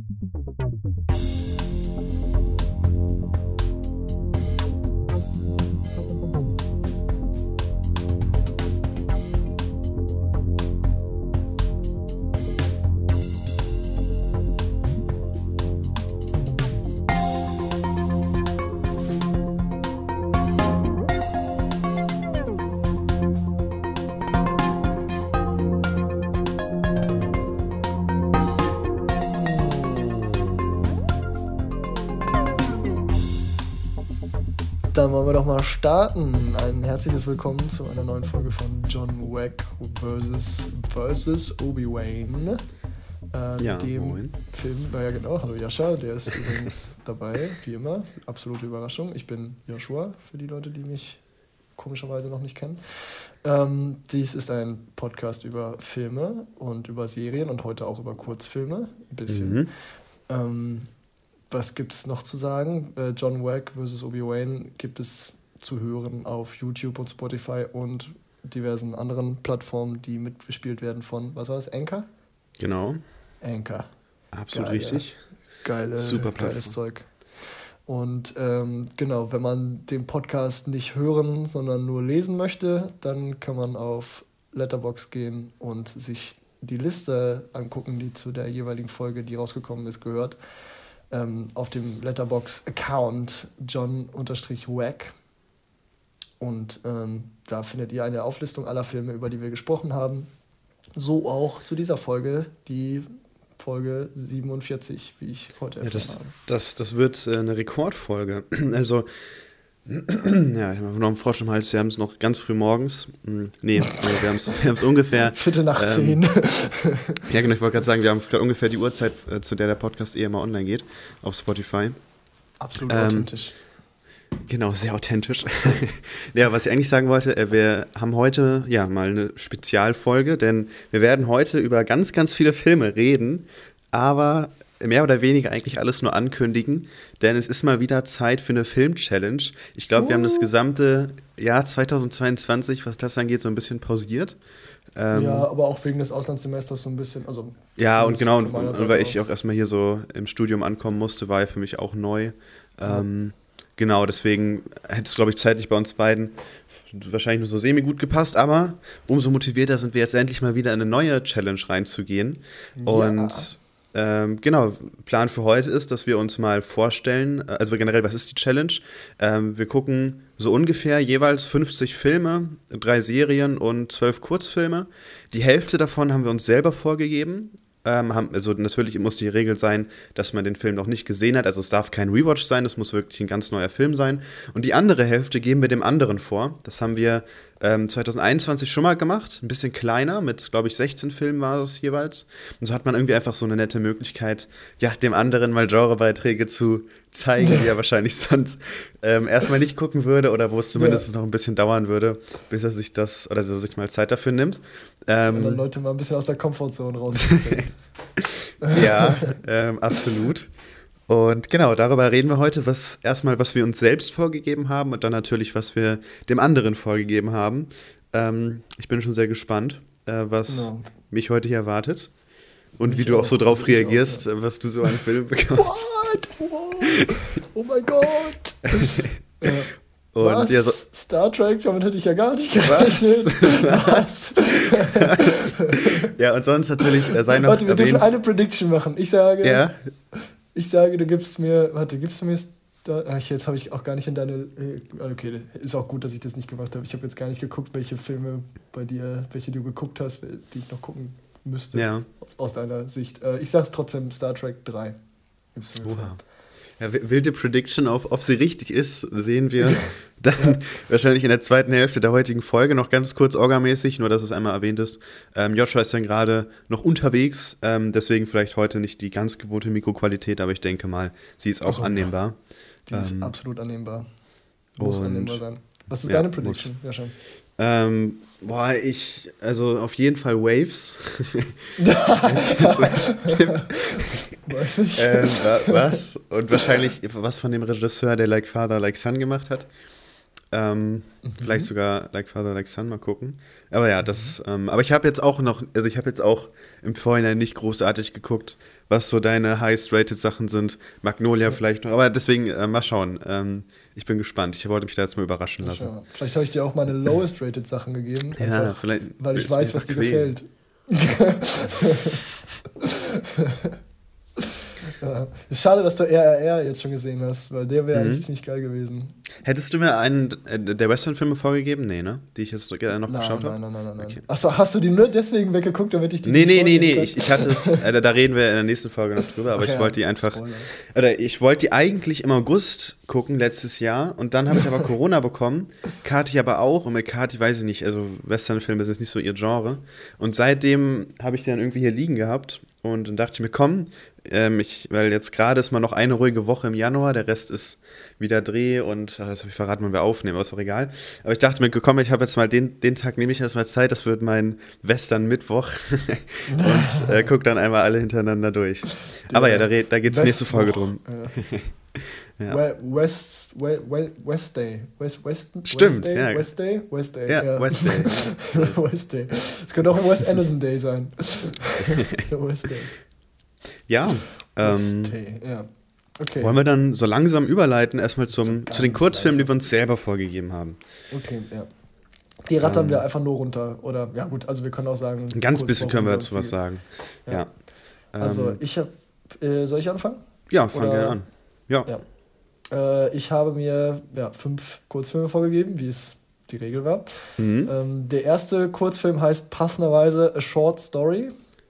Dann wollen wir doch mal starten. Ein herzliches Willkommen zu einer neuen Folge von John Wick vs. Obi-Wan. Dem moin. Film, ja genau, hallo Jascha, der ist übrigens dabei, wie immer, absolute Überraschung. Ich bin Joshua, für die Leute, die mich komischerweise noch nicht kennen. Dies ist ein Podcast über Filme und über Serien und heute auch über Kurzfilme, ein bisschen. Was gibt es noch zu sagen? John Wick vs. Obi-Wan gibt es zu hören auf YouTube und Spotify und diversen anderen Plattformen, die mitgespielt werden von, was war das, Anchor? Genau. Anchor. Absolut richtig. Super geiles Zeug. Und genau, wenn man den Podcast nicht hören, sondern nur lesen möchte, dann kann man auf Letterboxd gehen und sich die Liste angucken, die zu der jeweiligen Folge, die rausgekommen ist, gehört. Auf dem Letterboxd-Account John_Wack. Und da findet ihr eine Auflistung aller Filme, über die wir gesprochen haben. So auch zu dieser Folge, die Folge 47, wie ich heute erfahren habe. Das wird eine Rekordfolge. Also, ja, ich habe noch einen Frosch im Hals, wir haben es noch ganz früh morgens. Wir haben es ungefähr... 9:45. Ja, genau, ich wollte gerade sagen, wir haben es gerade ungefähr die Uhrzeit, zu der der Podcast immer online geht, auf Spotify. Absolut authentisch. Genau, sehr authentisch. Ja, was ich eigentlich sagen wollte, wir haben heute ja mal eine Spezialfolge, denn wir werden heute über ganz, ganz viele Filme reden, aber mehr oder weniger eigentlich alles nur ankündigen, denn es ist mal wieder Zeit für eine Film-Challenge. Ich glaube, wir haben das gesamte Jahr 2022, was das angeht, so ein bisschen pausiert. Ja, aber auch wegen des Auslandssemesters so ein bisschen. Also ja, und genau, und weil ich auch erstmal hier so im Studium ankommen musste, war ja für mich auch neu. Genau, deswegen hätte es, glaube ich, zeitlich bei uns beiden wahrscheinlich nur so semi-gut gepasst, aber umso motivierter sind wir jetzt endlich mal wieder in eine neue Challenge reinzugehen. Ja. Und genau, Plan für heute ist, dass wir uns mal vorstellen, also generell, was ist die Challenge? Wir gucken so ungefähr jeweils 50 Filme, 3 Serien und 12 Kurzfilme. Die Hälfte davon haben wir uns selber vorgegeben. Also natürlich muss die Regel sein, dass man den Film noch nicht gesehen hat. Also es darf kein Rewatch sein, es muss wirklich ein ganz neuer Film sein. Und die andere Hälfte geben wir dem anderen vor. Das haben wir 2021 schon mal gemacht, ein bisschen kleiner, mit, glaube ich, 16 Filmen war es jeweils. Und so hat man irgendwie einfach so eine nette Möglichkeit, ja, dem anderen mal Genrebeiträge zu zeigen, die er wahrscheinlich sonst erstmal nicht gucken würde oder wo es zumindest noch ein bisschen dauern würde, bis er sich das, oder so sich mal Zeit dafür nimmt. Sondern Leute mal ein bisschen aus der Komfortzone rausziehen. Ja, absolut. Und genau, darüber reden wir heute, was wir uns selbst vorgegeben haben und dann natürlich, was wir dem anderen vorgegeben haben. Ich bin schon sehr gespannt, was mich heute hier erwartet und wie du auch so drauf reagierst, was du so an Filmen bekommst. What? Oh mein Gott! Und was? Ja, Star Trek? Damit hätte ich ja gar nicht gerechnet. Was? Ja, und sonst natürlich sei noch Warte, wir dürfen eine Prediction machen. Ich sage, du gibst mir jetzt habe ich auch gar nicht in deine, okay, ist auch gut, dass ich das nicht gemacht habe. Ich habe jetzt gar nicht geguckt, welche Filme bei dir, welche du geguckt hast, die ich noch gucken müsste, aus deiner Sicht. Ich sage trotzdem Star Trek 3. Oha. Ja, wilde Prediction, ob sie richtig ist, sehen wir dann wahrscheinlich in der zweiten Hälfte der heutigen Folge. Noch ganz kurz orgamäßig, nur dass es einmal erwähnt ist. Joshua ist dann gerade noch unterwegs, deswegen vielleicht heute nicht die ganz gewohnte Mikroqualität, aber ich denke mal, sie ist auch annehmbar. Die ist absolut annehmbar. Muss annehmbar sein. Was ist deine Prediction? Ja, schon. Also auf jeden Fall Waves. Weiß ich. Was? Und wahrscheinlich was von dem Regisseur, der Like Father, Like Son gemacht hat. Vielleicht sogar Like Father, Like Son, mal gucken. Aber ja, aber ich habe jetzt auch im Vorhinein nicht großartig geguckt, was so deine highest-rated Sachen sind. Magnolia vielleicht noch, aber deswegen mal schauen. Ich bin gespannt. Ich wollte mich da jetzt mal überraschen lassen. Ja. Vielleicht habe ich dir auch meine lowest-rated Sachen gegeben. Ja, vielleicht. Weil ich weiß, was dir gefällt. Ja. Ist schade, dass du RRR jetzt schon gesehen hast, weil der wäre eigentlich ziemlich geil gewesen. Hättest du mir einen der Western-Filme vorgegeben? Nee, ne? Die ich jetzt noch geschaut habe? Nein. Okay. Achso, hast du die nur deswegen weggeguckt, damit ich die Nee. Ich hatte es, da reden wir in der nächsten Folge noch drüber, aber ich wollte die einfach, ich wollte die eigentlich im August gucken, letztes Jahr, und dann habe ich aber Corona bekommen, Kati aber auch, und mit Kati weiß ich nicht, also Western-Filme ist nicht so ihr Genre, und seitdem habe ich die dann irgendwie hier liegen gehabt, und dann dachte ich mir, komm, weil jetzt gerade ist mal noch eine ruhige Woche im Januar, der Rest ist wieder Dreh und das habe ich verraten, wann wir aufnehmen, aber ist auch egal. Aber ich dachte mir, komm, ich habe jetzt mal den Tag, nehme ich erstmal Zeit, das wird mein Western-Mittwoch und guck dann einmal alle hintereinander durch. Aber ja, da geht es nächste Folge drum. Ja. West Day. Stimmt, West Day? West Day. Ja, West Day. West Day. Es könnte auch ein Wes Anderson Day sein. West Day. Ja. Ja. Okay. Wollen wir dann so langsam überleiten, erstmal zu den Kurzfilmen, die wir uns selber vorgegeben haben. Okay, ja. Die rattern wir einfach nur runter. Oder, ja gut, also wir können auch sagen... Ein ganz bisschen können wir dazu was sagen. Ja. Also ich habe... soll ich anfangen? Ja, fang gerne an. Ja. Ich habe mir 5 Kurzfilme vorgegeben, wie es die Regel war. Der erste Kurzfilm heißt passenderweise A Short Story.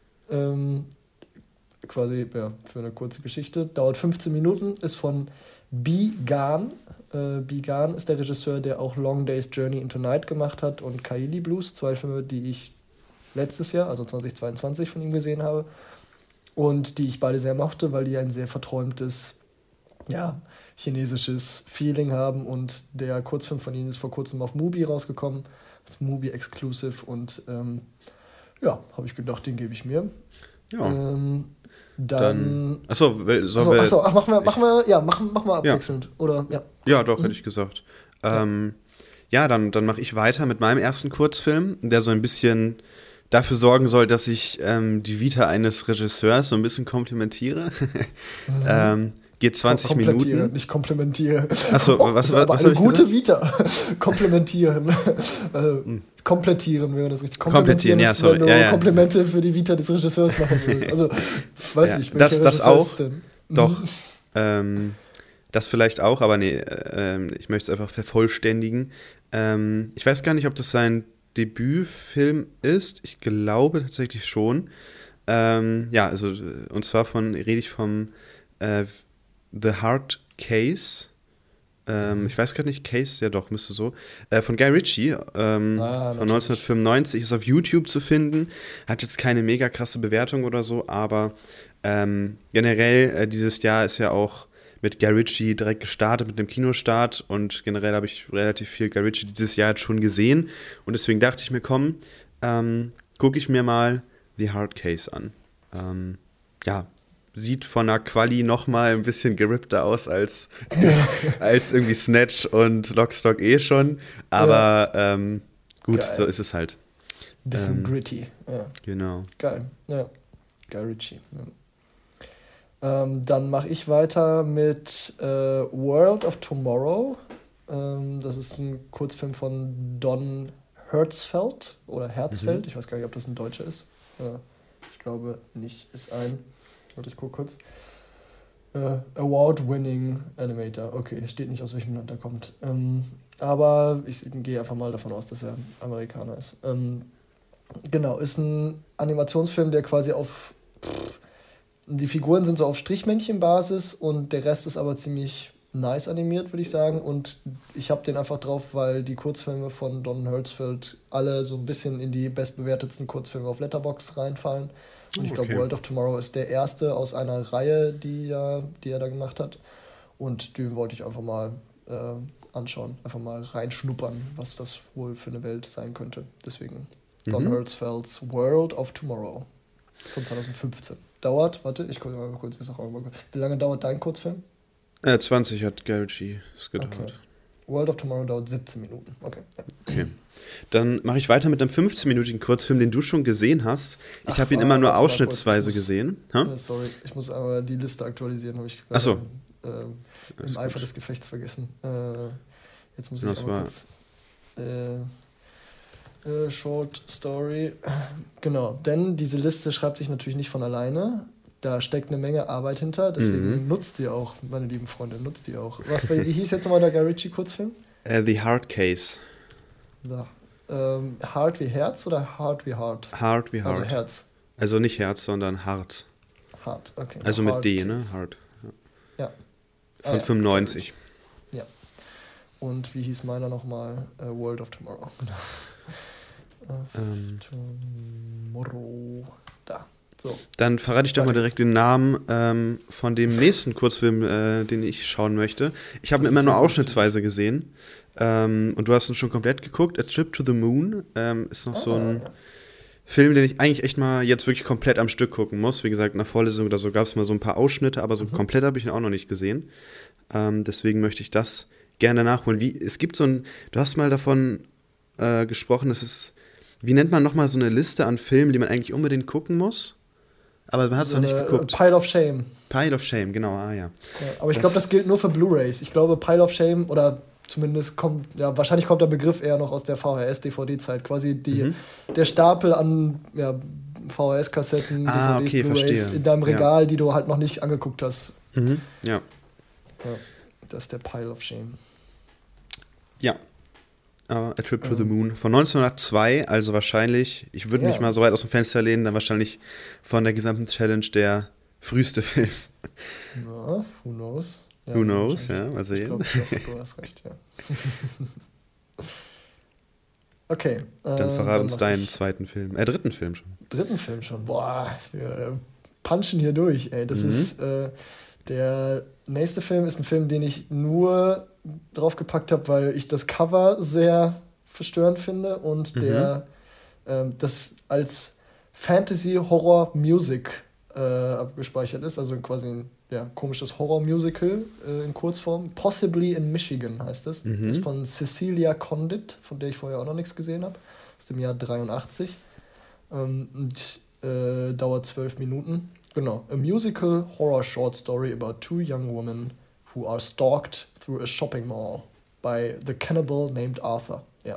Quasi für eine kurze Geschichte. Dauert 15 Minuten, ist von Bi Gan. Bi Gan ist der Regisseur, der auch Long Day's Journey into Night gemacht hat und Kaili Blues, 2 Filme, die ich letztes Jahr, also 2022, von ihm gesehen habe. Und die ich beide sehr mochte, weil die ein sehr verträumtes, chinesisches Feeling haben, und der Kurzfilm von ihnen ist vor kurzem auf Mubi rausgekommen, das Mubi Exclusive, und habe ich gedacht, den gebe ich mir. Ja. Dann machen wir abwechselnd. Oder, ja. Ja, doch, hätte ich gesagt. Dann mache ich weiter mit meinem ersten Kurzfilm, der so ein bisschen dafür sorgen soll, dass ich die Vita eines Regisseurs so ein bisschen komplimentiere. Geht 20 Minuten. Nicht komplementiere. Achso, was aber was eine gute Vita. Komplementieren. Komplettieren wäre das richtig. Komplettieren, ja, sorry. Wenn du Komplimente für die Vita des Regisseurs machen willst. Also, weiß nicht, welcher das Regisseur auch. ist denn? Doch. Das vielleicht auch, aber nee, ich möchte es einfach vervollständigen. Ich weiß gar nicht, ob das sein Debütfilm ist. Ich glaube tatsächlich schon. Und zwar rede ich vom The Hard Case. Ich weiß gerade nicht, Case, ja doch, müsste so. Von Guy Ritchie, von 1995, ist auf YouTube zu finden. Hat jetzt keine mega krasse Bewertung oder so, aber generell dieses Jahr ist ja auch mit Guy Ritchie direkt gestartet, mit dem Kinostart, und generell habe ich relativ viel Guy Ritchie dieses Jahr jetzt schon gesehen, und deswegen dachte ich mir, komm, gucke ich mir mal The Hard Case an. Sieht von der Quali noch mal ein bisschen gerippter aus als irgendwie Snatch und Lock, Stock schon. Aber gut, geil. So ist es halt. Bisschen gritty. Ja. Genau. Geil. Ja. Guy Ritchie. Ja. Dann mache ich weiter mit World of Tomorrow. Das ist ein Kurzfilm von Don Hertzfeldt oder Herzfeld. Ich weiß gar nicht, ob das ein Deutscher ist. Ich glaube nicht. Ist ein... Warte, ich gucke kurz. Award-winning Animator. Okay, steht nicht, aus welchem Land er kommt. Aber ich gehe einfach mal davon aus, dass er Amerikaner ist. Genau, ist ein Animationsfilm, der quasi die Figuren sind so auf Strichmännchenbasis, und der Rest ist aber ziemlich nice animiert, würde ich sagen. Und ich habe den einfach drauf, weil die Kurzfilme von Don Hertzfeldt alle so ein bisschen in die bestbewertetsten Kurzfilme auf Letterboxd reinfallen. Und ich glaube, World of Tomorrow ist der erste aus einer Reihe, die er da gemacht hat. Und den wollte ich einfach mal anschauen, einfach mal reinschnuppern, was das wohl für eine Welt sein könnte. Deswegen Don Hertzfeldts World of Tomorrow von 2015. Ich gucke mal kurz, wie lange dauert dein Kurzfilm? 20 hat Guy Ritchie es gedauert. Okay. World of Tomorrow dauert 17 Minuten. Okay. Dann mache ich weiter mit einem 15-minütigen Kurzfilm, den du schon gesehen hast. Ich habe ihn immer nur ausschnittsweise gesehen. Sorry, ich muss aber die Liste aktualisieren, habe ich im Eifer des Gefechts vergessen. Jetzt muss ich aber kurz... Short Story. Genau, denn diese Liste schreibt sich natürlich nicht von alleine. Da steckt eine Menge Arbeit hinter, deswegen nutzt die auch, meine lieben Freunde, nutzt die auch. Wie hieß jetzt nochmal der Guy Ritchie-Kurzfilm? The Hard Case. Hard wie Herz oder Hard wie Hard? Hard wie Hard. Also Herz. Also nicht Herz, sondern Hart. Hart, okay. Also mit D, Case. ne? Hard. Ja. Von 95. Ja. Und wie hieß meiner nochmal? World of Tomorrow. Tomorrow. Da. So. Dann verrate ich doch mal direkt den Namen von dem nächsten Kurzfilm, den ich schauen möchte. Ich habe ihn immer nur ausschnittsweise gesehen. Und du hast ihn schon komplett geguckt. A Trip to the Moon ist noch so ein Film, den ich eigentlich echt mal jetzt wirklich komplett am Stück gucken muss. Wie gesagt, in der Vorlesung oder so gab es mal so ein paar Ausschnitte, aber so komplett habe ich ihn auch noch nicht gesehen. Deswegen möchte ich das gerne nachholen. Es gibt so ein, du hast mal davon gesprochen, wie nennt man nochmal so eine Liste an Filmen, die man eigentlich unbedingt gucken muss? Aber man hat es noch nicht geguckt. Pile of Shame. Pile of Shame, genau, aber ich glaube, das gilt nur für Blu-Rays. Ich glaube, Pile of Shame oder zumindest wahrscheinlich kommt der Begriff eher noch aus der VHS-DVD-Zeit. Quasi der Stapel an VHS-Kassetten, DVDs, Blu-Rays in deinem Regal, die du halt noch nicht angeguckt hast. Ja. Das ist der Pile of Shame. Ja. A Trip to the Moon von 1902, also wahrscheinlich, ich würde mich mal so weit aus dem Fenster lehnen, dann wahrscheinlich von der gesamten Challenge der früheste Film. Na, who knows? Ja, who knows, ja, mal sehen. Ich glaube, du hast recht, ja. Okay. Dann verrat uns deinen dritten Film schon. Dritten Film schon? Boah, wir punchen hier durch, ey. Das ist, der nächste Film ist ein Film, den ich nur draufgepackt habe, weil ich das Cover sehr verstörend finde und der das als Fantasy-Horror-Music abgespeichert ist, also quasi ein komisches Horror-Musical in Kurzform. Possibly in Michigan heißt es. Ist von Cecilia Condit, von der ich vorher auch noch nichts gesehen habe. Aus dem Jahr 83. Und dauert 12 Minuten. Genau. A musical horror short story about two young women who are stalked through a shopping mall by the cannibal named Arthur. Ja.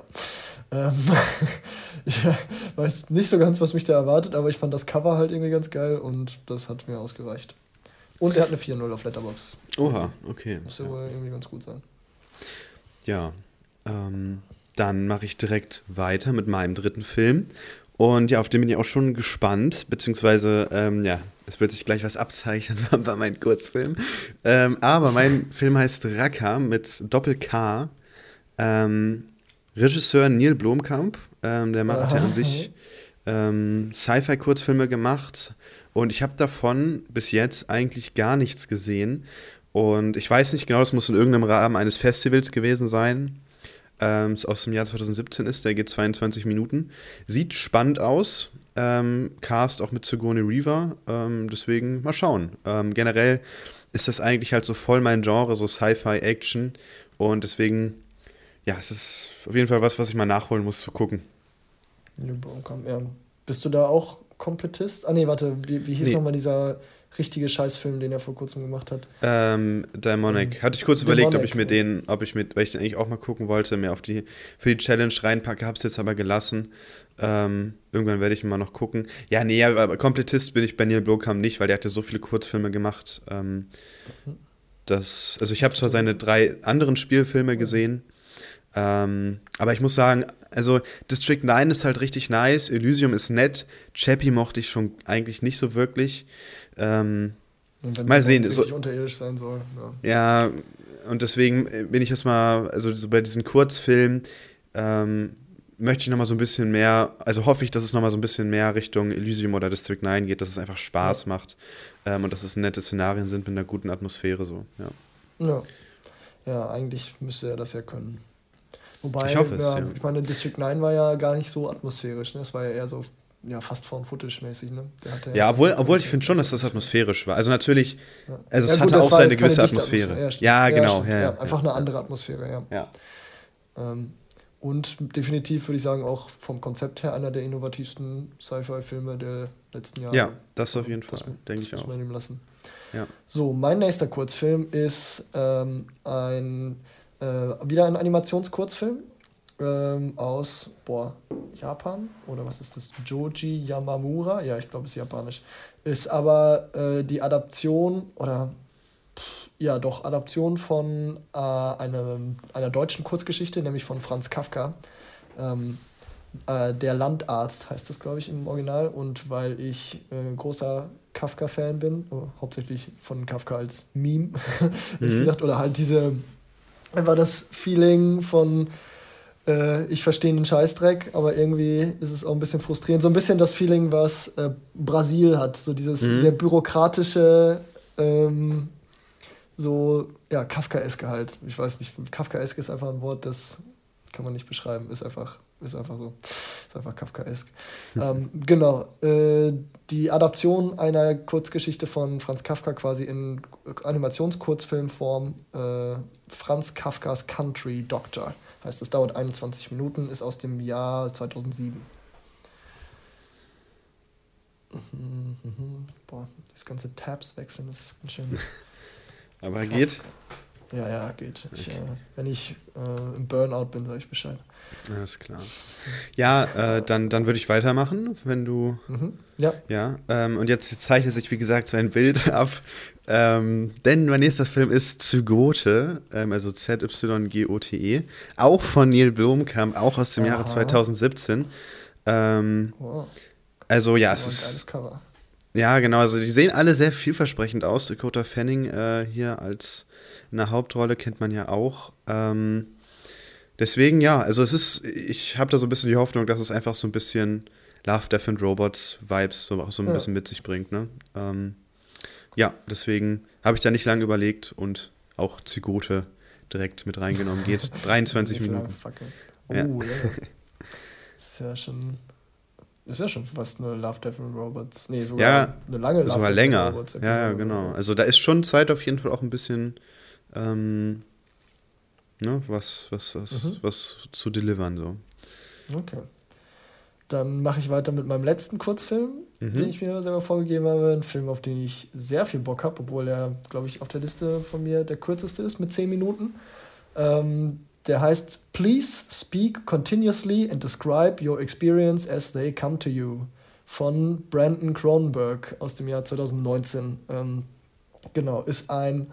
Ich weiß nicht so ganz, was mich da erwartet, aber ich fand das Cover halt irgendwie ganz geil und das hat mir ausgereicht. Und er hat eine 4.0 auf Letterboxd. Oha, okay. Muss ja wohl irgendwie ganz gut sein. Ja, dann mache ich direkt weiter mit meinem dritten Film. Und ja, auf den bin ich auch schon gespannt, beziehungsweise, es wird sich gleich was abzeichnen bei meinem Kurzfilm. Aber mein Film heißt Raqqa mit Doppel-K. Regisseur Neil Blomkamp, der hat ja an sich Sci-Fi-Kurzfilme gemacht. Und ich habe davon bis jetzt eigentlich gar nichts gesehen. Und ich weiß nicht genau, das muss in irgendeinem Rahmen eines Festivals gewesen sein. Aus dem Jahr 2017 ist, der geht 22 Minuten. Sieht spannend aus. Cast auch mit Sigourney Weaver. Deswegen mal schauen. Generell ist das eigentlich halt so voll mein Genre, so Sci-Fi-Action. Und deswegen, ja, es ist auf jeden Fall was ich mal nachholen muss, zu gucken. Ja. Bist du da auch Komplettist? Nee, warte, wie hieß nochmal dieser richtige Scheißfilm, den er vor kurzem gemacht hat? Demonic. Hatte ich kurz überlegt, ob ich den eigentlich auch mal gucken wollte, mir für die Challenge reinpacke, hab's jetzt aber gelassen. Irgendwann werde ich ihn mal noch gucken. Ja, nee, aber Komplettist bin ich bei Neil Blomkamp nicht, weil der hat ja so viele Kurzfilme gemacht. Also ich habe zwar seine 3 anderen Spielfilme gesehen, aber ich muss sagen, also District 9 ist halt richtig nice, Elysium ist nett, Chappie mochte ich schon eigentlich nicht so wirklich. Mal sehen. Richtig unterirdisch sein soll. Ja, und deswegen bin ich erstmal, also so bei diesen Kurzfilmen möchte ich nochmal so ein bisschen mehr, also hoffe ich, dass es nochmal so ein bisschen mehr Richtung Elysium oder District 9 geht, dass es einfach Spaß macht und dass es nette Szenarien sind mit einer guten Atmosphäre so, Ja, eigentlich müsste er das ja können. Wobei, ich hoffe es, ich meine, District 9 war ja gar nicht so atmosphärisch, ne? Es war ja eher so ja, fast Found-Footage-mäßig, ne? Ja, obwohl ich finde schon, dass das atmosphärisch war. Also natürlich, also es hatte auch seine gewisse Atmosphäre. Ja, genau. Ja, einfach eine andere Atmosphäre, ja. Und definitiv würde ich sagen, auch vom Konzept her einer der innovativsten Sci-Fi-Filme der letzten Jahre. Ja, das auf jeden Fall, denke ich auch. Das muss man ihm lassen. Ja. So, mein nächster Kurzfilm ist wieder ein Animationskurzfilm aus Japan, oder was ist das? Joji Yamamura? Ja, ich glaube, es ist japanisch. Ist aber die Adaption Adaption von einer deutschen Kurzgeschichte, nämlich von Franz Kafka. Der Landarzt heißt das, glaube ich, im Original. Und weil ich großer Kafka-Fan bin, hauptsächlich von Kafka als Meme, ehrlich gesagt, oder halt einfach das Feeling von ich verstehe den Scheißdreck, aber irgendwie ist es auch ein bisschen frustrierend. So ein bisschen das Feeling, was Brasil hat, so dieses sehr bürokratische Kafkaeske halt. Ich weiß nicht, Kafkaeske ist einfach ein Wort, das kann man nicht beschreiben. Ist einfach so. Ist einfach Kafkaesk. Genau. Die Adaption einer Kurzgeschichte von Franz Kafka quasi in Animationskurzfilmform. Franz Kafkas Country Doctor heißt es. Dauert 21 Minuten, ist aus dem Jahr 2007. Das ganze Tabs wechseln ist ganz schön. Aber geht? Ja, geht. Okay. Wenn ich im Burnout bin, sage ich Bescheid. Alles klar. Ja, dann würde ich weitermachen, wenn du... Ja. Und jetzt zeichnet sich, wie gesagt, so ein Bild ab. Denn mein nächster Film ist Zygote, also ZYGOTE, auch von Neil Blomkamp, auch aus dem Jahre 2017. Also ja, es ist... Cover. Ja, genau, also die sehen alle sehr vielversprechend aus. Dakota Fanning hier als in der Hauptrolle kennt man ja auch. Deswegen, ja, also ich habe da so ein bisschen die Hoffnung, dass es einfach so ein bisschen Love, Death and Robots Vibes so ein bisschen mit sich bringt, ne? Ja, deswegen habe ich da nicht lange überlegt und auch Zygote direkt mit reingenommen. Geht 23 Minuten. Ja. Das ist ja schon fast eine Love, Death and Robots. Nee, sogar eine lange Love, sogar Death and Robots. Ja, genau. Also da ist schon Zeit auf jeden Fall auch ein bisschen was zu delivern. So. Okay. Dann mache ich weiter mit meinem letzten Kurzfilm, den ich mir selber vorgegeben habe. Ein Film, auf den ich sehr viel Bock habe, obwohl er, glaube ich, auf der Liste von mir der kürzeste ist, mit 10 Minuten. Der heißt Please Speak Continuously and Describe Your Experience as They Come to You von Brandon Cronenberg aus dem Jahr 2019. Genau, ist ein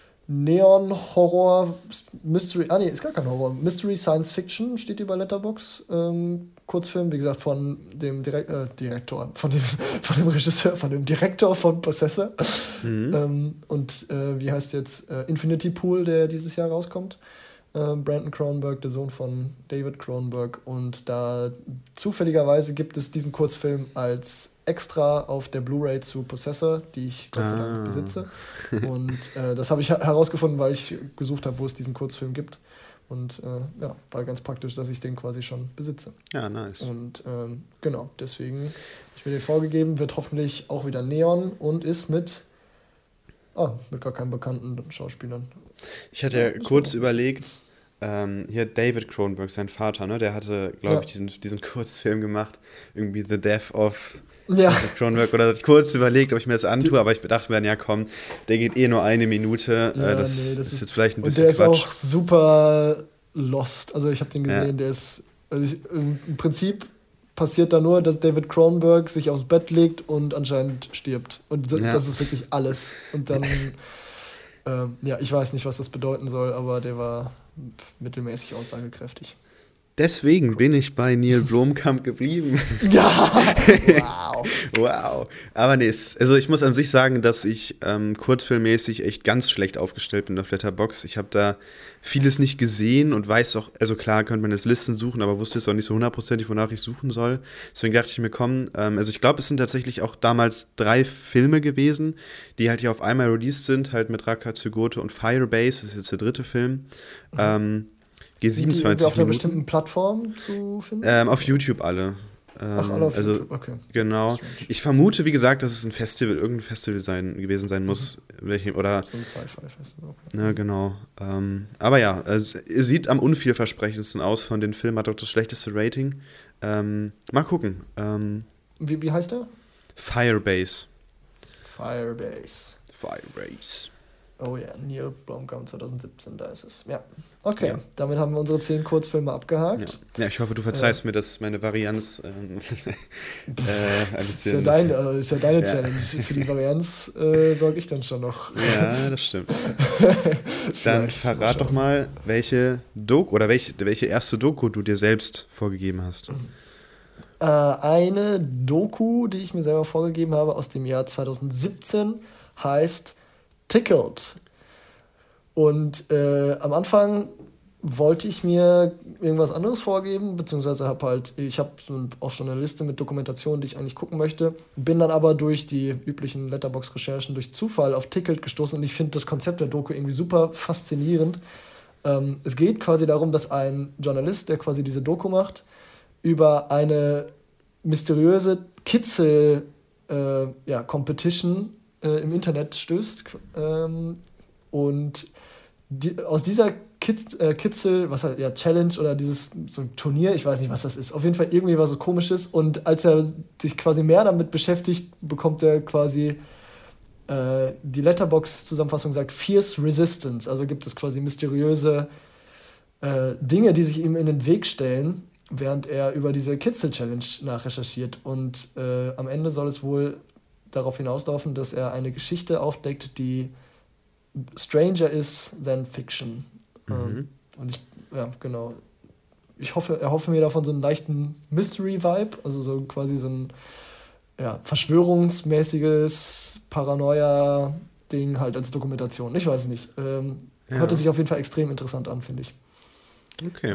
Neon-Horror-Mystery, ist gar kein Horror, Mystery Science Fiction, steht über Letterboxd, Kurzfilm, wie gesagt, von dem Direktor, von dem Regisseur, von dem Direktor von Possessor. Und wie heißt jetzt Infinity Pool, der dieses Jahr rauskommt. Brandon Cronenberg, der Sohn von David Cronenberg. Und da zufälligerweise gibt es diesen Kurzfilm als Extra auf der Blu-ray zu Possessor, die ich Gott sei Dank besitze. Und das habe ich herausgefunden, weil ich gesucht habe, wo es diesen Kurzfilm gibt. Und war ganz praktisch, dass ich den quasi schon besitze. Ja, nice. Und genau, deswegen habe ich mir den vorgegeben, wird hoffentlich auch wieder Neon und ist mit gar keinen bekannten Schauspielern. Ich hatte ja kurz überlegt, hier David Cronenberg, sein Vater, ne, der hatte, glaube ich, diesen Kurzfilm gemacht, irgendwie The Death of Cronenberg, oder hatte ich kurz überlegt, ob ich mir das antue, aber ich dachte mir, ja komm, der geht nur 1 Minute, das ist jetzt vielleicht ein bisschen Quatsch. Und der ist auch super lost, also ich habe den gesehen, der ist, im Prinzip passiert da nur, dass David Cronenberg sich aufs Bett legt und anscheinend stirbt. Und das ist wirklich alles. Und dann, ich weiß nicht, was das bedeuten soll, aber der war mittelmäßig aussagekräftig. Deswegen bin ich bei Neil Blomkamp geblieben. Ja, wow. Aber nee, also ich muss an sich sagen, dass ich kurzfilmmäßig echt ganz schlecht aufgestellt bin auf Letterboxd. Ich habe da vieles nicht gesehen und weiß auch, also klar könnte man jetzt Listen suchen, aber wusste jetzt auch nicht so 100%, wonach ich suchen soll. Deswegen dachte ich mir, komm, also ich glaube, es sind tatsächlich auch damals 3 Filme gewesen, die halt hier auf einmal released sind, halt mit Raka Zygote und Firebase, das ist jetzt der 3. Film. Geht 27 Minuten. Sind die auf einer bestimmten Plattform zu finden? Auf YouTube alle. Ach, alle auf also, YouTube, okay. Genau. Ich vermute, wie gesagt, dass es irgendein Festival gewesen sein muss. Oder so ein Sci-Fi-Festival, okay. Ja, genau. Aber ja, also, es sieht am unvielversprechendsten aus von den Filmen, hat auch das schlechteste Rating. Mal gucken. Wie heißt der? Firebase. Firebase. Oh ja, Neil Blomkamp 2017, da ist es. Ja, okay. Ja. Damit haben wir unsere 10 Kurzfilme abgehakt. Ja, ich hoffe, du verzeihst mir, dass meine Varianz ein bisschen... Ist ja deine Challenge. Für die Varianz sorge ich dann schon noch. Ja, das stimmt. Dann verrat doch mal, welche erste Doku du dir selbst vorgegeben hast. Eine Doku, die ich mir selber vorgegeben habe, aus dem Jahr 2017, heißt Tickled. Und am Anfang wollte ich mir irgendwas anderes vorgeben, beziehungsweise ich habe auch schon eine Liste mit Dokumentationen, die ich eigentlich gucken möchte, bin dann aber durch die üblichen Letterboxd-Recherchen durch Zufall auf Tickled gestoßen und ich finde das Konzept der Doku irgendwie super faszinierend. Es geht quasi darum, dass ein Journalist, der quasi diese Doku macht, über eine mysteriöse Kitzel-Competition im Internet stößt und aus dieser Kitzel, Challenge oder so ein Turnier, ich weiß nicht, was das ist, auf jeden Fall irgendwie was so Komisches und als er sich quasi mehr damit beschäftigt, bekommt er quasi die Letterboxd-Zusammenfassung sagt Fierce Resistance, also gibt es quasi mysteriöse Dinge, die sich ihm in den Weg stellen, während er über diese Kitzel-Challenge nachrecherchiert und am Ende soll es wohl darauf hinauslaufen, dass er eine Geschichte aufdeckt, die stranger is than fiction. Und ich hoffe mir davon so einen leichten Mystery-Vibe, also so quasi so ein verschwörungsmäßiges Paranoia-Ding halt als Dokumentation. Ich weiß nicht. Hörte sich auf jeden Fall extrem interessant an, finde ich. Okay.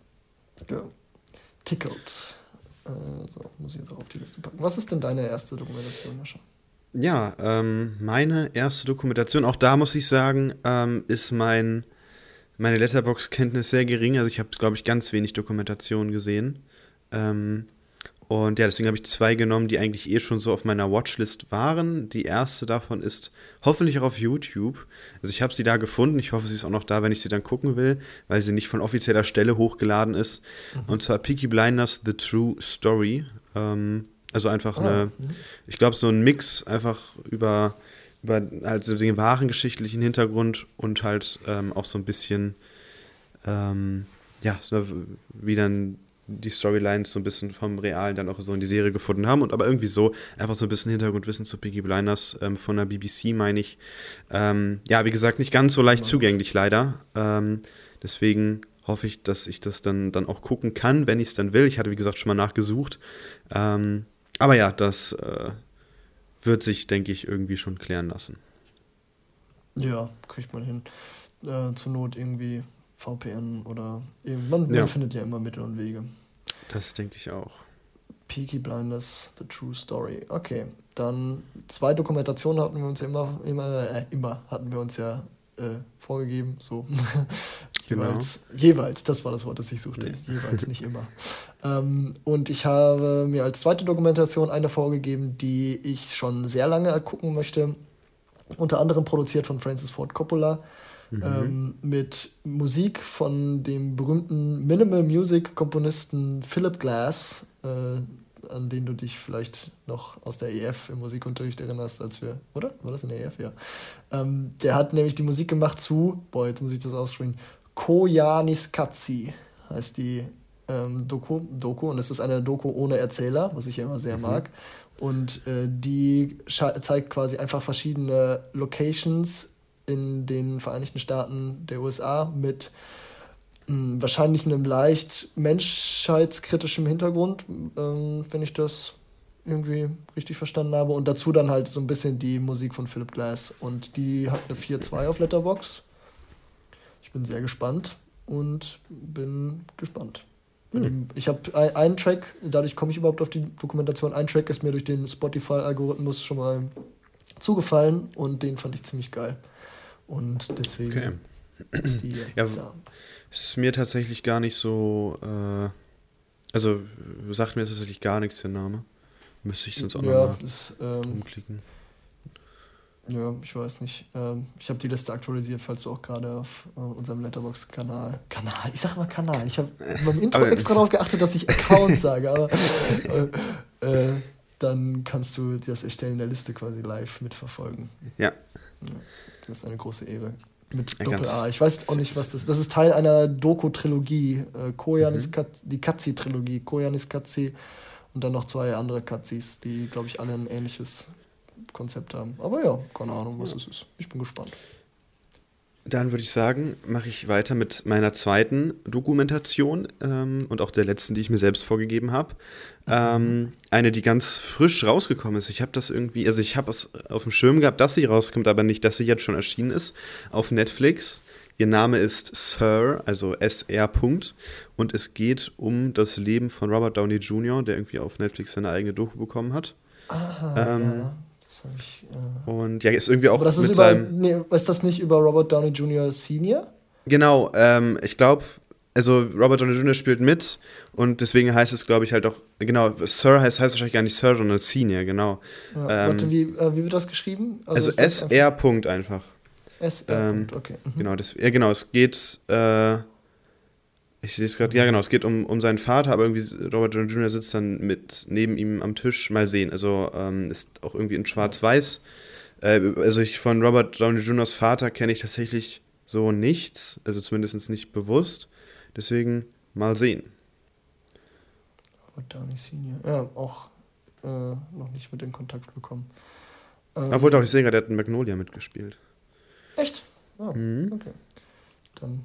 Tickled. So, muss ich jetzt auch auf die Liste packen. Was ist denn deine erste Dokumentation, Mascha? Ja, meine erste Dokumentation, auch da muss ich sagen, ist meine Letterboxd-Kenntnis sehr gering. Also ich habe, glaube ich, ganz wenig Dokumentationen gesehen. Und ja, deswegen habe ich 2 genommen, die eigentlich schon so auf meiner Watchlist waren. Die erste davon ist hoffentlich auch auf YouTube. Also ich habe sie da gefunden. Ich hoffe, sie ist auch noch da, wenn ich sie dann gucken will, weil sie nicht von offizieller Stelle hochgeladen ist. Und zwar Peaky Blinders, The True Story. Also einfach ich glaube, so ein Mix einfach über halt so den wahren geschichtlichen Hintergrund und halt auch so ein bisschen, wie dann die Storylines so ein bisschen vom Realen dann auch so in die Serie gefunden haben und aber irgendwie so einfach so ein bisschen Hintergrundwissen zu Peaky Blinders von der BBC, meine ich. Wie gesagt, nicht ganz so leicht zugänglich leider. Deswegen hoffe ich, dass ich das dann auch gucken kann, wenn ich es dann will. Ich hatte, wie gesagt, schon mal nachgesucht. Aber ja, das wird sich, denke ich, irgendwie schon klären lassen. Ja, kriegt man hin. Zur Not irgendwie VPN oder man findet ja immer Mittel und Wege. Das denke ich auch. Peaky Blinders, The True Story. Okay, dann 2 Dokumentationen hatten wir uns ja immer hatten wir uns ja vorgegeben. So. Genau. Jeweils, das war das Wort, das ich suchte. Jeweils, nicht immer. Und ich habe mir als zweite Dokumentation eine vorgegeben, die ich schon sehr lange gucken möchte. Unter anderem produziert von Francis Ford Coppola. Mit Musik von dem berühmten Minimal Music Komponisten Philip Glass, an den du dich vielleicht noch aus der EF im Musikunterricht erinnerst, oder? War das in der EF? Ja. Der hat nämlich die Musik gemacht zu, jetzt muss ich das aussprechen, Koyaanisqatsi heißt die Doku, und es ist eine Doku ohne Erzähler, was ich ja immer sehr mag. Und die zeigt quasi einfach verschiedene Locations in den Vereinigten Staaten der USA mit wahrscheinlich einem leicht menschheitskritischem Hintergrund, wenn ich das irgendwie richtig verstanden habe. Und dazu dann halt so ein bisschen die Musik von Philip Glass. Und die hat eine 4.2 auf Letterboxd. Ich bin sehr gespannt und bin gespannt. Ich habe einen Track, dadurch komme ich überhaupt auf die Dokumentation, ein Track ist mir durch den Spotify-Algorithmus schon mal zugefallen und den fand ich ziemlich geil. Und deswegen ist die da. Ist mir tatsächlich gar nicht so Also, sagt mir jetzt tatsächlich gar nichts, der Name. Müsste ich sonst auch nochmal umklicken. Ja, ich weiß nicht. Ich habe die Liste aktualisiert, falls du auch gerade auf unserem Letterboxd-Kanal... Ich sag mal Kanal. Ich habe beim Intro extra darauf geachtet, dass ich Account sage, aber dann kannst du das Erstellen der Liste quasi live mitverfolgen. Ja. Das ist eine große Ehre. Mit Doppel-A. Ich weiß auch nicht, was das ist. Das ist Teil einer Doku-Trilogie. Die Katzi-Trilogie. Koyanis Katzi und dann noch 2 andere Katzis, die, glaube ich, alle ein ähnliches Konzept haben. Aber ja, keine Ahnung, was es ist. Ich bin gespannt. Dann würde ich sagen, mache ich weiter mit meiner zweiten Dokumentation und auch der letzten, die ich mir selbst vorgegeben habe. Eine, die ganz frisch rausgekommen ist. Ich habe das irgendwie, also ich habe es auf dem Schirm gehabt, dass sie rauskommt, aber nicht, dass sie jetzt schon erschienen ist auf Netflix. Ihr Name ist Sir, also SR. Und es geht um das Leben von Robert Downey Jr., der irgendwie auf Netflix seine eigene Doku bekommen hat. Ja. Das habe ich. Und ja, ist irgendwie auch aber das ist ist das nicht über Robert Downey Jr. Senior? Genau, ich glaube, also Robert Downey Jr. spielt mit und deswegen heißt es, glaube ich, halt auch, genau, Sir heißt wahrscheinlich gar nicht Sir, sondern Senior, genau. Ja, warte, wie wird das geschrieben? Also SR. einfach. SR. Okay. Genau, es geht, ich sehe es gerade, ja genau, es geht um seinen Vater, aber irgendwie Robert Downey Jr. sitzt dann mit neben ihm am Tisch, mal sehen, also ist auch irgendwie in schwarz-weiß. Also von Robert Downey Jr.'s Vater kenne ich tatsächlich so nichts, also zumindest nicht bewusst, deswegen mal sehen. Robert Downey Senior, ja, auch noch nicht mit in Kontakt bekommen. Obwohl doch, ich sehe gerade, der hat in Magnolia mitgespielt. Echt? Oh, okay. Dann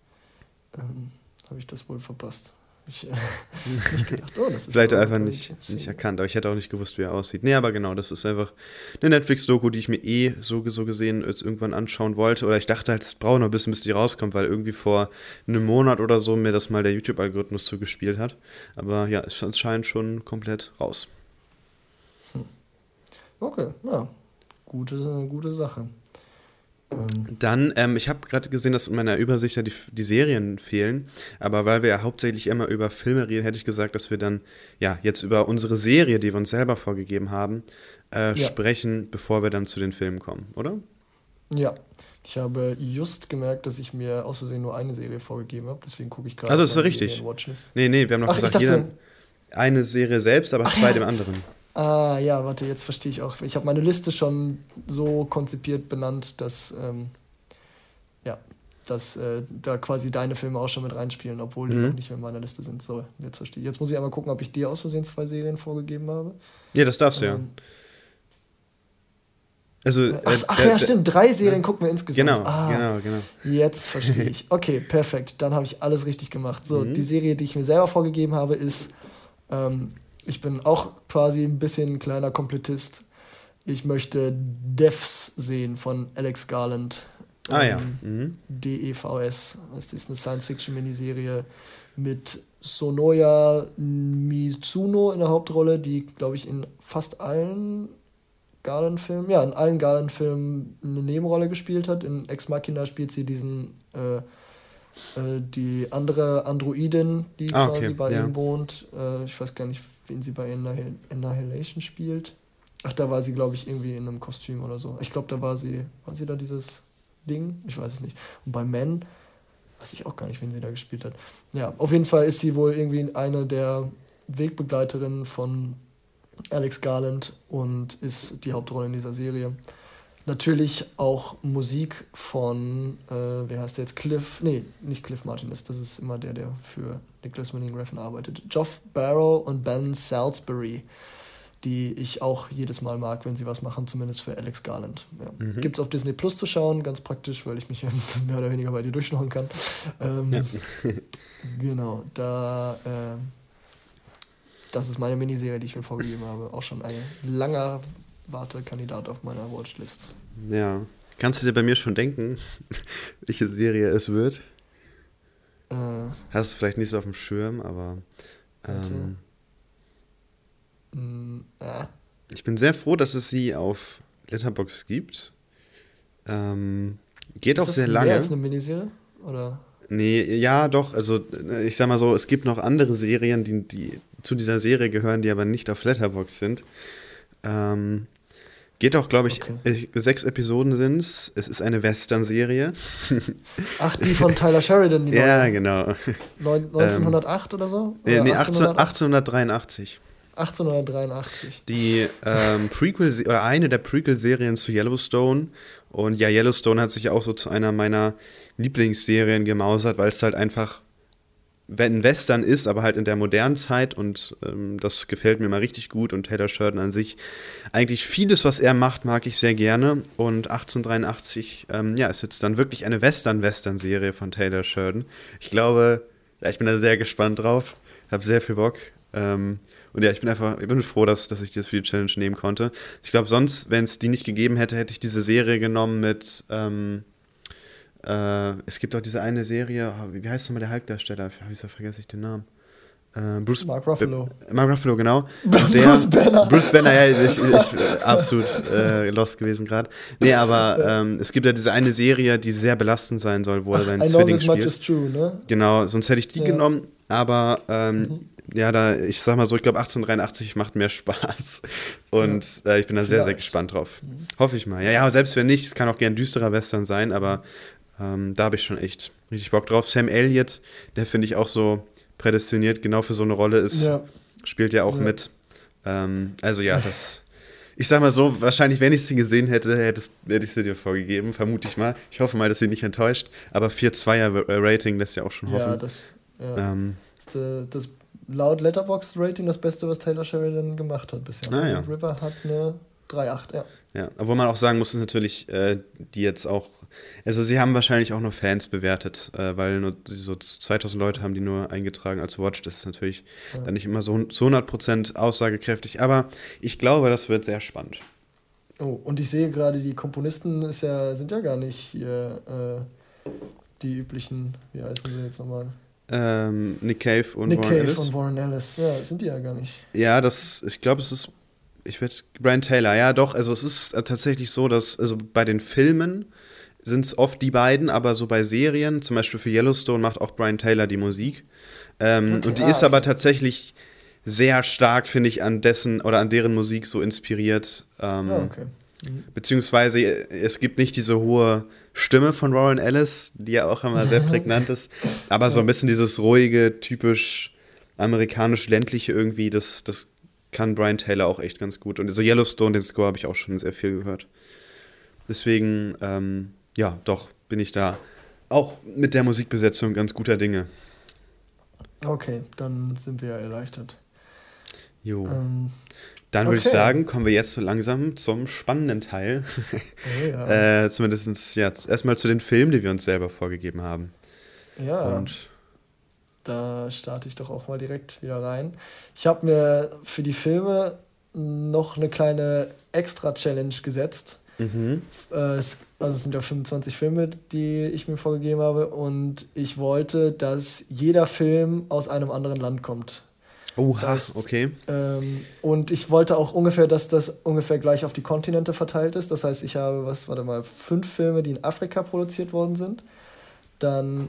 habe ich das wohl verpasst. Ich nicht gedacht, das ist vielleicht einfach nicht erkannt, aber ich hätte auch nicht gewusst, wie er aussieht. Nee, aber genau, das ist einfach eine Netflix-Doku, die ich mir so gesehen jetzt irgendwann anschauen wollte. Oder ich dachte halt, es braucht noch ein bisschen, bis die rauskommt, weil irgendwie vor einem Monat oder so mir das mal der YouTube-Algorithmus zugespielt hat. Aber ja, es scheint schon komplett raus. Okay, ja, gute Sache. Dann, ich habe gerade gesehen, dass in meiner Übersicht ja die Serien fehlen, aber weil wir ja hauptsächlich immer über Filme reden, hätte ich gesagt, dass wir dann ja jetzt über unsere Serie, die wir uns selber vorgegeben haben, sprechen, bevor wir dann zu den Filmen kommen, oder? Ja, ich habe just gemerkt, dass ich mir aus Versehen nur eine Serie vorgegeben habe, deswegen gucke ich gerade. Also ist ja richtig. Nee, wir haben noch gesagt, jeder eine Serie selbst, aber 2 dem anderen. Ah, ja, warte, jetzt verstehe ich auch. Ich habe meine Liste schon so konzipiert benannt, dass da quasi deine Filme auch schon mit reinspielen, obwohl die noch nicht mehr in meiner Liste sind. So, jetzt verstehe ich. Jetzt muss ich einmal gucken, ob ich dir aus Versehen 2 Serien vorgegeben habe. Ja, das darfst du ja. Also, ja, stimmt. 3 Serien gucken wir insgesamt. Genau. Jetzt verstehe ich. Okay, perfekt. Dann habe ich alles richtig gemacht. So, die Serie, die ich mir selber vorgegeben habe, ist ich bin auch quasi ein bisschen ein kleiner Komplettist. Ich möchte Devs sehen von Alex Garland. DEVS. Das ist eine Science-Fiction-Miniserie mit Sonoya Mizuno in der Hauptrolle, die, glaube ich, in fast allen Garland-Filmen, in allen Garland-Filmen eine Nebenrolle gespielt hat. In Ex Machina spielt sie die andere Androidin, die quasi bei ihm wohnt. Ich weiß gar nicht, wen sie bei Annihilation spielt. Ach, da war sie, glaube ich, irgendwie in einem Kostüm oder so. Ich glaube, war sie da dieses Ding? Ich weiß es nicht. Und bei Men weiß ich auch gar nicht, wen sie da gespielt hat. Ja, auf jeden Fall ist sie wohl irgendwie eine der Wegbegleiterinnen von Alex Garland und ist die Hauptrolle in dieser Serie. Natürlich auch Musik von, wer heißt der jetzt? Nicht Cliff Martinez, das ist immer der für Nicholas Winding Refn arbeitet. Geoff Barrow und Ben Salisbury, die ich auch jedes Mal mag, wenn sie was machen, zumindest für Alex Garland. Ja. Gibt's auf Disney Plus zu schauen, ganz praktisch, weil ich mich ja mehr oder weniger bei dir durchschnorren kann. Genau, das ist meine Miniserie, die ich mir vorgegeben habe. Auch schon ein langer Wartekandidat auf meiner Watchlist. Ja. Kannst du dir bei mir schon denken, welche Serie es wird? Hast du vielleicht nicht so auf dem Schirm, aber ich bin sehr froh, dass es sie auf Letterboxd gibt. Geht auch sehr lange. Ist das mehr als eine Miniserie? Oder? Nee, ja, doch. Also, ich sag mal so, es gibt noch andere Serien, die zu dieser Serie gehören, die aber nicht auf Letterboxd sind. Geht auch, glaube ich, Okay. 6 Episoden sind es. Es ist eine Western-Serie. Ach, die von Tyler Sheridan, die Ja, neue. genau. 1908 oder so? Oder Nee, 1808? 1883. 1883. Die Prequel oder eine der Prequel-Serien zu Yellowstone. Und ja, Yellowstone hat sich auch so zu einer meiner Lieblingsserien gemausert, weil es halt einfach ein Western ist, aber halt in der modernen Zeit und das gefällt mir mal richtig gut und Taylor Sheridan an sich, eigentlich vieles, was er macht, mag ich sehr gerne und 1883, ja, ist jetzt dann wirklich eine Western-Serie von Taylor Sheridan. Ich glaube, ja, ich bin da sehr gespannt drauf, habe sehr viel Bock und ja, ich bin froh, dass ich das für die Challenge nehmen konnte. Ich glaube, sonst, wenn es die nicht gegeben hätte, hätte ich diese Serie genommen mit es gibt auch diese eine Serie, wie heißt nochmal der Hauptdarsteller? Wieso vergesse ich den Namen? Mark Ruffalo. Mark Ruffalo, genau. Bruce Banner. Bruce Banner, ja, ich absolut lost gewesen gerade. Nee, aber es gibt ja diese eine Serie, die sehr belastend sein soll, wo er seinen Zwilling spielt. I know this much is true, ne? Genau, sonst hätte ich die genommen, aber ja, ich sag mal so, ich glaube 1883 macht mehr Spaß und ich bin da sehr, sehr gespannt drauf. Hoffe ich mal. Ja, selbst wenn nicht, es kann auch gern düsterer Western sein, aber da habe ich schon echt richtig Bock drauf. Sam Elliott, der finde ich auch so prädestiniert, genau für so eine Rolle spielt ja auch mit. Also ja, ich sag mal so, wahrscheinlich, wenn ich sie gesehen hätte, hätte ich sie dir vorgegeben, vermute ich mal. Ich hoffe mal, dass sie nicht enttäuscht, aber 4,2er-Rating lässt ja auch schon hoffen. Ja, das laut Letterboxd-Rating das Beste, was Taylor Sheridan gemacht hat bisher. Ja. River hat eine 3,8, ja. Ja, obwohl man auch sagen muss, ist natürlich, die jetzt auch, also sie haben wahrscheinlich auch nur Fans bewertet, weil nur so 2000 Leute haben die nur eingetragen als Watch. Das ist natürlich dann nicht immer so zu 100% aussagekräftig, aber ich glaube, das wird sehr spannend. Oh, und ich sehe gerade, die Komponisten sind ja gar nicht hier die üblichen, wie heißen sie jetzt nochmal? Nick Cave und Warren Ellis, ja, sind die ja gar nicht. Ja, ich glaube, es ist Brian Taylor, ja doch, also es ist tatsächlich so, dass, also bei den Filmen sind es oft die beiden, aber so bei Serien, zum Beispiel für Yellowstone macht auch Brian Taylor die Musik. Und die ist aber tatsächlich sehr stark, finde ich, an deren Musik so inspiriert. Beziehungsweise es gibt nicht diese hohe Stimme von Warren Ellis, die ja auch immer sehr prägnant ist, aber so ein bisschen dieses ruhige, typisch amerikanisch-ländliche irgendwie, das kann Brian Taylor auch echt ganz gut. Und so Yellowstone, den Score habe ich auch schon sehr viel gehört. Deswegen, ja, doch, bin ich da auch mit der Musikbesetzung ganz guter Dinge. Okay, dann sind wir ja erleichtert. Jo. Dann würde ich sagen, kommen wir jetzt so langsam zum spannenden Teil. Ja. Zumindest jetzt erstmal zu den Filmen, die wir uns selber vorgegeben haben. Ja. Und da starte ich doch auch mal direkt wieder rein. Ich habe mir für die Filme noch eine kleine Extra-Challenge gesetzt. Es sind ja 25 Filme, die ich mir vorgegeben habe. Und ich wollte, dass jeder Film aus einem anderen Land kommt. Das heißt, okay. Und ich wollte auch ungefähr, dass das ungefähr gleich auf die Kontinente verteilt ist. Das heißt, ich habe 5 Filme, die in Afrika produziert worden sind. Dann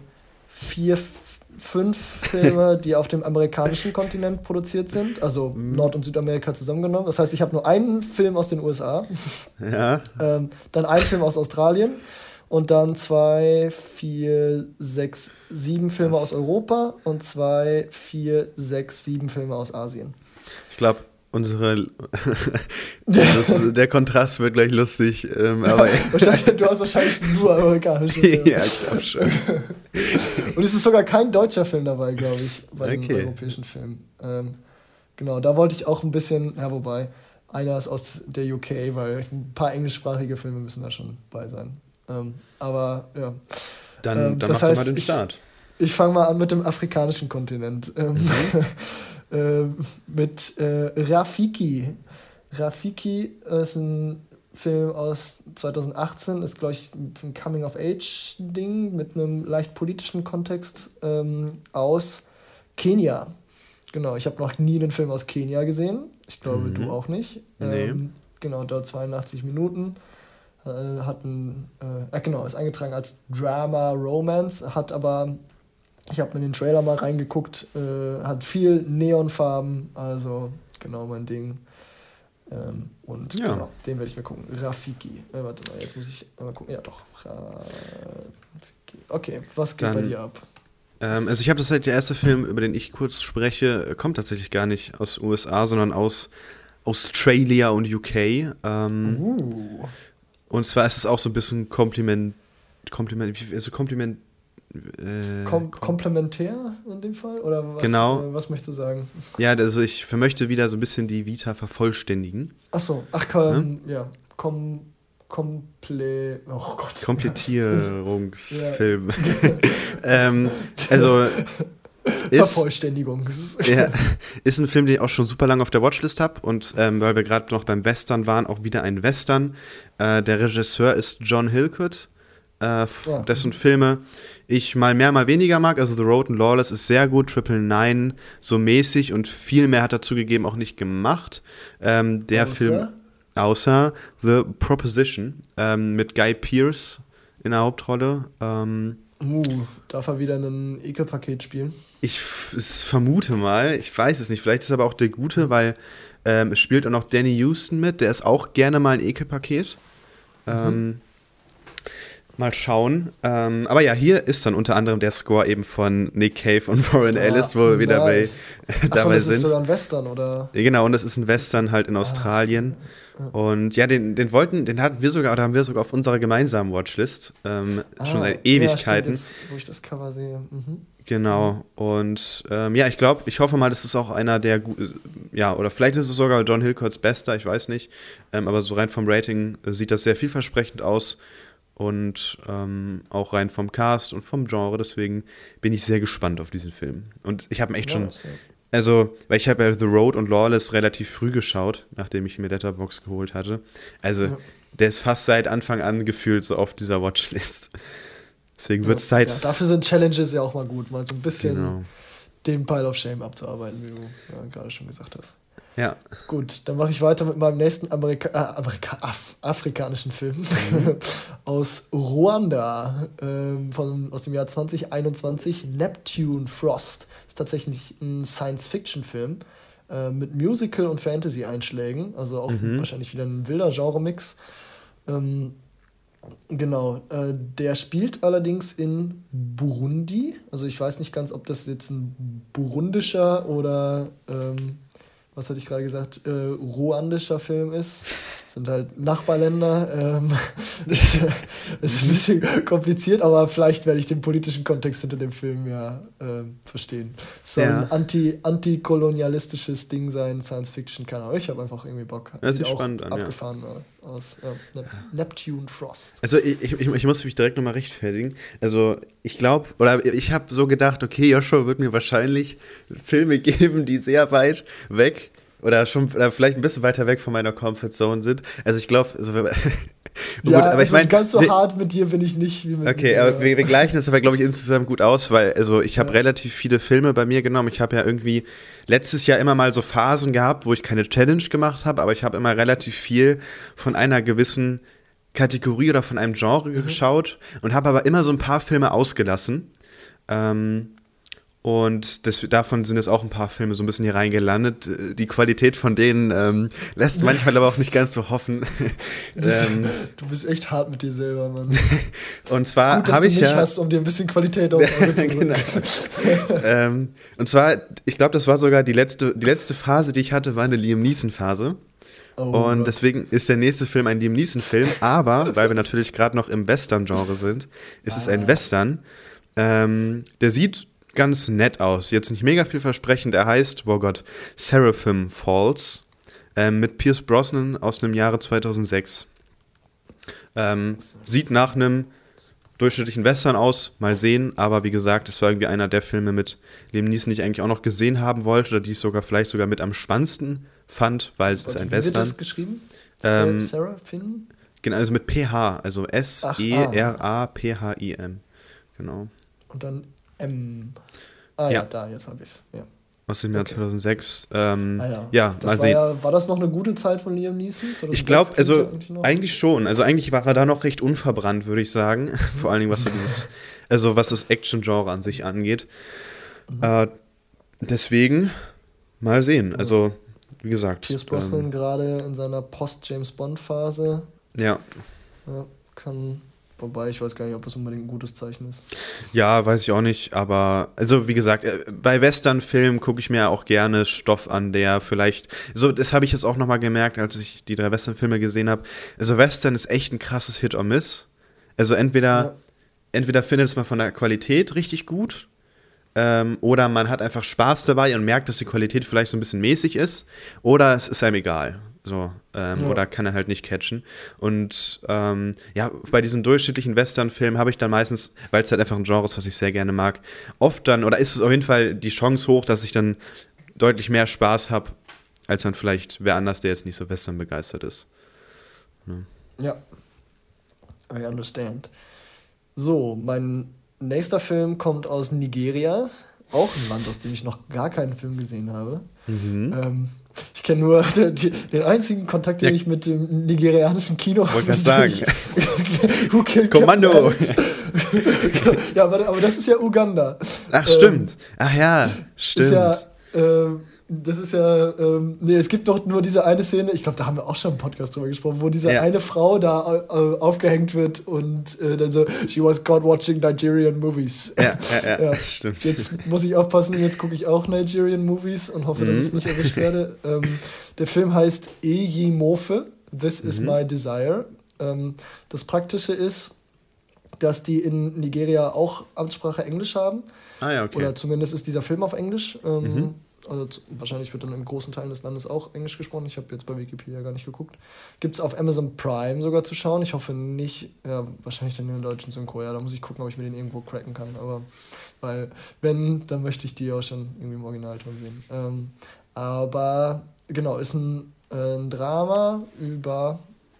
5 Filme, die auf dem amerikanischen Kontinent produziert sind, also Nord- und Südamerika zusammengenommen. Das heißt, ich habe nur einen Film aus den USA, dann einen Film aus Australien und dann 2, 4, 6, 7 Filme aus Europa und 2, 4, 6, 7 Filme aus Asien. Ich glaube, der Kontrast wird gleich lustig, aber du hast wahrscheinlich nur amerikanische Filme. Ja, ich glaube schon. Und es ist sogar kein deutscher Film dabei, glaube ich, bei den europäischen Filmen. Genau, da wollte ich auch ein bisschen, ja, wobei, einer ist aus der UK, weil ein paar englischsprachige Filme müssen da schon bei sein. Aber ja. Dann mach doch mal den Start. Ich fange mal an mit dem afrikanischen Kontinent. Mit Rafiki. Rafiki ist ein Film aus 2018, ist, glaube ich, ein Coming-of-Age-Ding mit einem leicht politischen Kontext aus Kenia. Genau, ich habe noch nie einen Film aus Kenia gesehen. Ich glaube, du auch nicht. Nee. Genau, dort 82 Minuten. Ist eingetragen als Drama Romance, hat aber, ich habe mir den Trailer mal reingeguckt, hat viel Neonfarben, also genau mein Ding. Und genau, den werde ich mir gucken. Rafiki. Warte mal, jetzt muss ich mal gucken. Ja, doch. Rafiki. Okay, was geht bei dir ab? Also ich habe das halt, der erste Film, über den ich kurz spreche, kommt tatsächlich gar nicht aus USA, sondern aus Australia und UK. Und zwar ist es auch so ein bisschen komplementär in dem Fall? Oder was, genau. Was möchtest du sagen? Ja, also ich möchte wieder so ein bisschen die Vita vervollständigen. Komplettierungsfilm. Also Vervollständigung. Ist ein Film, den ich auch schon super lange auf der Watchlist habe und weil wir gerade noch beim Western waren, auch wieder ein Western. Der Regisseur ist John Hillcoat, dessen Filme ich mal mehr, mal weniger mag. Also The Road and Lawless ist sehr gut, 999 so mäßig und viel mehr hat er zugegeben auch nicht gemacht. Film außer The Proposition mit Guy Pearce in der Hauptrolle. Darf er wieder ein Ekelpaket spielen? Ich vermute mal, ich weiß es nicht. Vielleicht ist er aber auch der Gute, weil es spielt auch noch Danny Huston mit. Der ist auch gerne mal ein Ekelpaket. Mal schauen. Aber ja, hier ist dann unter anderem der Score eben von Nick Cave und Warren Ellis, wo wir wieder dabei sind. Das ist sogar ein Western, oder? Ja, genau, und das ist ein Western halt in Australien. Und ja, den hatten wir sogar, oder haben wir sogar auf unserer gemeinsamen Watchlist. Schon seit Ewigkeiten. Ja, stimmt, jetzt, wo ich das Cover sehe. Genau. Und ich hoffe mal, das ist auch einer der oder vielleicht ist es sogar John Hillcoats bester, ich weiß nicht. Aber so rein vom Rating sieht das sehr vielversprechend aus. Und auch rein vom Cast und vom Genre, deswegen bin ich sehr gespannt auf diesen Film. Und ich habe ihn echt schon, weil ich habe ja The Road und Lawless relativ früh geschaut, nachdem ich mir Letterboxd geholt hatte. Also der ist fast seit Anfang an gefühlt so auf dieser Watchlist. Deswegen wird es Zeit. Ja, dafür sind Challenges ja auch mal gut, mal so ein bisschen den Pile of Shame abzuarbeiten, wie du gerade schon gesagt hast. Ja. Gut, dann mache ich weiter mit meinem nächsten afrikanischen Film aus Ruanda aus dem Jahr 2021, Neptune Frost. Ist tatsächlich ein Science-Fiction-Film mit Musical- und Fantasy-Einschlägen, also auch wahrscheinlich wieder ein wilder Genre-Mix. Genau, der spielt allerdings in Burundi, also ich weiß nicht ganz, ob das jetzt ein burundischer oder was hatte ich gerade gesagt, ruandischer Film ist. Das sind halt Nachbarländer. Ist ein bisschen kompliziert, aber vielleicht werde ich den politischen Kontext hinter dem Film verstehen. Es soll ein antikolonialistisches Ding sein, Science Fiction, keine Ahnung. Ich habe einfach irgendwie Bock. Das sieht spannend an, abgefahren aus Neptune Frost. Also ich muss mich direkt nochmal rechtfertigen. Also ich glaube, ich habe so gedacht, okay, Joshua wird mir wahrscheinlich Filme geben, die sehr weit weg oder vielleicht ein bisschen weiter weg von meiner Comfortzone sind. Also ich glaube, aber ich meine, ganz so hart mit dir bin ich nicht wie mit okay, aber wir gleichen das aber, glaube ich, insgesamt gut aus, weil ich habe relativ viele Filme bei mir genommen. Ich habe ja irgendwie letztes Jahr immer mal so Phasen gehabt, wo ich keine Challenge gemacht habe, aber ich habe immer relativ viel von einer gewissen Kategorie oder von einem Genre geschaut und habe aber immer so ein paar Filme ausgelassen. Und davon sind jetzt auch ein paar Filme so ein bisschen hier reingelandet. Die Qualität von denen lässt manchmal aber auch nicht ganz so hoffen. Du bist echt hart mit dir selber, Mann. Und zwar habe ich ja... hast, um dir ein bisschen Qualität aufs Auge zu bringen. Genau. Und zwar, ich glaube, das war sogar die letzte Phase, die ich hatte, war eine Liam Neeson-Phase. Und deswegen ist der nächste Film ein Liam Neeson-Film. Aber, weil wir natürlich gerade noch im Western-Genre sind, ist es ein Western. Der sieht ganz nett aus. Jetzt nicht mega vielversprechend. Er heißt, Seraphim Falls mit Pierce Brosnan aus dem Jahre 2006. Sieht nach einem durchschnittlichen Western aus, mal sehen. Aber wie gesagt, es war irgendwie einer der Filme mit Liam Neeson, die ich eigentlich auch noch gesehen haben wollte oder die ich vielleicht sogar mit am spannendsten fand, weil es ist ein Western. Wie wird das geschrieben? Seraphim? Genau, also mit PH, also S-E-R-A-P-H-I-M. Genau. Und dann M. Da, jetzt habe ich es. Ja. Aus dem Jahr 2006. Ja, mal sehen. War das noch eine gute Zeit von Liam Neeson? Ich glaube, also eigentlich schon. Also eigentlich war er da noch recht unverbrannt, würde ich sagen. Vor allen Dingen, was das Action-Genre an sich angeht. Deswegen mal sehen. Also, wie gesagt. Pierce Brosnan gerade in seiner Post-James-Bond-Phase. Ja. Wobei, ich weiß gar nicht, ob das unbedingt ein gutes Zeichen ist. Ja, weiß ich auch nicht, aber, also wie gesagt, bei Western-Filmen gucke ich mir auch gerne Stoff an, der vielleicht, so, das habe ich jetzt auch nochmal gemerkt, als ich die 3 Western-Filme gesehen habe, also Western ist echt ein krasses Hit or Miss. Also entweder findet es man von der Qualität richtig gut, oder man hat einfach Spaß dabei und merkt, dass die Qualität vielleicht so ein bisschen mäßig ist, oder es ist einem egal. So, oder kann er halt nicht catchen. Und bei diesen durchschnittlichen Western-Filmen habe ich dann meistens, weil es halt einfach ein Genre ist, was ich sehr gerne mag, oft dann, oder ist es auf jeden Fall die Chance hoch, dass ich dann deutlich mehr Spaß habe, als dann vielleicht wer anders, der jetzt nicht so Western begeistert ist. Ne? Ja, I understand. So, mein nächster Film kommt aus Nigeria, auch ein Land, aus dem ich noch gar keinen Film gesehen habe. Ich kenne nur den einzigen Kontakt, den ich mit dem nigerianischen Kino habe. Wollte ich sagen. Who Killed Kommando! Ja, aber das ist ja Uganda. Ach, stimmt. Ach ja, stimmt. Es gibt doch nur diese eine Szene, ich glaube, da haben wir auch schon im Podcast drüber gesprochen, wo diese eine Frau da aufgehängt wird und dann so, she was caught watching Nigerian movies. Ja, stimmt. Jetzt muss ich aufpassen, jetzt gucke ich auch Nigerian Movies und hoffe, dass ich nicht erwischt werde. Der Film heißt Eyimofe, This is my desire. Das Praktische ist, dass die in Nigeria auch Amtssprache Englisch haben. Ah ja, okay. Oder zumindest ist dieser Film auf Englisch. Also wahrscheinlich wird dann in großen Teilen des Landes auch Englisch gesprochen. Ich habe jetzt bei Wikipedia gar nicht geguckt. Gibt es auf Amazon Prime sogar zu schauen. Ich hoffe nicht, wahrscheinlich dann in der deutschen Synchro. Ja, da muss ich gucken, ob ich mir den irgendwo cracken kann. Aber weil, wenn, dann möchte ich die auch schon irgendwie im Originalton sehen. Aber genau, ist ein Drama über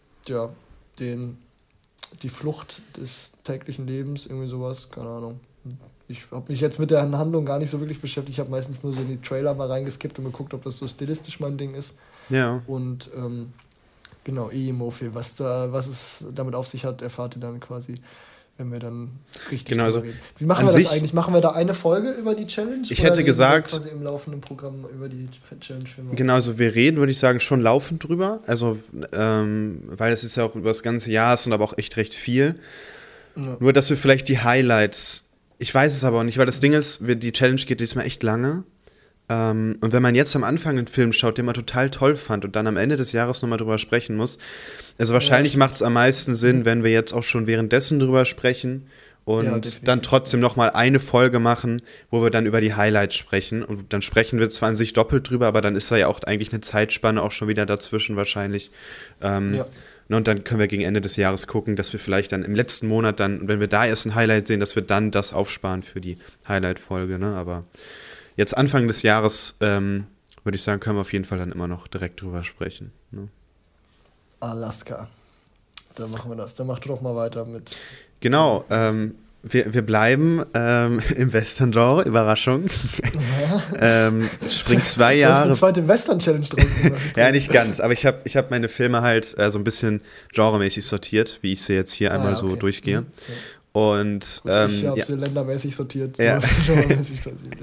die Flucht des täglichen Lebens, irgendwie sowas, keine Ahnung. Ich habe mich jetzt mit der Handlung gar nicht so wirklich beschäftigt. Ich habe meistens nur so in die Trailer mal reingeskippt und geguckt, ob das so stilistisch mein Ding ist. Ja. Und genau, Eyimofe, was es damit auf sich hat, erfahrt ihr dann quasi, wenn wir dann richtig drüber reden. Wie machen wir das eigentlich? Machen wir da eine Folge über die Challenge? Ich hätte gesagt, quasi im laufenden Programm über die Challenge filmen. Genau, also wir reden, würde ich sagen, schon laufend drüber. Also, weil es ist ja auch über das ganze Jahr und aber auch echt recht viel. Ja. Nur, dass wir vielleicht die Highlights. Ich weiß es aber auch nicht, weil das Ding ist, die Challenge geht diesmal echt lange. Und wenn man jetzt am Anfang einen Film schaut, den man total toll fand und dann am Ende des Jahres nochmal drüber sprechen muss, also wahrscheinlich macht es am meisten Sinn, wenn wir jetzt auch schon währenddessen drüber sprechen und dann trotzdem nochmal eine Folge machen, wo wir dann über die Highlights sprechen. Und dann sprechen wir zwar an sich doppelt drüber, aber dann ist da ja auch eigentlich eine Zeitspanne auch schon wieder dazwischen wahrscheinlich. Und dann können wir gegen Ende des Jahres gucken, dass wir vielleicht dann im letzten Monat dann, wenn wir da erst ein Highlight sehen, dass wir dann das aufsparen für die Highlight-Folge. Ne? Aber jetzt Anfang des Jahres, würde ich sagen, können wir auf jeden Fall dann immer noch direkt drüber sprechen. Ne? Alaska. Dann machen wir das. Dann mach du doch mal weiter mit. Genau, wir bleiben im Western-Genre, Überraschung. Springt 2 Jahre. Du hast eine zweite Western-Challenge draus gemacht. Ja, nicht ganz, aber ich hab meine Filme halt so ein bisschen genremäßig sortiert, wie ich sie jetzt hier einmal so durchgehe. Okay. Und gut, ich habe sie ländermäßig sortiert. Ja. Du hast sie genremäßig sortiert.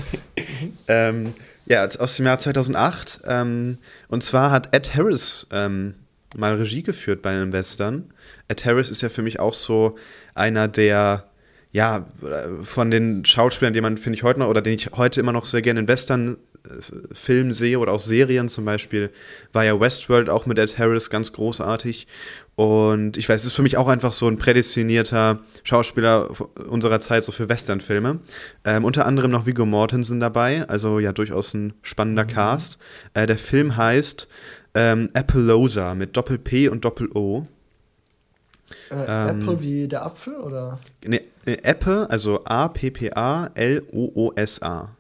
Ja. Aus dem Jahr 2008. Und zwar hat Ed Harris mal Regie geführt bei einem Western. Ed Harris ist ja für mich auch so einer der, von den Schauspielern, den ich heute immer noch sehr gerne in Western-Filmen sehe oder auch Serien zum Beispiel, war ja Westworld auch mit Ed Harris ganz großartig. Und ich weiß, es ist für mich auch einfach so ein prädestinierter Schauspieler unserer Zeit so für Western-Filme. Unter anderem noch Viggo Mortensen dabei, also ja durchaus ein spannender Cast. Der Film heißt Appaloosa mit Doppel-P und Doppel-O. Apple wie der Apfel, oder? Ne, Apple, also A-P-P-A-L-O-O-S-A.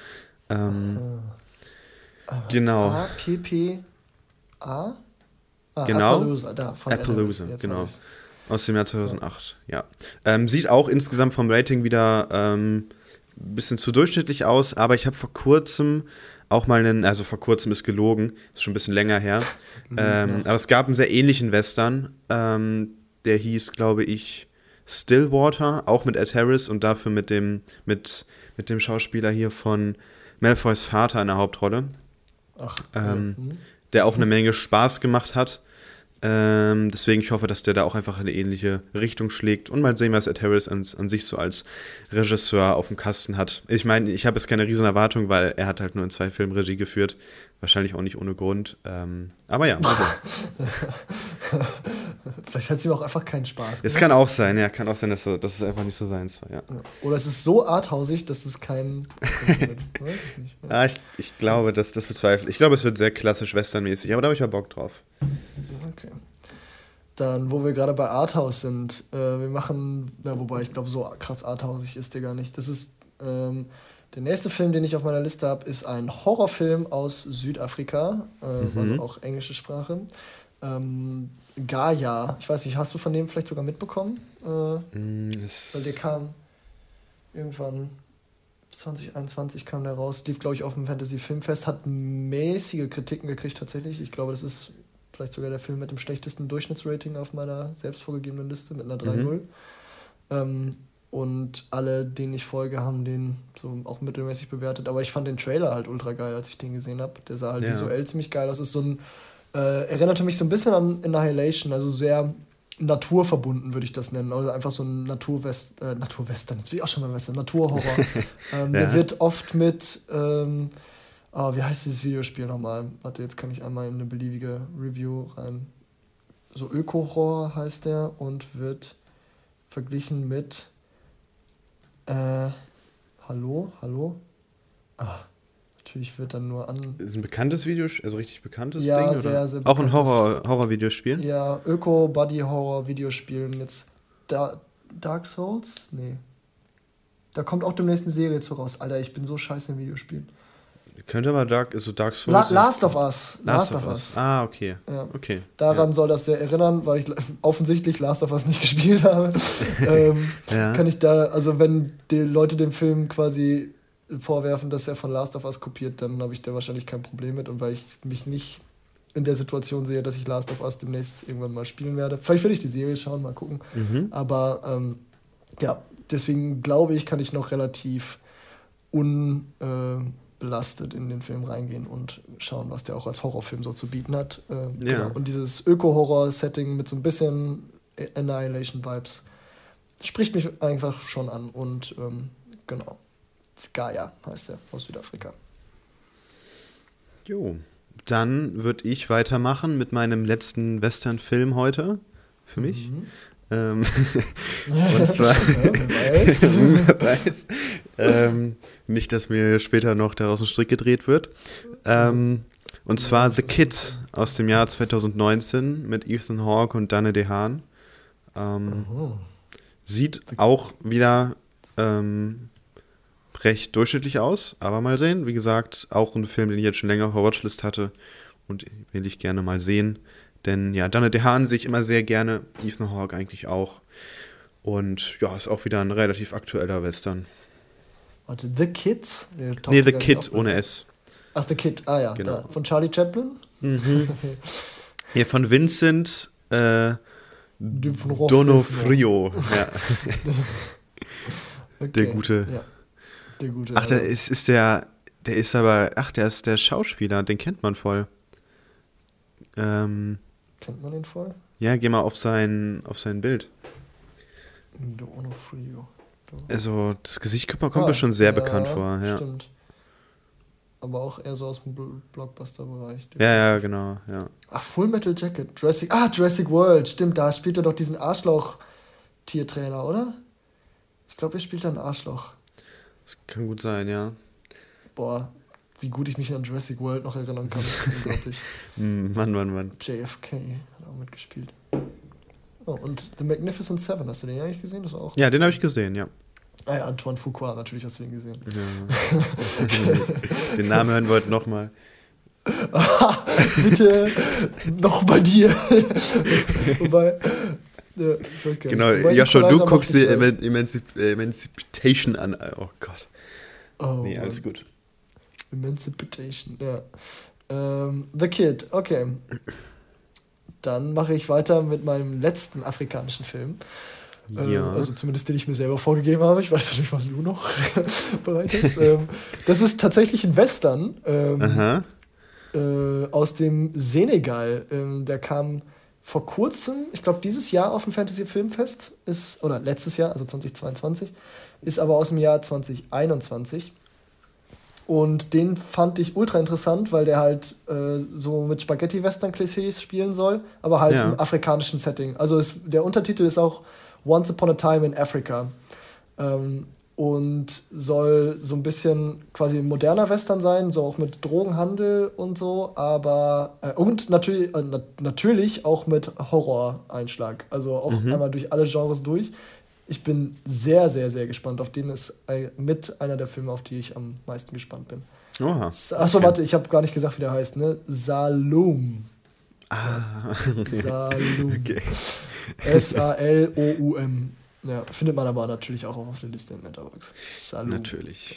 Genau. A-P-P-A? Genau. Appaloosa, Appaloosa, genau. Aus dem Jahr 2008, ja. Sieht auch insgesamt vom Rating wieder ein bisschen zu durchschnittlich aus, aber ich habe vor kurzem auch mal also vor kurzem ist gelogen, ist schon ein bisschen länger her, aber es gab einen sehr ähnlichen Western, der hieß, glaube ich, Stillwater, auch mit Ed Harris und dafür mit dem Schauspieler hier von Malfoys Vater in der Hauptrolle. Ach, der auch eine Menge Spaß gemacht hat. Deswegen, ich hoffe, dass der da auch einfach eine ähnliche Richtung schlägt und mal sehen, was Ed Harris an sich so als Regisseur auf dem Kasten hat. Ich meine, ich habe jetzt keine riesen Erwartung, weil er hat halt nur in 2 Filmen Regie geführt. Wahrscheinlich auch nicht ohne Grund. Aber ja, also. Vielleicht hat es ihm auch einfach keinen Spaß gemacht. Es kann auch sein, ja. Kann auch sein, dass es einfach nicht so seins war, ja. Oder es ist so arthausig, dass es kein... Weiß ich nicht. Ja, ich glaube, das bezweifle. Ich glaube, es wird sehr klassisch westernmäßig, aber da habe ich ja Bock drauf. Okay. Dann, wo wir gerade bei Arthouse sind, wir machen, wobei ich glaube, so krass arthausig ist der gar nicht. Das ist, der nächste Film, den ich auf meiner Liste habe, ist ein Horrorfilm aus Südafrika, also auch englische Sprache. Gaia, ich weiß nicht, hast du von dem vielleicht sogar mitbekommen? Weil der kam irgendwann 2021 kam der raus, lief glaube ich auf dem Fantasy Filmfest, hat mäßige Kritiken gekriegt tatsächlich. Ich glaube, das ist vielleicht sogar der Film mit dem schlechtesten Durchschnittsrating auf meiner selbst vorgegebenen Liste mit einer 3.0. Und alle, denen ich folge, haben den so auch mittelmäßig bewertet. Aber ich fand den Trailer halt ultra geil, als ich den gesehen habe. Der sah halt visuell ziemlich geil aus. Ist so ein erinnerte mich so ein bisschen an Annihilation, also sehr naturverbunden, würde ich das nennen. Also einfach so ein Naturwestern, jetzt will ich auch schon mal Western, Naturhorror. Der wird oft mit, wie heißt dieses Videospiel nochmal? Warte, jetzt kann ich einmal in eine beliebige Review rein. So Öko-Horror heißt der und wird verglichen mit Hallo? Natürlich wird dann nur Ist ein bekanntes Video, also richtig bekanntes Ding? Sehr, oder? sehr auch ein Horror-Videospiel? Ja, Öko-Buddy-Horror-Videospiel mit Dark Souls? Nee. Da kommt auch demnächst eine Serie zu raus. Alter, ich bin so scheiße in Videospielen. Könnte aber Dark Souls... Last of Us. Ah, okay. Ja. Okay. Daran soll das sehr erinnern, weil ich offensichtlich Last of Us nicht gespielt habe. Kann ich da, also wenn die Leute dem Film quasi vorwerfen, dass er von Last of Us kopiert, dann habe ich da wahrscheinlich kein Problem mit. Und weil ich mich nicht in der Situation sehe, dass ich Last of Us demnächst irgendwann mal spielen werde. Vielleicht will ich die Serie schauen, mal gucken. Aber deswegen glaube ich, kann ich noch relativ unbelastet in den Film reingehen und schauen, was der auch als Horrorfilm so zu bieten hat. Genau. Und dieses Öko-Horror-Setting mit so ein bisschen Annihilation-Vibes spricht mich einfach schon an. Und genau. Gaia heißt er, aus Südafrika. Jo, dann würde ich weitermachen mit meinem letzten Western-Film heute, für mich. Und zwar, wer weiß. Nicht, dass mir später noch daraus ein Strick gedreht wird. Und zwar The Kid aus dem Jahr 2019 mit Ethan Hawke und Dane DeHaan. Sieht auch wieder recht durchschnittlich aus, aber mal sehen. Wie gesagt, auch ein Film, den ich jetzt schon länger auf der Watchlist hatte und will ich gerne mal sehen. Denn ja, Dane DeHaan sehe ich immer sehr gerne, Ethan Hawke eigentlich auch. Und ja, ist auch wieder ein relativ aktueller Western. Warte, The Kids? Nee, The Kid ohne S. Ach, The Kid, ja. Genau. Da. Von Charlie Chaplin? Ja, von Vincent D'Onofrio. Ja. Okay. Der Gute. Ja. Der Gute. Ach, der ist der ist der Schauspieler, den kennt man voll. Kennt man den voll? Ja, geh mal auf sein Bild. D'Onofrio. Also, das Gesicht kommt mir schon sehr bekannt vor. Ja, stimmt. Aber auch eher so aus dem Blockbuster-Bereich. Ja, genau, ja. Ach, Full Metal Jacket. Jurassic World, stimmt, da spielt er doch diesen Arschloch-Tiertrainer, oder? Ich glaube, er spielt da ein Arschloch. Das kann gut sein, ja. Boah, wie gut ich mich an Jurassic World noch erinnern kann. Unglaublich. Mann. JFK hat auch mitgespielt. Oh, und The Magnificent Seven, hast du den eigentlich gesehen? Das auch ja, den habe ich gesehen, ja. Ah ja, Antoine Fuqua, natürlich hast du ihn gesehen. Ja. Den Namen hören wir heute nochmal. Bitte noch bei dir. Wobei, ich weiß gar nicht. Genau, Joshua, du guckst dir Emancipation an. Oh Gott. Oh, nee, alles gut. Emancipation, ja. The Kid, okay. Dann mache ich weiter mit meinem letzten afrikanischen Film. Ja. Also zumindest den ich mir selber vorgegeben habe. Ich weiß nicht, was du noch bereitest. Das ist tatsächlich ein Western aus dem Senegal. Der kam vor kurzem, ich glaube dieses Jahr auf dem Fantasy Filmfest, oder letztes Jahr, also 2022, ist aber aus dem Jahr 2021. Und den fand ich ultra interessant, weil der halt so mit Spaghetti-Western-Klischees spielen soll, aber halt im afrikanischen Setting. Also der Untertitel ist auch Once Upon a Time in Africa. Und soll so ein bisschen quasi ein moderner Western sein, so auch mit Drogenhandel und so, aber und natürlich auch mit Horror-Einschlag. Also auch einmal durch alle Genres durch. Ich bin sehr, sehr, sehr gespannt auf den. Ist mit einer der Filme, auf die ich am meisten gespannt bin. Oha. Achso, warte, ich habe gar nicht gesagt, wie der heißt, ne? Saloum. Saloum. Okay. Saloum. Ja, findet man aber natürlich auch auf der Liste in Letterboxd. Saloum. Natürlich.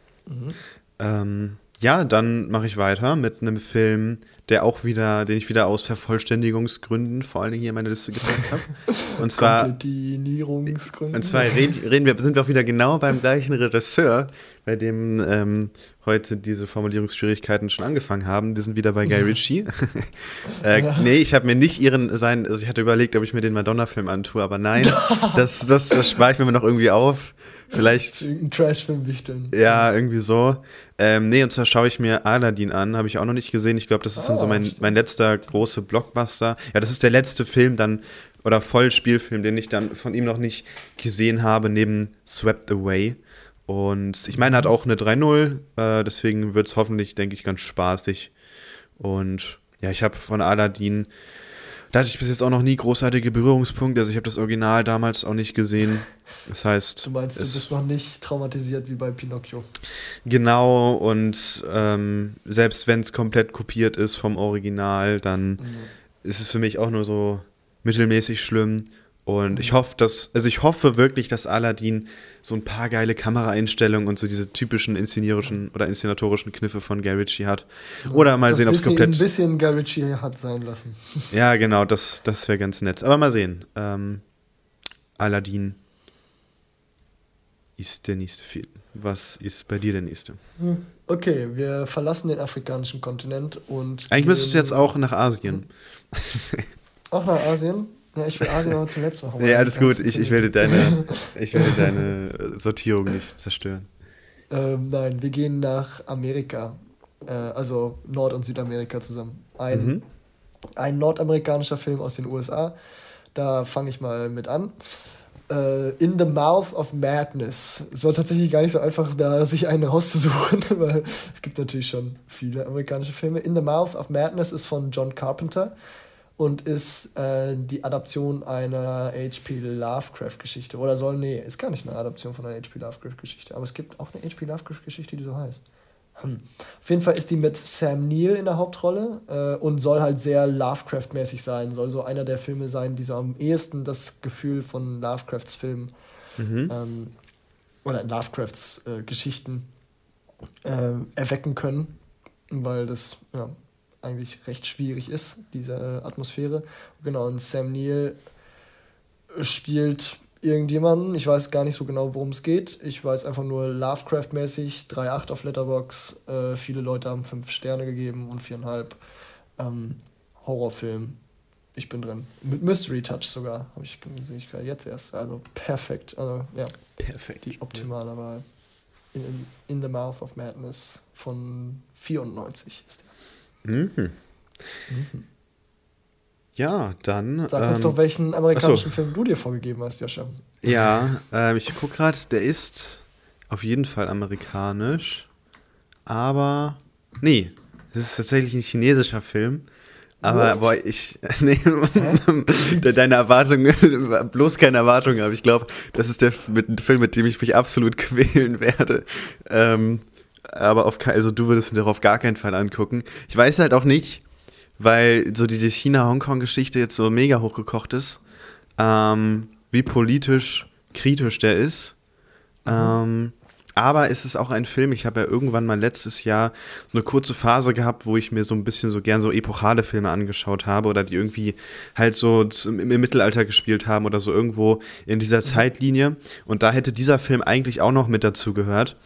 Ja, dann mache ich weiter mit einem Film, den ich wieder aus Vervollständigungsgründen vor allen Dingen hier in meine Liste gepackt habe. Und zwar Komplettinierungsgründen. Und zwar sind wir auch wieder genau beim gleichen Regisseur, bei dem heute diese Formulierungsschwierigkeiten schon angefangen haben. Die sind wieder bei Guy Ritchie. Nee, ich habe mir nicht also ich hatte überlegt, ob ich mir den Madonna-Film antue, aber nein, das spare ich mir noch irgendwie auf. Vielleicht. Ein Trash-Film wichteln. Ja, irgendwie so. Nee, und zwar schaue ich mir Aladdin an, habe ich auch noch nicht gesehen. Ich glaube, das ist dann so mein letzter große Blockbuster. Ja, das ist der letzte Film dann, oder Vollspielfilm, den ich dann von ihm noch nicht gesehen habe, neben Swept Away. Und ich meine, er hat auch eine 3.0, deswegen wird es hoffentlich, denke ich, ganz spaßig. Und ja, ich habe von Aladdin, da hatte ich bis jetzt auch noch nie großartige Berührungspunkte. Also ich habe das Original damals auch nicht gesehen. Das heißt... Du meinst, du bist noch nicht traumatisiert wie bei Pinocchio. Genau, und selbst wenn es komplett kopiert ist vom Original, dann ist es für mich auch nur so mittelmäßig schlimm. Und ich hoffe wirklich, dass Aladdin so ein paar geile Kameraeinstellungen und so diese typischen inszenatorischen Kniffe von Guy Ritchie hat. Oder mal sehen, ob es komplett... ein bisschen Guy Ritchie hat sein lassen. Ja, genau, das wäre ganz nett. Aber mal sehen. Aladdin ist der nächste Film. Was ist bei dir der nächste? Okay, wir verlassen den afrikanischen Kontinent und... Eigentlich müsstest du jetzt auch nach Asien. Auch nach Asien? Ja, ich will Asien aber zum letzten Mal machen. Ja, alles gut. Ich werde deine Sortierung nicht zerstören. Nein, wir gehen nach Amerika. Also Nord- und Südamerika zusammen. Ein nordamerikanischer Film aus den USA. Da fange ich mal mit an. In the Mouth of Madness. Es war tatsächlich gar nicht so einfach, da sich einen rauszusuchen, weil es gibt natürlich schon viele amerikanische Filme. In the Mouth of Madness ist von John Carpenter und ist die Adaption einer H.P. Lovecraft-Geschichte. Ist gar nicht eine Adaption von einer H.P. Lovecraft-Geschichte, aber es gibt auch eine H.P. Lovecraft-Geschichte, die so heißt. Auf jeden Fall ist die mit Sam Neill in der Hauptrolle und soll halt sehr Lovecraft-mäßig sein. Soll so einer der Filme sein, die so am ehesten das Gefühl von Lovecrafts Film oder Lovecrafts Geschichten erwecken können, weil das eigentlich recht schwierig ist, diese Atmosphäre. Genau, und Sam Neill spielt irgendjemanden, ich weiß gar nicht so genau, worum es geht. Ich weiß einfach nur Lovecraft-mäßig, 3,8 auf Letterboxd. Viele Leute haben 5 Sterne gegeben und 4,5. Horrorfilm. Ich bin drin. Mit Mystery Touch sogar. Sehe ich gerade jetzt erst. Also perfekt. Also ja. Perfekt. Die optimale Wahl. In the Mouth of Madness von 94 ist der. Ja, dann... Sag uns doch, welchen amerikanischen Film du dir vorgegeben hast, Joscha. Ja, ich gucke gerade, der ist auf jeden Fall amerikanisch, aber... Nee, das ist tatsächlich ein chinesischer Film. Aber deine Erwartungen, bloß keine Erwartungen, aber ich glaube, das ist der Film, mit dem ich mich absolut quälen werde. Aber du würdest ihn dir auf gar keinen Fall angucken. Ich weiß halt auch nicht, weil so diese China-Hongkong-Geschichte jetzt so mega hochgekocht ist, wie politisch kritisch der ist. Aber es ist auch ein Film, ich habe ja irgendwann mal letztes Jahr so eine kurze Phase gehabt, wo ich mir so ein bisschen so gern so epochale Filme angeschaut habe oder die irgendwie halt so im Mittelalter gespielt haben oder so irgendwo in dieser Zeitlinie. Und da hätte dieser Film eigentlich auch noch mit dazu gehört.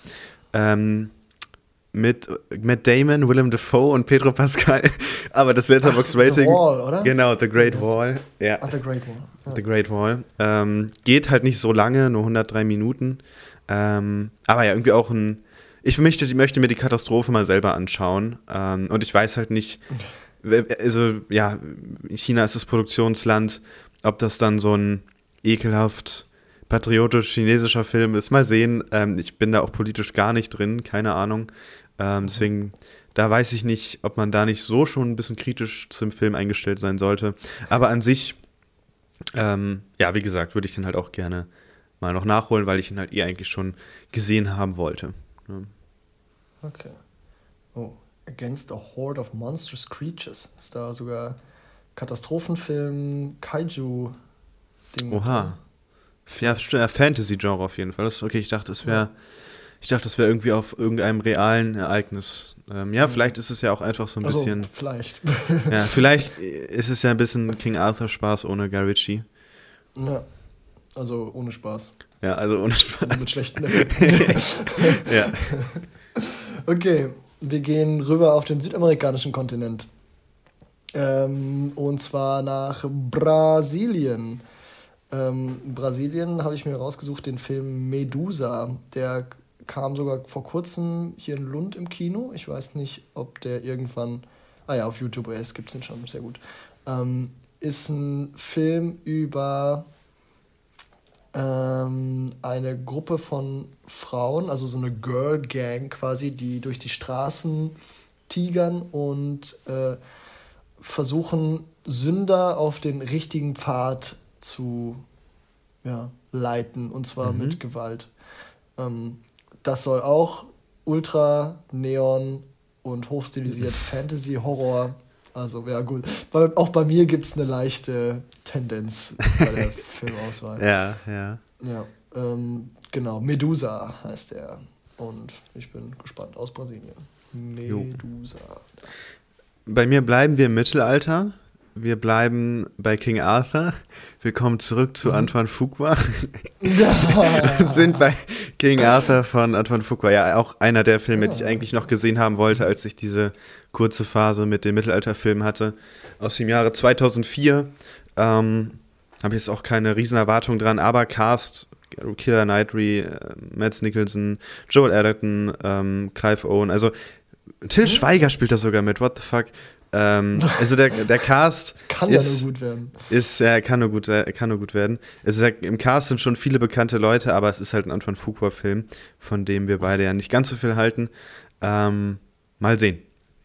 Mit Matt Damon, Willem Dafoe und Pedro Pascal. Aber das Letterboxd Rating. The Wall, oder? Genau, The Great Wall. Ja. The Great Wall. Ja. The Great Wall. Geht halt nicht so lange, nur 103 Minuten. Aber ja, irgendwie auch ich möchte mir die Katastrophe mal selber anschauen. Und ich weiß halt nicht, also ja, China ist das Produktionsland, ob das dann so ein ekelhaft patriotisch-chinesischer Film ist. Mal sehen. Ich bin da auch politisch gar nicht drin, keine Ahnung. Deswegen, da weiß ich nicht, ob man da nicht so schon ein bisschen kritisch zum Film eingestellt sein sollte. Aber an sich, ja, wie gesagt, würde ich den halt auch gerne mal noch nachholen, weil ich ihn halt eigentlich schon gesehen haben wollte. Ja. Okay. Oh, Against a Horde of Monstrous Creatures. Ist da sogar Katastrophenfilm, Kaiju. Oha. Ja, Fantasy-Genre auf jeden Fall. Okay, ich dachte, das wäre irgendwie auf irgendeinem realen Ereignis. Ja, vielleicht ist es ja auch einfach so ein bisschen. Vielleicht. Ja, vielleicht ist es ja ein bisschen King Arthur-Spaß ohne Guy Ritchie. Ja. Also ohne Spaß. Ja, also ohne Spaß. Also mit schlechten Effekten. Ja. Okay, wir gehen rüber auf den südamerikanischen Kontinent. Und zwar nach Brasilien. Brasilien habe ich mir rausgesucht, den Film Medusa. Der kam sogar vor kurzem hier in Lund im Kino. Ich weiß nicht, ob der irgendwann... auf YouTube gibt es den schon, sehr gut. Ist ein Film über eine Gruppe von Frauen, also so eine Girl Gang quasi, die durch die Straßen tigern und versuchen, Sünder auf den richtigen Pfad zu leiten, und zwar mit Gewalt. Das soll auch ultra neon und hochstilisiert Fantasy-Horror. Also, ja, gut. Auch bei mir gibt es eine leichte Tendenz bei der Filmauswahl. Ja. Ja, genau. Medusa heißt er. Und ich bin gespannt. Aus Brasilien. Medusa. Bei mir bleiben wir im Mittelalter. Wir bleiben bei King Arthur. Wir kommen zurück zu Antoine Fuqua. Sind bei King Arthur von Antoine Fuqua. Ja, auch einer der Filme, die ich eigentlich noch gesehen haben wollte, als ich diese kurze Phase mit den Mittelalterfilmen hatte. Aus dem Jahre 2004. Habe ich jetzt auch keine riesen Erwartungen dran, aber Cast, Keira Knightley, Mads Mikkelsen, Joel Edgerton, Clive Owen, also Till Schweiger spielt da sogar mit, what the fuck. Also der Cast kann ja nur gut werden. Kann nur gut werden. Also im Cast sind schon viele bekannte Leute, aber es ist halt ein Antoine Fuqua-Film, von dem wir beide ja nicht ganz so viel halten. Mal sehen.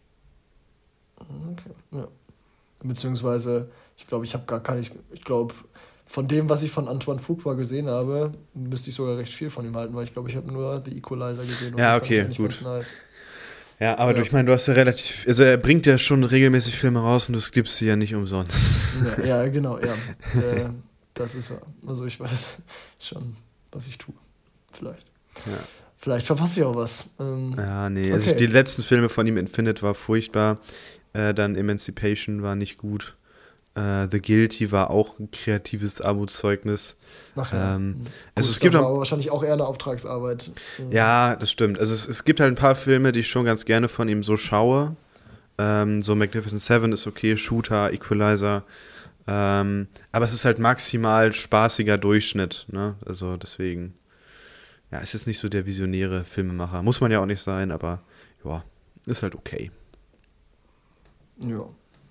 Okay, ja. Beziehungsweise, ich glaube, von dem, was ich von Antoine Fuqua gesehen habe, müsste ich sogar recht viel von ihm halten, weil ich glaube, ich habe nur The Equalizer gesehen. Und ja, okay, gut. Nice. Ja, aber ich meine, du hast ja relativ, also er bringt ja schon regelmäßig Filme raus und du skippst sie ja nicht umsonst. Ja, genau, ja. Das ist wahr. Also ich weiß schon, was ich tue. Vielleicht. Ja. Vielleicht verpasse ich auch was. Ja, nee, also die letzten Filme von ihm, Infinite war furchtbar, dann Emancipation war nicht gut. The Guilty war auch ein kreatives Armutszeugnis. Ach ja. Also es gibt aber wahrscheinlich auch eher eine Auftragsarbeit. Ja, das stimmt. Also es gibt halt ein paar Filme, die ich schon ganz gerne von ihm so schaue. So Magnificent Seven ist okay, Shooter, Equalizer. Aber es ist halt maximal spaßiger Durchschnitt. Ne? Also deswegen, ja, ist jetzt nicht so der visionäre Filmemacher. Muss man ja auch nicht sein, aber ja, ist halt okay. Ja.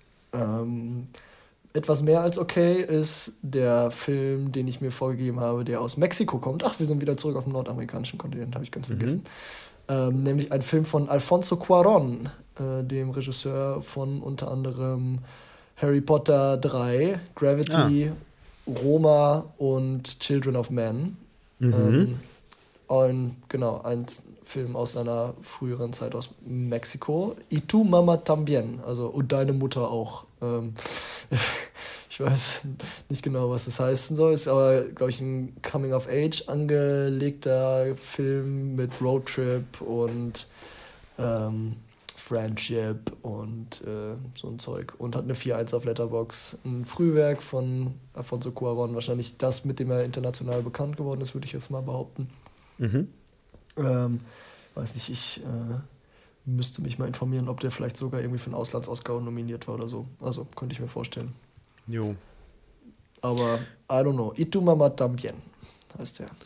Etwas mehr als okay ist der Film, den ich mir vorgegeben habe, der aus Mexiko kommt. Ach, wir sind wieder zurück auf dem nordamerikanischen Kontinent, habe ich ganz vergessen. Nämlich ein Film von Alfonso Cuarón, dem Regisseur von unter anderem Harry Potter 3, Gravity, Roma und Children of Men. Ein Film aus seiner früheren Zeit aus Mexiko. Y tu mamá también, also und deine Mutter auch. Ich weiß nicht genau, was das heißen soll. Ist aber, glaube ich, ein Coming-of-Age angelegter Film mit Roadtrip und Friendship und so ein Zeug. Und hat eine 4.1 auf Letterboxd. Ein Frühwerk von Alfonso Cuarón. Wahrscheinlich das, mit dem er international bekannt geworden ist, würde ich jetzt mal behaupten. Mhm. Weiß nicht, ich müsste mich mal informieren, ob der vielleicht sogar irgendwie für einen Auslands-Oscar nominiert war oder so. Also, könnte ich mir vorstellen. Jo. Aber, I don't know. Y tu mamá también heißt der.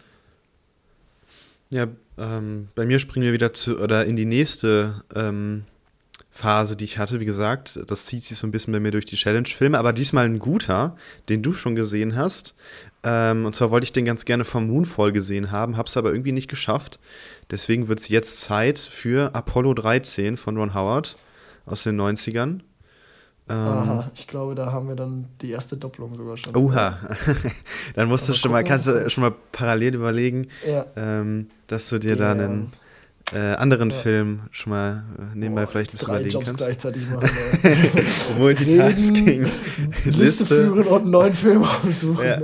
Ja, bei mir springen wir wieder in die nächste Phase, die ich hatte. Wie gesagt, das zieht sich so ein bisschen bei mir durch die Challenge-Filme, aber diesmal ein guter, den du schon gesehen hast. Und zwar wollte ich den ganz gerne vom Moonfall gesehen haben, hab's aber irgendwie nicht geschafft. Deswegen wird es jetzt Zeit für Apollo 13 von Ron Howard aus den 90ern. Aha, ich glaube, da haben wir dann die erste Doppelung sogar schon. Oha, dann kannst du schon mal parallel überlegen, dass du dir da einen anderen Film schon mal nebenbei vielleicht ein bisschen überlegen Jobs kannst. Gleichzeitig machen. Multitasking. Liste führen und einen neuen Film aussuchen. Ja.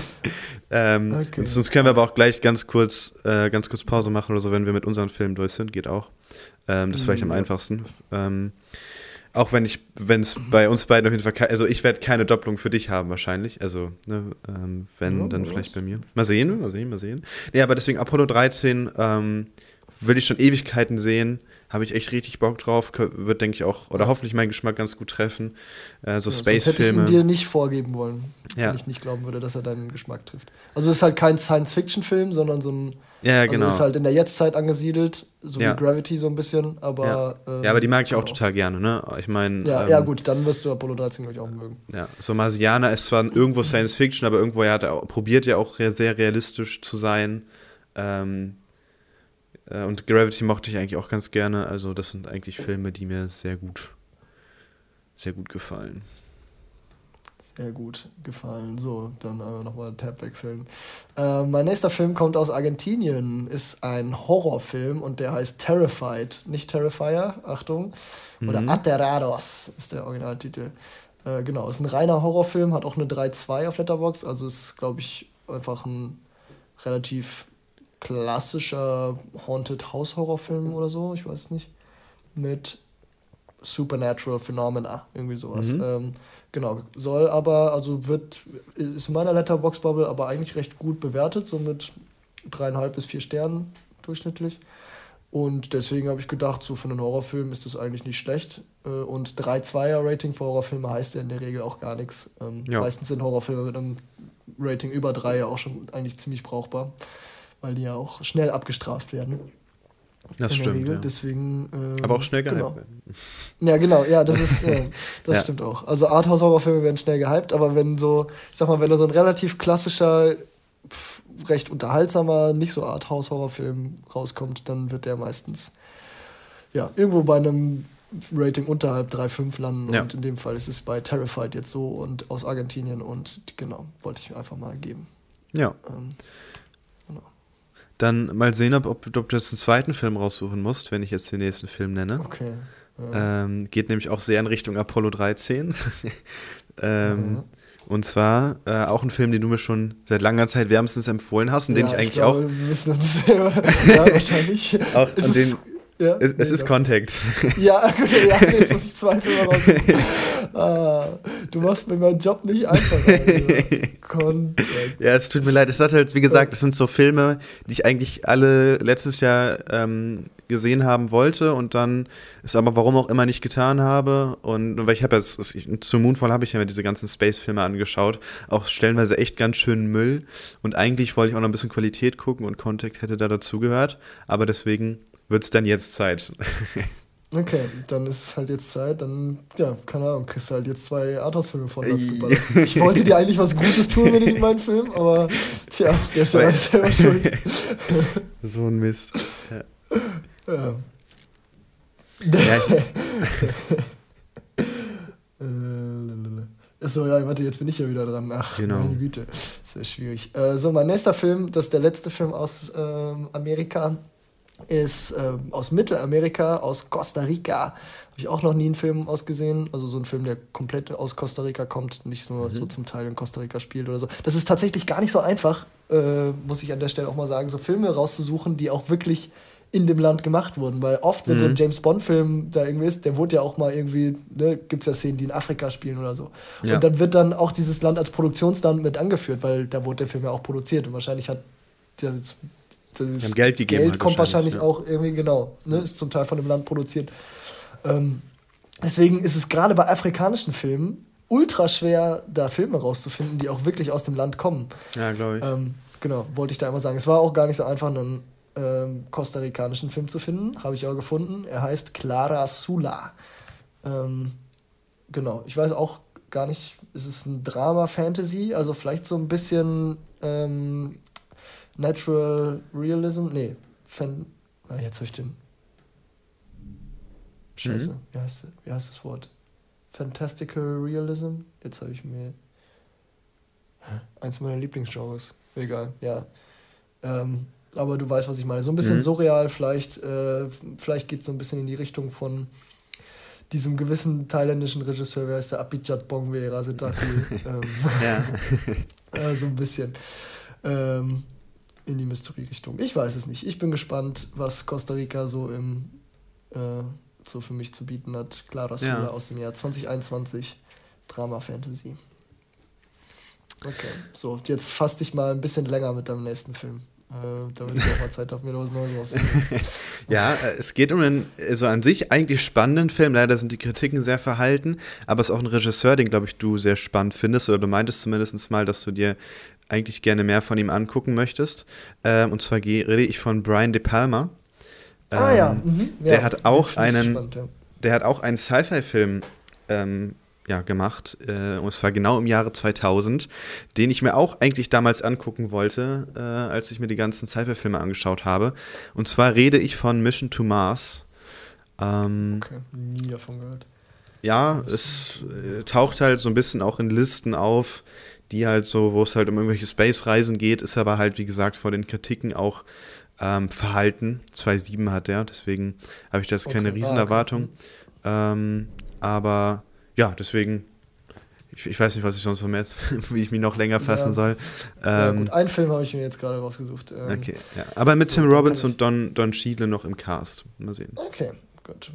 Okay. Sonst können wir aber auch gleich ganz kurz Pause machen oder so, wenn wir mit unseren Filmen durch sind. Geht auch. Das ist vielleicht am einfachsten. Auch wenn es bei uns beiden auf jeden Fall, also ich werde keine Doppelung für dich haben wahrscheinlich, also wenn, dann vielleicht bei mir. Mal sehen. Nee, aber deswegen Apollo 13 will ich schon Ewigkeiten sehen, habe ich echt richtig Bock drauf, wird, denke ich, auch, oder hoffentlich meinen Geschmack ganz gut treffen. So Space-Filme. Das hätte ich ihn dir nicht vorgeben wollen, wenn ich nicht glauben würde, dass er deinen Geschmack trifft. Also es ist halt kein Science-Fiction-Film, sondern so ein, genau. Ist halt in der Jetztzeit angesiedelt, so wie Gravity so ein bisschen, aber... aber die mag ich auch total gerne, ne? Ich meine... Ja, gut, dann wirst du Apollo 13, glaube ich, auch mögen. Ja, so Marsianer ist zwar irgendwo Science-Fiction, aber irgendwo probiert ja auch sehr realistisch zu sein. Und Gravity mochte ich eigentlich auch ganz gerne. Also das sind eigentlich Filme, die mir sehr gut gefallen. Sehr gut gefallen. So, dann nochmal Tab wechseln. Mein nächster Film kommt aus Argentinien, ist ein Horrorfilm und der heißt Terrified. Nicht Terrifier, Achtung. Oder Aterrados ist der Originaltitel. Genau, ist ein reiner Horrorfilm, hat auch eine 3.2 auf Letterboxd. Also ist, glaube ich, einfach ein relativ klassischer Haunted House Horrorfilm oder so, ich weiß es nicht, mit Supernatural Phenomena, irgendwie sowas. Genau, soll aber, also ist in meiner Letterboxd-Bubble aber eigentlich recht gut bewertet, so mit 3,5 bis 4 Sternen durchschnittlich. Und deswegen habe ich gedacht, so für einen Horrorfilm ist das eigentlich nicht schlecht. Und 3,2er-Rating für Horrorfilme heißt ja in der Regel auch gar nichts. Meistens sind Horrorfilme mit einem Rating über 3 ja auch schon eigentlich ziemlich brauchbar, weil die ja auch schnell abgestraft werden. Das stimmt, ja. Deswegen, aber auch schnell gehypt werden. Ja, genau, ja, das ist, das stimmt auch. Also Arthouse-Horrorfilme werden schnell gehypt, aber wenn so, ich sag mal, wenn da so ein relativ klassischer, recht unterhaltsamer, nicht so Arthouse-Horrorfilm rauskommt, dann wird der meistens, irgendwo bei einem Rating unterhalb 3,5 landen. Und in dem Fall ist es bei Terrified jetzt so und aus Argentinien und genau, wollte ich mir einfach mal geben. Ja. Dann mal sehen, ob du jetzt einen zweiten Film raussuchen musst, wenn ich jetzt den nächsten Film nenne. Okay. Geht nämlich auch sehr in Richtung Apollo 13. Und zwar auch ein Film, den du mir schon seit langer Zeit wärmstens empfohlen hast und den ich eigentlich auch... Wir müssen uns selber... wahrscheinlich. Auch es ist Contact. Ja, okay, jetzt muss ich 2 Filme raussuchen. Du machst mir meinen Job nicht einfach. Contact. Ja, es tut mir leid. Es hat halt, wie gesagt, das sind so Filme, die ich eigentlich alle letztes Jahr gesehen haben wollte und dann es aber warum auch immer nicht getan habe. Und weil ich habe zu Moonfall habe ich ja mir diese ganzen Space-Filme angeschaut. Auch stellenweise echt ganz schön Müll. Und eigentlich wollte ich auch noch ein bisschen Qualität gucken und Contact hätte da dazugehört. Aber deswegen wird es dann jetzt Zeit. Okay, dann ist es halt jetzt Zeit, dann, keine Ahnung, kriegst du halt jetzt 2 Arthouse-Filme von Latz geballert. Ich wollte dir eigentlich was Gutes tun mit diesem meinen Film, aber der ist ja selber schuld. So ein Mist. Ja. Achso, warte, jetzt bin ich ja wieder dran. Ach, genau. Meine Güte, sehr schwierig. Mein nächster Film, das ist der letzte Film aus Amerika, ist aus Mittelamerika, aus Costa Rica. Habe ich auch noch nie einen Film ausgesehen. Also so ein Film, der komplett aus Costa Rica kommt, nicht nur so zum Teil in Costa Rica spielt oder so. Das ist tatsächlich gar nicht so einfach, muss ich an der Stelle auch mal sagen, so Filme rauszusuchen, die auch wirklich in dem Land gemacht wurden. Weil oft, wenn so ein James-Bond-Film da irgendwie ist, der wurde ja auch mal irgendwie, ne, gibt es ja Szenen, die in Afrika spielen oder so. Ja. Und dann wird dann auch dieses Land als Produktionsland mit angeführt, weil da wurde der Film ja auch produziert. Und wahrscheinlich hat das Geld gegeben. Geld kommt wahrscheinlich auch irgendwie, genau, ne, ist zum Teil von dem Land produziert. Deswegen ist es gerade bei afrikanischen Filmen ultra schwer, da Filme rauszufinden, die auch wirklich aus dem Land kommen. Ja, glaube ich. Genau, wollte ich da immer sagen. Es war auch gar nicht so einfach, einen kostarikanischen Film zu finden. Habe ich auch gefunden. Er heißt Clara Sula. Genau, ich weiß auch gar nicht, ist es ein Drama-Fantasy? Also vielleicht so ein bisschen Natural Realism? Nee, jetzt habe ich den... Scheiße, wie heißt das Wort? Fantastical Realism? Jetzt habe ich mir... Eins meiner Lieblingsgenres. Egal, ja. Aber du weißt, was ich meine. So ein bisschen surreal, vielleicht geht es so ein bisschen in die Richtung von diesem gewissen thailändischen Regisseur, wer heißt der? Abhijit Bongwe Rasetaki. So ein bisschen in die Mystery-Richtung. Ich weiß es nicht. Ich bin gespannt, was Costa Rica so so für mich zu bieten hat. Clara Sula aus dem Jahr 2021. Drama-Fantasy. Okay, so, jetzt fass dich mal ein bisschen länger mit deinem nächsten Film. Damit ich auch mal Zeit habe, mir was Neues rauszunehmen. Ja, es geht um einen so an sich eigentlich spannenden Film. Leider sind die Kritiken sehr verhalten, aber es ist auch ein Regisseur, den, glaube ich, du sehr spannend findest, oder du meintest zumindest mal, dass du dir eigentlich gerne mehr von ihm angucken möchtest. Und zwar rede ich von Brian De Palma. Der hat auch einen Sci-Fi-Film gemacht, und zwar genau im Jahre 2000, den ich mir auch eigentlich damals angucken wollte, als ich mir die ganzen Sci-Fi-Filme angeschaut habe. Und zwar rede ich von Mission to Mars. Okay, nie davon gehört. Ja, es taucht halt so ein bisschen auch in Listen auf, die halt so, wo es halt um irgendwelche Space-Reisen geht, ist aber halt, wie gesagt, vor den Kritiken auch verhalten. 2,7 hat der, deswegen habe ich da jetzt keine Riesenerwartung. Aber ja, deswegen, ich weiß nicht, was ich sonst noch mehr jetzt, wie ich mich noch länger fassen soll. Gut, einen Film habe ich mir jetzt gerade rausgesucht. Okay, ja. Aber mit Tim Robbins und Don Cheadle noch im Cast. Mal sehen. Okay, gut.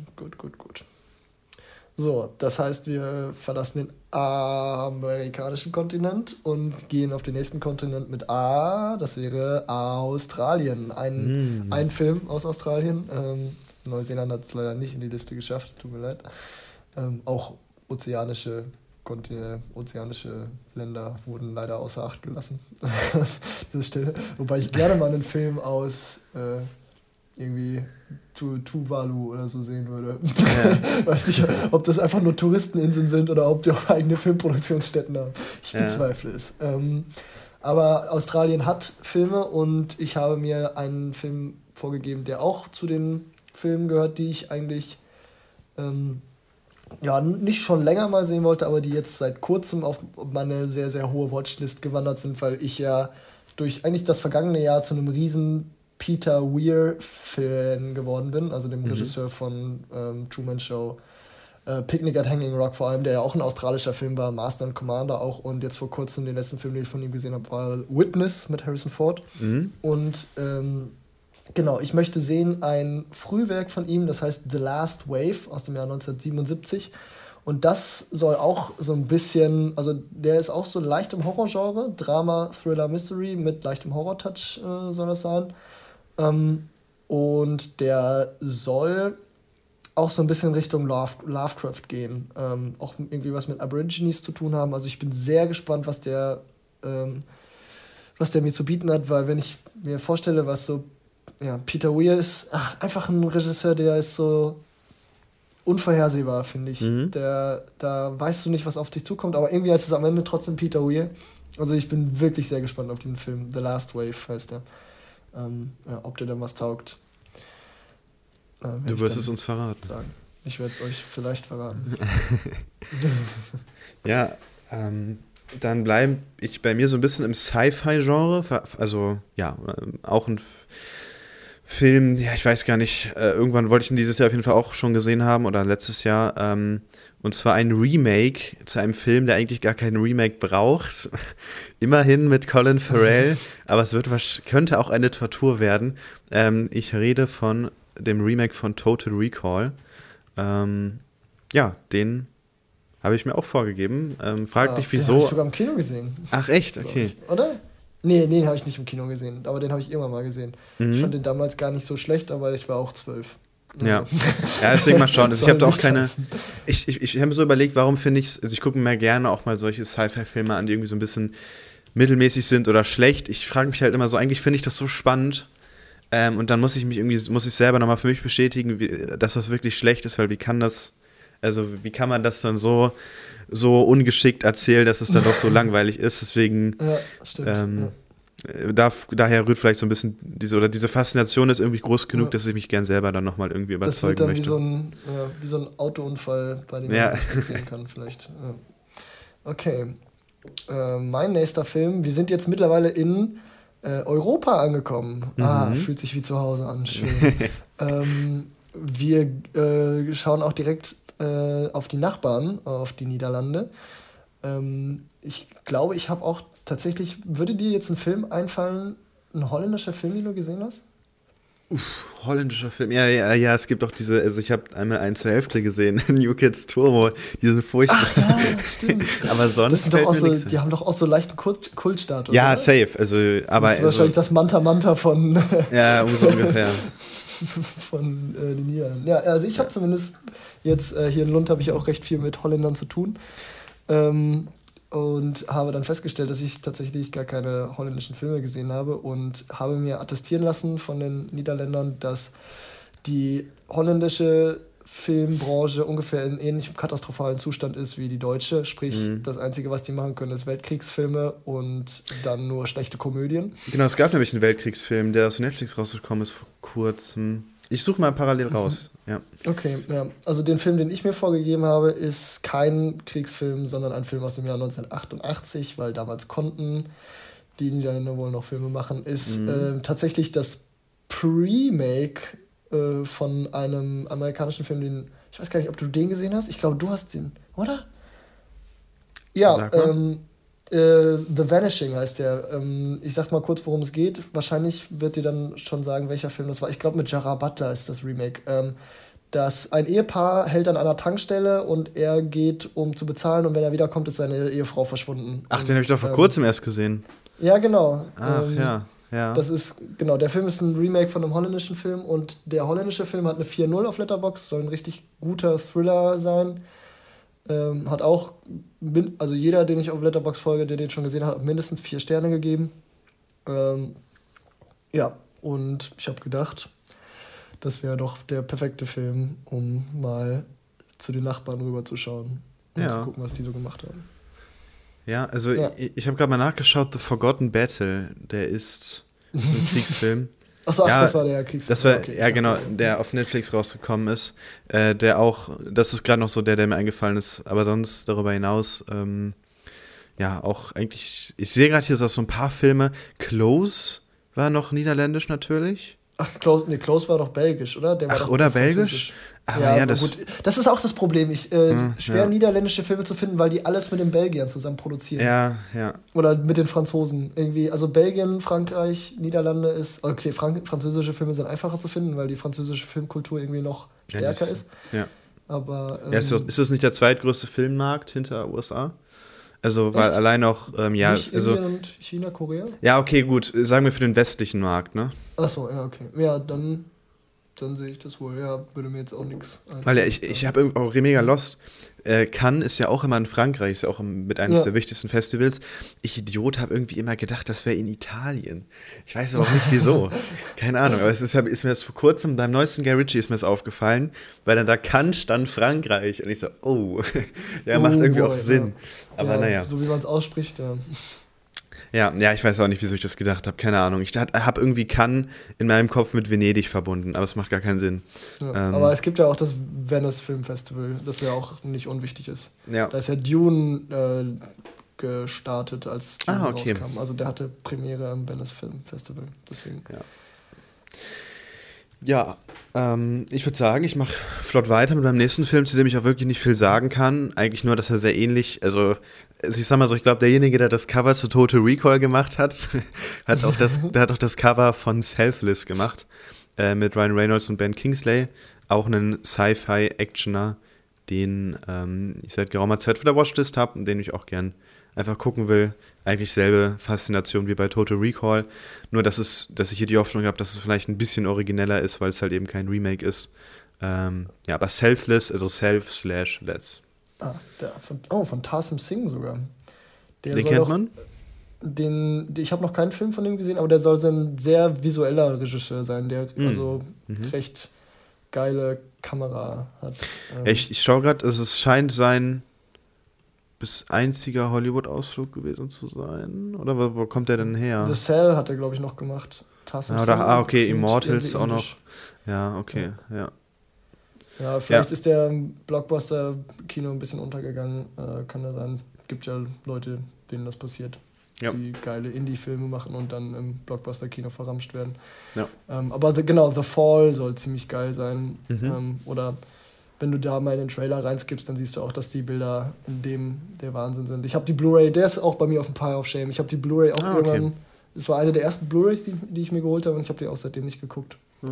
So, das heißt, wir verlassen den amerikanischen Kontinent und gehen auf den nächsten Kontinent mit A. Das wäre Australien. Ein Film aus Australien. Neuseeland hat es leider nicht in die Liste geschafft, tut mir leid. Auch ozeanische Länder wurden leider außer Acht gelassen. Diese Stelle. Wobei ich gerne mal einen Film aus irgendwie Tuvalu oder so sehen würde. Ja. Weiß nicht, ob das einfach nur Touristeninseln sind oder ob die auch eigene Filmproduktionsstätten haben. Ich bezweifle es. Aber Australien hat Filme und ich habe mir einen Film vorgegeben, der auch zu den Filmen gehört, die ich eigentlich nicht schon länger mal sehen wollte, aber die jetzt seit kurzem auf meine sehr, sehr hohe Watchlist gewandert sind, weil ich ja durch eigentlich das vergangene Jahr zu einem riesen Peter Weir-Fan geworden bin, also dem Regisseur von Truman Show, Picnic at Hanging Rock vor allem, der ja auch ein australischer Film war, Master and Commander auch, und jetzt vor kurzem den letzten Film, den ich von ihm gesehen habe, war Witness mit Harrison Ford. Und genau, ich möchte sehen ein Frühwerk von ihm, das heißt The Last Wave aus dem Jahr 1977. Und das soll auch so ein bisschen, also der ist auch so leicht im Horrorgenre, Drama, Thriller, Mystery mit leichtem Horror-Touch soll das sein. Und der soll auch so ein bisschen Richtung Lovecraft gehen. Auch irgendwie was mit Aborigines zu tun haben. Also ich bin sehr gespannt, was der mir zu bieten hat, weil wenn ich mir vorstelle, was so Peter Weir ist, einfach ein Regisseur, der ist so unvorhersehbar, finde ich. Da weißt du nicht, was auf dich zukommt, aber irgendwie ist es am Ende trotzdem Peter Weir. Also ich bin wirklich sehr gespannt auf diesen Film. The Last Wave heißt er. Ob der dann was taugt. Du wirst es uns verraten. Sagen. Ich werde es euch vielleicht verraten. Ja, dann bleibe ich bei mir so ein bisschen im Sci-Fi-Genre. Also ja, auch ein Film, ja, ich weiß gar nicht, irgendwann wollte ich ihn dieses Jahr auf jeden Fall auch schon gesehen haben oder letztes Jahr, und zwar ein Remake zu einem Film, der eigentlich gar kein Remake braucht. Immerhin mit Colin Farrell, aber könnte auch eine Tortur werden. Ich rede von dem Remake von Total Recall. Ja, den habe ich mir auch vorgegeben. Frag dich, wieso. Den habe ich sogar im Kino gesehen. Ach echt, okay. Oder? Nee, den habe ich nicht im Kino gesehen, aber den habe ich irgendwann mal gesehen. Ich fand den damals gar nicht so schlecht, aber ich war auch 12. Ja, deswegen mal schauen. Also ich habe da auch keine. Ich habe mir so überlegt, warum finde ich es. Also ich gucke mir gerne auch mal solche Sci-Fi-Filme an, die irgendwie so ein bisschen mittelmäßig sind oder schlecht. Ich frage mich halt immer so, eigentlich finde ich das so spannend. Und dann muss ich selber nochmal für mich bestätigen, dass das wirklich schlecht ist, weil wie kann man das dann so ungeschickt erzählen, dass es dann doch so langweilig ist. Deswegen, ja, stimmt. Daher rührt vielleicht so ein bisschen diese Faszination ist irgendwie groß genug, dass ich mich gern selber dann nochmal irgendwie überzeugen möchte. Das wird dann wie so ein Autounfall, bei dem man nicht sehen kann vielleicht. Ja. Okay. Mein nächster Film, wir sind jetzt mittlerweile in Europa angekommen. Fühlt sich wie zu Hause an. Schön. Wir schauen auch direkt auf die Nachbarn, auf die Niederlande. Ich glaube, ich habe auch tatsächlich, würde dir jetzt ein Film einfallen, ein holländischer Film, den du gesehen hast? Holländischer Film, ja, es gibt auch diese, also ich habe einmal 1 zur Hälfte gesehen, New Kids Turbo, diese furchtbar. Ach ja, stimmt. Aber sonst das sind doch auch so, die haben doch auch so leichten Kultstatus. Ja, oder? Safe, also, aber. Das ist wahrscheinlich das Manta von. Ja, so ungefähr. Von den Niederlanden. Ja, also ich habe zumindest jetzt hier in Lund habe ich auch recht viel mit Holländern zu tun. Und habe dann festgestellt, dass ich tatsächlich gar keine holländischen Filme gesehen habe und habe mir attestieren lassen von den Niederländern, dass die holländische Filmbranche ungefähr in ähnlichem katastrophalen Zustand ist wie die deutsche. Sprich, das Einzige, was die machen können, ist Weltkriegsfilme und dann nur schlechte Komödien. Genau, es gab nämlich einen Weltkriegsfilm, der aus Netflix rausgekommen ist vor kurzem. Ich suche mal parallel raus. Ja. Okay, ja. Also den Film, den ich mir vorgegeben habe, ist kein Kriegsfilm, sondern ein Film aus dem Jahr 1988, weil damals konnten die Niederländer wohl noch Filme machen, ist tatsächlich das Remake von einem amerikanischen Film, den ich weiß gar nicht, ob du den gesehen hast. Ich glaube, du hast den, oder? Ja, The Vanishing heißt der. Ich sag mal kurz, worum es geht. Wahrscheinlich wird dir dann schon sagen, welcher Film das war. Ich glaube, mit Gerard Butler ist das Remake. Dass ein Ehepaar hält an einer Tankstelle und er geht, um zu bezahlen, und wenn er wiederkommt, ist seine Ehefrau verschwunden. Ach, den habe ich doch vor kurzem erst gesehen. Ja, genau. Ach, ja. Das ist, genau, der Film ist ein Remake von einem holländischen Film und der holländische Film hat eine 4.0 auf Letterboxd, soll ein richtig guter Thriller sein. Hat auch, also jeder, den ich auf Letterboxd folge, der den schon gesehen hat, hat mindestens 4 Sterne gegeben. Ja, und ich habe gedacht, das wäre doch der perfekte Film, um mal zu den Nachbarn rüberzuschauen und zu gucken, was die so gemacht haben. Ja, also ich habe gerade mal nachgeschaut, The Forgotten Battle, der ist ein Kriegsfilm. Achso, das war der Kriegsfilm. Das war, okay, genau, der auf Netflix rausgekommen ist. Der auch, das ist gerade noch so der mir eingefallen ist, aber sonst darüber hinaus, auch eigentlich, ich sehe gerade hier so ein paar Filme. Close war noch niederländisch natürlich. Ach, Close war doch belgisch, oder? Der war doch oder belgisch? Aber das... Gut. Das ist auch das Problem. Schwer niederländische Filme zu finden, weil die alles mit den Belgiern zusammen produzieren. Ja. Oder mit den Franzosen. Irgendwie, also Belgien, Frankreich, Niederlande ist... Okay, französische Filme sind einfacher zu finden, weil die französische Filmkultur irgendwie noch stärker ist. Ja. Aber... ist das nicht der zweitgrößte Filmmarkt hinter USA? Also, weil allein auch, Nicht Indien und China, Korea? Ja, okay, gut. Sagen wir für den westlichen Markt, ne? Achso, ja, okay. Ja, dann sehe ich das wohl. Ja, würde mir jetzt auch nichts einfallen. Weil ich habe irgendwie auch mega lost. Cannes ist ja auch immer in Frankreich, ist ja auch mit eines der wichtigsten Festivals. Ich Idiot habe irgendwie immer gedacht, das wäre in Italien. Ich weiß aber auch nicht, wieso. Keine Ahnung, aber ist mir das vor kurzem, beim neuesten Guy Ritchie ist mir das aufgefallen, weil dann da Cannes stand Frankreich und ich so, macht irgendwie auch Sinn. Aber naja. So wie man es ausspricht, ja. Ja, ich weiß auch nicht, wieso ich das gedacht habe, keine Ahnung. Ich habe irgendwie Cannes in meinem Kopf mit Venedig verbunden, aber es macht gar keinen Sinn. Ja, aber es gibt ja auch das Venice Film Festival, das ja auch nicht unwichtig ist. Ja. Da ist ja Dune gestartet, als Dune rauskam. Also der hatte Premiere am Venice Film Festival, deswegen. Ja. Ja, ich würde sagen, ich mache flott weiter mit meinem nächsten Film, zu dem ich auch wirklich nicht viel sagen kann. Eigentlich nur, dass er sehr ähnlich, also ich sag mal so, ich glaube, derjenige, der das Cover zu Total Recall gemacht hat, der hat auch das Cover von Selfless gemacht, mit Ryan Reynolds und Ben Kingsley. Auch einen Sci-Fi-Actioner, den ich seit geraumer Zeit auf der Watchlist habe und den ich auch gern einfach gucken will. Eigentlich selbe Faszination wie bei Total Recall. Nur, dass ich hier die Hoffnung habe, dass es vielleicht ein bisschen origineller ist, weil es halt eben kein Remake ist. Ja, aber Selfless, also Self/Less. Ah, von Tarsem Singh sogar. Den kennt man? Ich habe noch keinen Film von dem gesehen, aber der soll so ein sehr visueller Regisseur sein, der recht geile Kamera hat. Ich schaue gerade, es scheint sein einziger Hollywood-Ausflug gewesen zu sein. Oder wo kommt der denn her? The Cell hat er, glaube ich, noch gemacht. Okay, Immortals auch noch. Ja, okay, ja. Ja, vielleicht ist der im Blockbuster-Kino ein bisschen untergegangen. Kann ja sein. Gibt ja Leute, denen das passiert. Ja. Die geile Indie-Filme machen und dann im Blockbuster-Kino verramscht werden. Ja. Aber The Fall soll ziemlich geil sein. Oder wenn du da mal in den Trailer reinskippst, dann siehst du auch, dass die Bilder in dem der Wahnsinn sind. Ich habe die Blu-ray, der ist auch bei mir auf dem Pile of Shame. Ich habe die Blu-ray auch irgendwann, es war eine der ersten Blu-rays, die ich mir geholt habe und ich habe die auch seitdem nicht geguckt.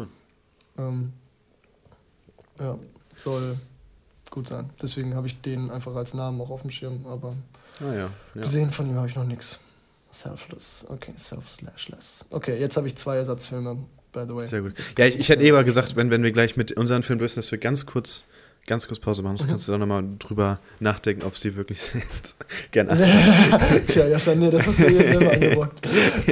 Ja, soll gut sein. Deswegen habe ich den einfach als Namen auch auf dem Schirm, aber gesehen von ihm habe ich noch nichts. Selfless, okay, Self/Less. Okay, jetzt habe ich 2 Ersatzfilme, by the way. Sehr gut. Ja, ich hätte mal gesagt, wenn wir gleich mit unseren Filmen lösen, dass wir ganz kurz Pause machen. Das kannst du dann nochmal drüber nachdenken, ob es die wirklich sind. Gerne. Tja, Jascha, nee, das hast du jetzt selber angebrockt.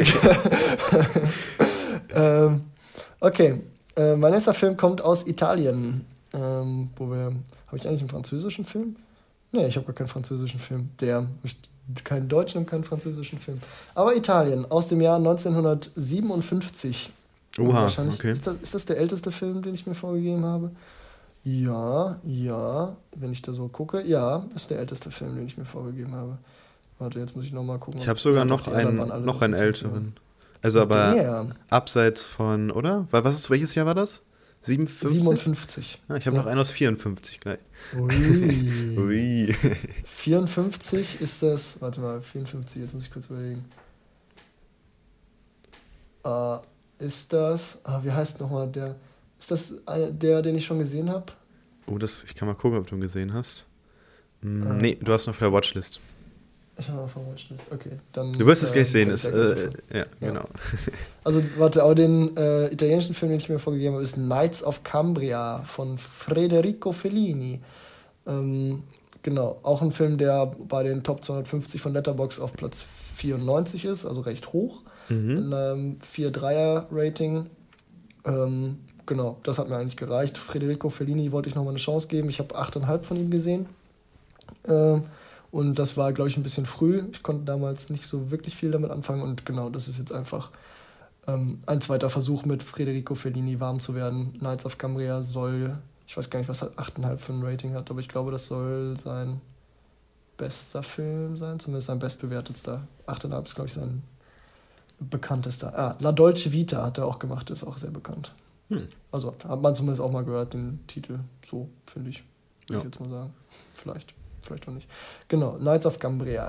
Okay, mein nächster Film kommt aus Italien. Habe ich eigentlich einen französischen Film? Nee, ich habe gar keinen französischen Film. Keinen deutschen und keinen französischen Film. Aber Italien, aus dem Jahr 1957. Oha, wahrscheinlich, okay. Ist das der älteste Film, den ich mir vorgegeben habe? Ja, wenn ich da so gucke, ja, ist der älteste Film, den ich mir vorgegeben habe. Warte, jetzt muss ich nochmal gucken. Ich habe sogar noch einen älteren. Also aber abseits von, oder? Welches Jahr war das? 57. Ja, ich habe noch einen aus 54 gleich. Ui. 54 ist das, warte mal, 54, jetzt muss ich kurz überlegen. Ist das, wie heißt nochmal der, ist das der, den ich schon gesehen habe? Ich kann mal gucken, ob du ihn gesehen hast. Nee, du hast noch auf der Watchlist. Ich habe auf der Watchlist, okay. Dann, du wirst es gleich sehen. Genau. Also, warte, aber den italienischen Film, den ich mir vorgegeben habe, ist Knights of Cambria von Federico Fellini. Genau, auch ein Film, der bei den Top 250 von Letterboxd auf Platz 94 ist, also recht hoch. In einem 4-3er-Rating. Genau, das hat mir eigentlich gereicht. Federico Fellini wollte ich nochmal eine Chance geben. Ich habe 8,5 von ihm gesehen. Und das war, glaube ich, ein bisschen früh. Ich konnte damals nicht so wirklich viel damit anfangen. Und genau, das ist jetzt einfach ein zweiter Versuch, mit Federico Fellini warm zu werden. Knights of Cambria soll, ich weiß gar nicht, was 8,5 für ein Rating hat, aber ich glaube, das soll sein bester Film sein, zumindest sein bestbewertetster. 8,5 ist, glaube ich, sein bekanntester. La Dolce Vita hat er auch gemacht, ist auch sehr bekannt. Also hat man zumindest auch mal gehört, den Titel. So, finde ich. Würde ich jetzt mal sagen. Vielleicht auch nicht. Genau, Knights of Cambria.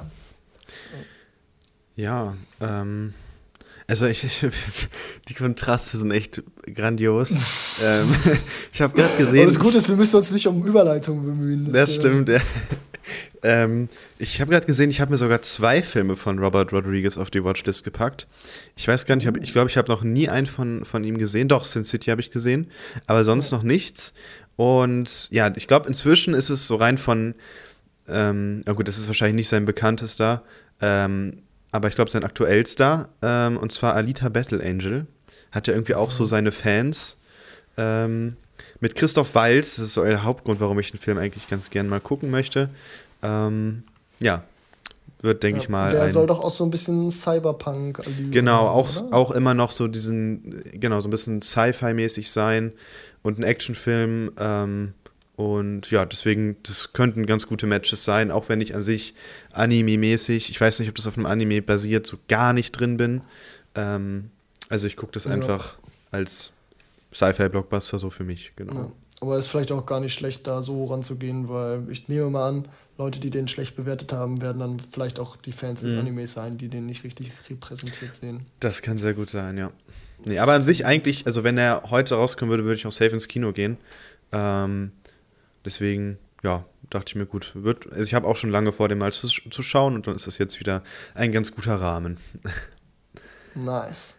Ja, also die Kontraste sind echt grandios. Ich habe gerade gesehen... Aber das Gute ist, wir müssen uns nicht um Überleitung bemühen. Das stimmt, ja. Ich habe gerade gesehen, ich habe mir sogar 2 Filme von Robert Rodriguez auf die Watchlist gepackt. Ich weiß gar nicht, ich glaube, ich habe noch nie einen von ihm gesehen. Doch, Sin City habe ich gesehen, aber sonst noch nichts. Und ja, ich glaube, inzwischen ist es so rein von, gut, das ist wahrscheinlich nicht sein bekanntester, aber ich glaube, sein aktuellster, und zwar Alita Battle Angel. Hat ja irgendwie auch so seine Fans. Mit Christoph Waltz, das ist so der Hauptgrund, warum ich den Film eigentlich ganz gern mal gucken möchte. Ja, wird, denke ich mal. Der soll doch auch so ein bisschen Cyberpunk. Genau, auch immer noch so so ein bisschen Sci-Fi-mäßig sein und ein Actionfilm. Und ja, deswegen, das könnten ganz gute Matches sein, auch wenn ich an sich Anime-mäßig, ich weiß nicht, ob das auf einem Anime basiert, so gar nicht drin bin. Also ich gucke das einfach als Sci-Fi-Blockbuster so für mich, genau. Ja. Aber es ist vielleicht auch gar nicht schlecht, da so ranzugehen, weil ich nehme mal an, Leute, die den schlecht bewertet haben, werden dann vielleicht auch die Fans des Animes sein, die den nicht richtig repräsentiert sehen. Das kann sehr gut sein, ja. Nee, aber an sich eigentlich, also wenn er heute rauskommen würde, würde ich auch safe ins Kino gehen. Deswegen, ja, dachte ich mir, gut, also ich habe auch schon lange vor, den mal zu schauen und dann ist das jetzt wieder ein ganz guter Rahmen. Nice.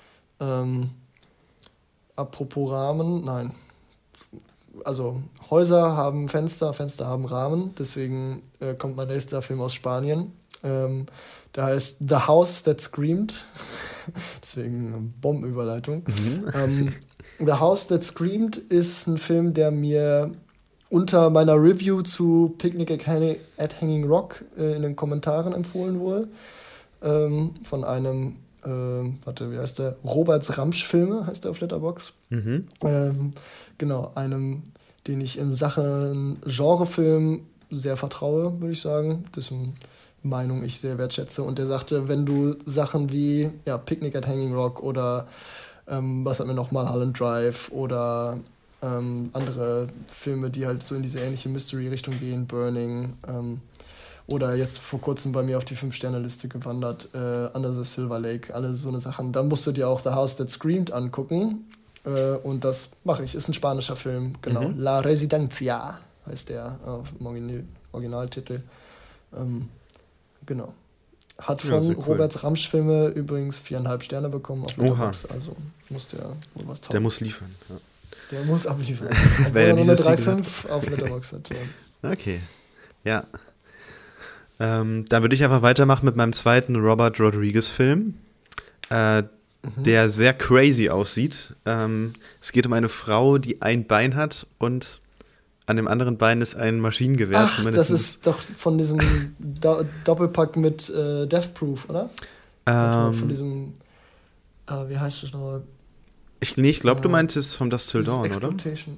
Apropos Rahmen, nein. Also Häuser haben Fenster, Fenster haben Rahmen, deswegen kommt mein nächster Film aus Spanien. Der heißt The House That Screamed. Deswegen eine Bombenüberleitung. The House That Screamed ist ein Film, der mir unter meiner Review zu Picnic at Hanging Rock in den Kommentaren empfohlen wurde. Von einem, wie heißt der? Roberts Ramsch-Filme heißt der auf Letterboxd. Genau, einem, den ich in Sachen Genrefilm sehr vertraue, würde ich sagen. Dessen Meinung ich sehr wertschätze. Und der sagte, wenn du Sachen wie Picnic at Hanging Rock oder was hatten wir noch, Mulholland Drive oder andere Filme, die halt so in diese ähnliche Mystery-Richtung gehen, Burning, oder jetzt vor kurzem bei mir auf die 5-Sterne-Liste gewandert, Under the Silver Lake, alle so eine Sachen. Dann musst du dir auch The House That Screamed angucken. Und das mache ich. Ist ein spanischer Film, genau. La Residencia heißt der im Originaltitel. Genau. Hat von Roberts Ramsch-Filme übrigens 4,5 Sterne bekommen auf Letterboxd. Also muss der wohl was taugen. Der muss liefern. Ja. Der muss abliefern. Obwohl er nur eine 3,5 auf Letterboxd hat. Ja. Okay. Ja. Dann würde ich einfach weitermachen mit meinem zweiten Robert Rodriguez-Film. Der sehr crazy aussieht. Es geht um eine Frau, die ein Bein hat und an dem anderen Bein ist ein Maschinengewehr. Ach, das ist doch von diesem Doppelpack mit Death Proof, oder? Von diesem, wie heißt das noch? Ich glaube, du meinst es vom Dusk Till Dawn, oder?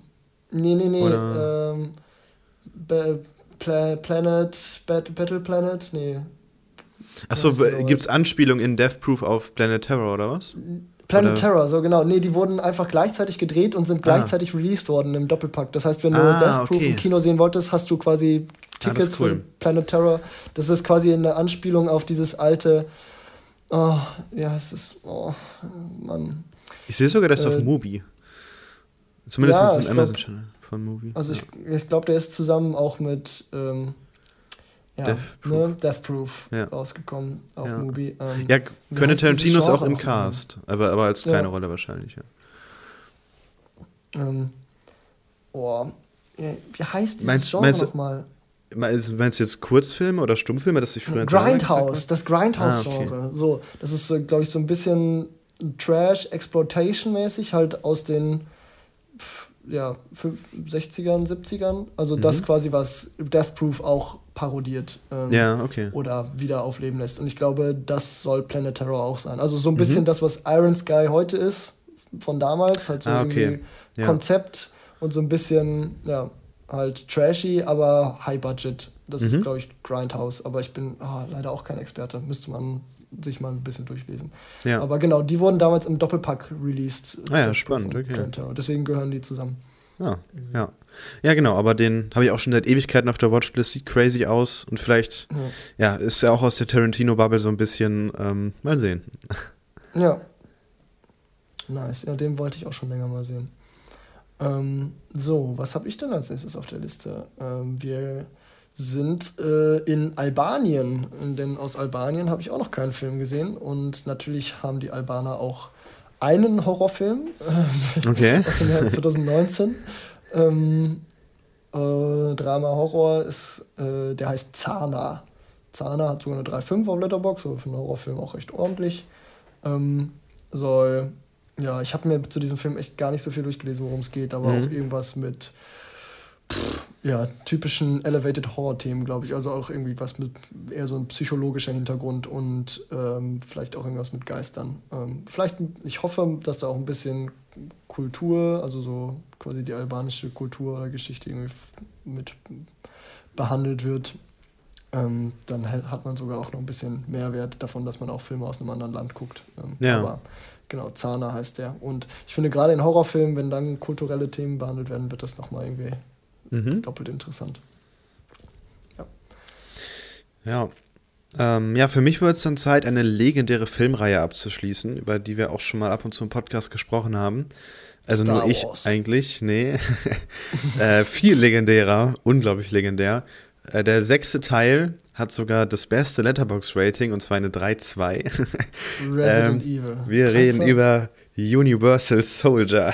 Nee. Battle Planet? Nee. Achso, gibt es Anspielungen in Death Proof auf Planet Terror, oder was? Planet Terror, so genau. Nee, die wurden einfach gleichzeitig gedreht und sind gleichzeitig released worden im Doppelpack. Das heißt, wenn du Death Proof im Kino sehen wolltest, hast du quasi Tickets für Planet Terror. Das ist quasi eine Anspielung auf dieses alte, Mann. Ich sehe sogar, das ist auf Mubi. Zumindest ist es im Amazon-Channel von Mubi. Also ich glaube, der ist zusammen auch mit Death Proof rausgekommen auf Mubi. Quentin Tarantino ist auch im Cast, aber als kleine Rolle wahrscheinlich, wie heißt dieses Genre nochmal? Meinst du jetzt Kurzfilme oder Stummfilme, das ich früher Grindhouse, das Grindhouse-Genre. Okay. So, das ist, glaube ich, so ein bisschen Trash-Exploitation-mäßig, halt aus den 60ern, 70ern. Also das quasi, was Death Proof auch parodiert oder wieder aufleben lässt. Und ich glaube, das soll Planet Terror auch sein. Also so ein bisschen das, was Iron Sky heute ist, von damals. Halt so irgendwie Konzept und so ein bisschen, halt trashy, aber High Budget. Das ist, glaube ich, Grindhouse. Aber ich bin leider auch kein Experte. Müsste man sich mal ein bisschen durchlesen. Ja. Aber genau, die wurden damals im Doppelpack released. Spannend, okay. Deswegen gehören die zusammen. Ja, genau, aber den habe ich auch schon seit Ewigkeiten auf der Watchlist, sieht crazy aus und vielleicht, ist ja auch aus der Tarantino-Bubble so ein bisschen, mal sehen. Ja. Nice, den wollte ich auch schon länger mal sehen. So, was habe ich denn als nächstes auf der Liste? Wir sind in Albanien, denn aus Albanien habe ich auch noch keinen Film gesehen und natürlich haben die Albaner auch einen Horrorfilm aus dem Jahr 2019. Drama-Horror ist, der heißt Zana. Zana hat sogar eine 3,5 auf Letterboxd, so für einen Horrorfilm auch recht ordentlich. Ich habe mir zu diesem Film echt gar nicht so viel durchgelesen, worum es geht, aber auch irgendwas mit typischen Elevated Horror-Themen, glaube ich. Also auch irgendwie was mit eher so ein psychologischer Hintergrund und vielleicht auch irgendwas mit Geistern. Ich hoffe, dass da auch ein bisschen Kultur, also so quasi die albanische Kultur oder Geschichte irgendwie mit behandelt wird. Dann hat man sogar auch noch ein bisschen Mehrwert davon, dass man auch Filme aus einem anderen Land guckt. Aber Genau, Zahner heißt der. Und ich finde gerade in Horrorfilmen, wenn dann kulturelle Themen behandelt werden, wird das nochmal irgendwie doppelt interessant. Ja. Ja, für mich wird es dann Zeit, eine legendäre Filmreihe abzuschließen, über die wir auch schon mal ab und zu im Podcast gesprochen haben. Also Star nur ich Wars. Eigentlich, nee. Viel legendärer, unglaublich legendär. Der 6. Teil hat sogar das beste Letterboxd-Rating, und zwar eine 3,2. Resident Evil. Wir reden über Universal Soldier.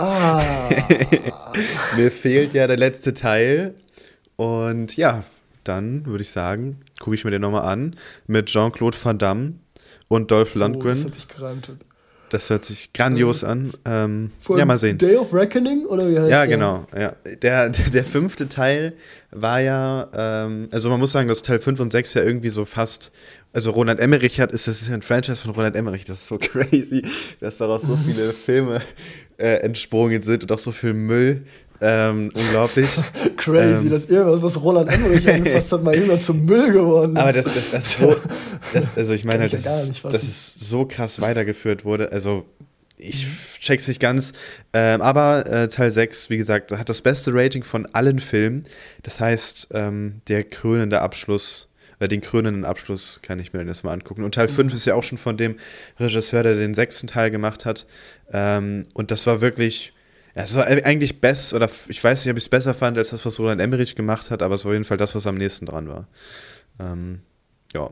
Mir fehlt ja der letzte Teil. Und ja, dann würde ich sagen, gucke ich mir den nochmal an. Mit Jean-Claude Van Damme und Dolph Lundgren. Das hat sich gereimt. Das hört sich grandios an. Ja, mal sehen. Day of Reckoning, oder wie heißt der? Ja, genau. Ja. Der 5. Teil war ja, also man muss sagen, dass Teil 5 und 6 ja irgendwie so fast, also Roland Emmerich das ist ein Franchise von Roland Emmerich, das ist so crazy, dass daraus so viele Filme entsprungen sind und auch so viel Müll. Unglaublich. Crazy, dass irgendwas, was Roland Emmerich angefasst hat, mal irgendwann zum Müll geworden ist. Aber das so, also ich meine halt, dass es so krass weitergeführt wurde, also ich check's nicht ganz, aber Teil 6, wie gesagt, hat das beste Rating von allen Filmen, das heißt, den krönenden Abschluss kann ich mir dann erstmal angucken. Und Teil 5 ist ja auch schon von dem Regisseur, der den 6. Teil gemacht hat, und das war wirklich... Ja, es war eigentlich best, oder ich weiß nicht, ob ich es besser fand, als das, was Roland Emmerich gemacht hat, aber es war auf jeden Fall das, was am nächsten dran war. Ja.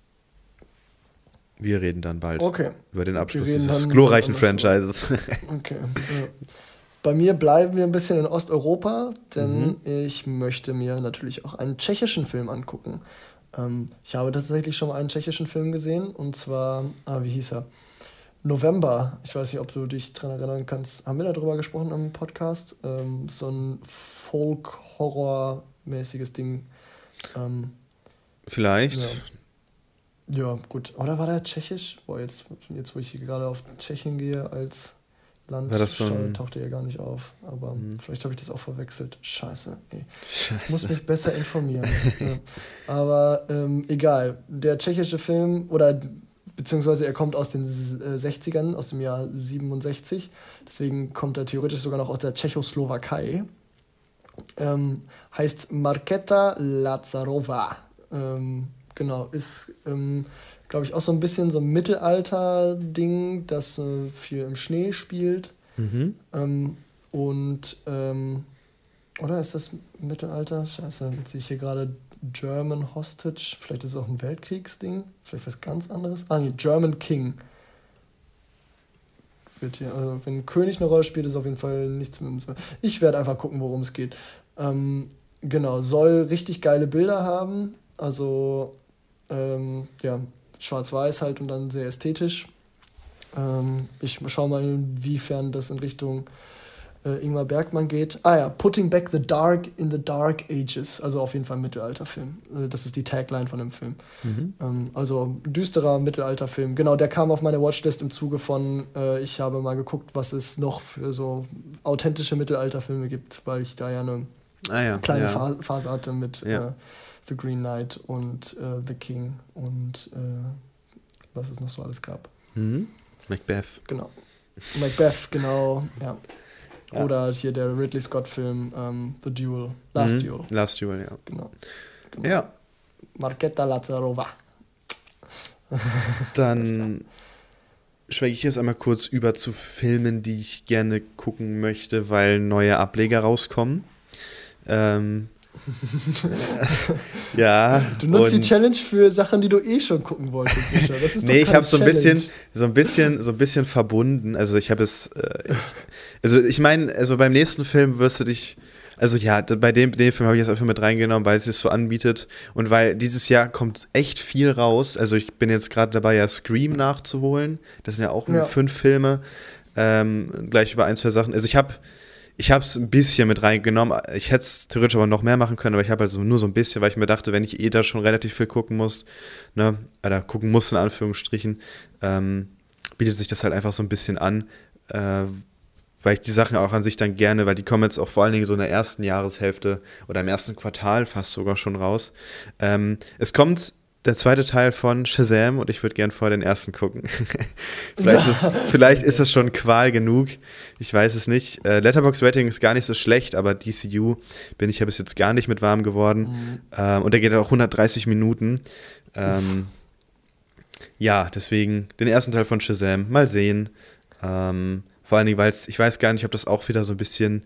Wir reden dann bald über den Abschluss dieses glorreichen Franchises. Okay. Ja. Bei mir bleiben wir ein bisschen in Osteuropa, denn ich möchte mir natürlich auch einen tschechischen Film angucken. Ich habe tatsächlich schon mal einen tschechischen Film gesehen, und zwar, wie hieß er? November, ich weiß nicht, ob du dich daran erinnern kannst, haben wir darüber gesprochen im Podcast? So ein Folk-Horror-mäßiges Ding. Vielleicht. Ja, gut. Oder war der tschechisch? Boah, jetzt wo ich hier gerade auf Tschechien gehe als Land, taucht er ja gar nicht auf. Aber vielleicht habe ich das auch verwechselt. Scheiße, ey. Ich muss mich besser informieren. Ja. Aber egal. Der tschechische Film, beziehungsweise er kommt aus den 60ern, aus dem Jahr 67. Deswegen kommt er theoretisch sogar noch aus der Tschechoslowakei. Heißt Markéta Lazarova. Genau, ist, glaube ich, auch so ein bisschen so ein Mittelalter-Ding, das viel im Schnee spielt. Oder ist das Mittelalter? Scheiße, jetzt sehe ich hier gerade German Hostage, vielleicht ist es auch ein Weltkriegsding, vielleicht was ganz anderes. German King. Wird hier, also wenn ein König eine Rolle spielt, ist auf jeden Fall nichts mit uns. Ich werde einfach gucken, worum es geht. Genau, soll richtig geile Bilder haben, also schwarz-weiß halt und dann sehr ästhetisch. Ich schaue mal, inwiefern das in Richtung Ingmar Bergman geht. Putting Back the Dark in the Dark Ages. Also auf jeden Fall ein Mittelalterfilm. Das ist die Tagline von dem Film. Also düsterer Mittelalterfilm. Genau, der kam auf meine Watchlist im Zuge von, ich habe mal geguckt, was es noch für so authentische Mittelalterfilme gibt, weil ich da ja eine kleine Phase hatte mit The Green Knight und The King und was es noch so alles gab. Macbeth. Genau. Macbeth, genau, ja. Oder hier der Ridley Scott-Film The Duel. Last Duel. Last Duel, ja. Genau. Ja. Markéta Lazarova. Dann schwenke ich jetzt einmal kurz über zu Filmen, die ich gerne gucken möchte, weil neue Ableger rauskommen. Ja. Du nutzt die Challenge für Sachen, die du schon gucken wolltest, Micha. Das ist ich habe so ein bisschen verbunden. Also ich habe es, ich meine, beim nächsten Film wirst du dich, bei dem Film habe ich jetzt einfach mit reingenommen, weil es sich so anbietet und weil dieses Jahr kommt echt viel raus. Also ich bin jetzt gerade dabei, ja Scream nachzuholen. Das sind ja auch 5 Filme. Gleich über 1, 2 Sachen. Also ich habe es ein bisschen mit reingenommen. Ich hätte es theoretisch aber noch mehr machen können, aber ich habe also nur so ein bisschen, weil ich mir dachte, wenn ich da schon relativ viel gucken muss, oder gucken muss in Anführungsstrichen, bietet sich das halt einfach so ein bisschen an, weil ich die Sachen auch an sich dann gerne, weil die kommen jetzt auch vor allen Dingen so in der ersten Jahreshälfte oder im ersten Quartal fast sogar schon raus. Es kommt der zweite Teil von Shazam und ich würde gern vorher den ersten gucken. vielleicht ist es schon Qual genug. Ich weiß es nicht. Letterboxd-Rating ist gar nicht so schlecht, aber DCU bin ich ja bis jetzt gar nicht mit warm geworden. Und der geht auch 130 Minuten. Ja, deswegen den ersten Teil von Shazam. Mal sehen. Vor allen Dingen, weil ich weiß gar nicht, ob das auch wieder so ein bisschen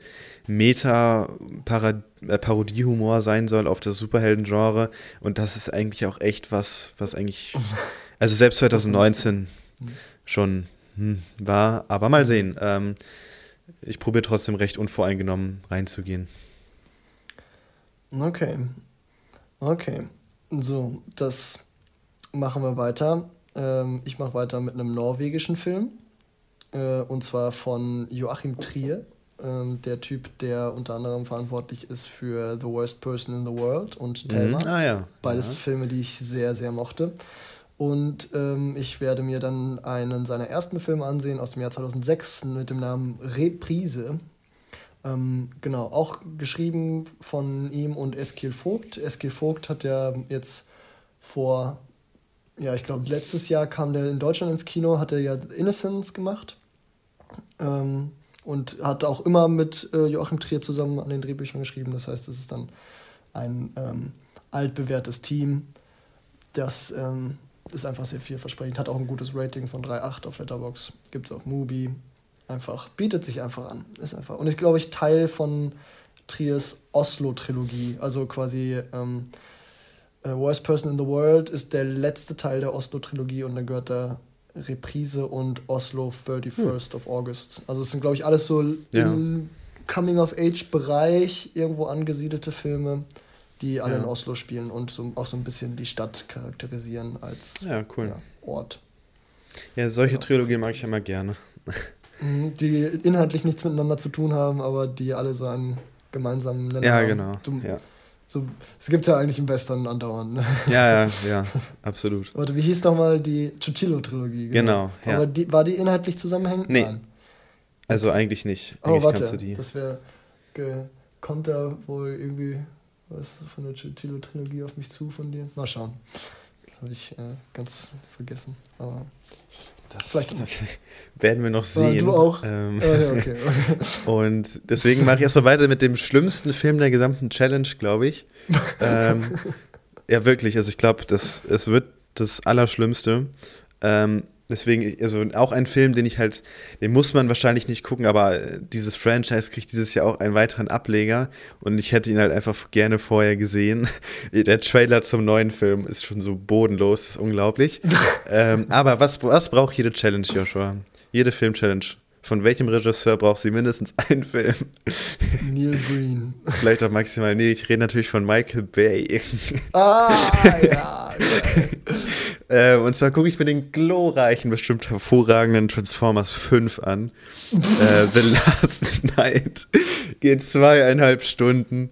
Parodie-Humor sein soll auf das Superhelden-Genre. Und das ist eigentlich auch echt was eigentlich, also selbst 2019 schon war. Aber mal sehen. Ich probiere trotzdem recht unvoreingenommen reinzugehen. Okay. So, das machen wir weiter. Ich mache weiter mit einem norwegischen Film. Und zwar von Joachim Trier. Der Typ, der unter anderem verantwortlich ist für The Worst Person in the World und Thelma. Beides Filme, die ich sehr, sehr mochte. Und ich werde mir dann einen seiner ersten Filme ansehen aus dem Jahr 2006 mit dem Namen Reprise. Genau, auch geschrieben von ihm und Eskil Vogt. Eskil Vogt hat ja jetzt ich glaube letztes Jahr kam der in Deutschland ins Kino, hat er ja Innocence gemacht. Und hat auch immer mit Joachim Trier zusammen an den Drehbüchern geschrieben. Das heißt, es ist dann ein altbewährtes Team. Das ist einfach sehr vielversprechend. Hat auch ein gutes Rating von 3,8 auf Letterboxd. Gibt es auf Mubi. Bietet sich einfach an. Ist einfach. Und ist, glaube ich, Teil von Triers Oslo-Trilogie. Also quasi Worst Person in the World ist der letzte Teil der Oslo-Trilogie und dann gehört da Reprise und Oslo 31st of August. Also es sind, glaube ich, alles so im Coming-of-Age-Bereich irgendwo angesiedelte Filme, die alle in Oslo spielen und auch so ein bisschen die Stadt charakterisieren als Ort. Ja, solche Trilogien mag ich immer gerne. Die inhaltlich nichts miteinander zu tun haben, aber die alle so einen gemeinsamen Nenner haben. Genau. So, es gibt ja eigentlich im Western andauernd. Ne? Ja, absolut. Warte, wie hieß nochmal die Chuchilo-Trilogie? Genau, ja. Aber war die inhaltlich zusammenhängend? Nee. Nein. Also eigentlich nicht. Eigentlich warte, das wäre, kommt da wohl irgendwie was von der Chuchilo-Trilogie auf mich zu von dir? Mal schauen. Habe ich ganz vergessen. Aber das vielleicht werden wir noch sehen. Du auch? Okay. Und deswegen mache ich erst mal weiter mit dem schlimmsten Film der gesamten Challenge, glaube ich. Ja, wirklich. Also ich glaube, es wird das Allerschlimmste. Deswegen, also auch ein Film, den muss man wahrscheinlich nicht gucken, aber dieses Franchise kriegt dieses Jahr auch einen weiteren Ableger und ich hätte ihn halt einfach gerne vorher gesehen. Der Trailer zum neuen Film ist schon so bodenlos, das ist unglaublich. Aber was braucht jede Challenge, Joshua? Jede Film-Challenge. Von welchem Regisseur braucht sie mindestens einen Film? Neil Breen. Vielleicht auch maximal. Nee, ich rede natürlich von Michael Bay. Ja. Und zwar gucke ich mir den glorreichen, bestimmt hervorragenden Transformers 5 an. The Last Night. Geht 2,5 Stunden.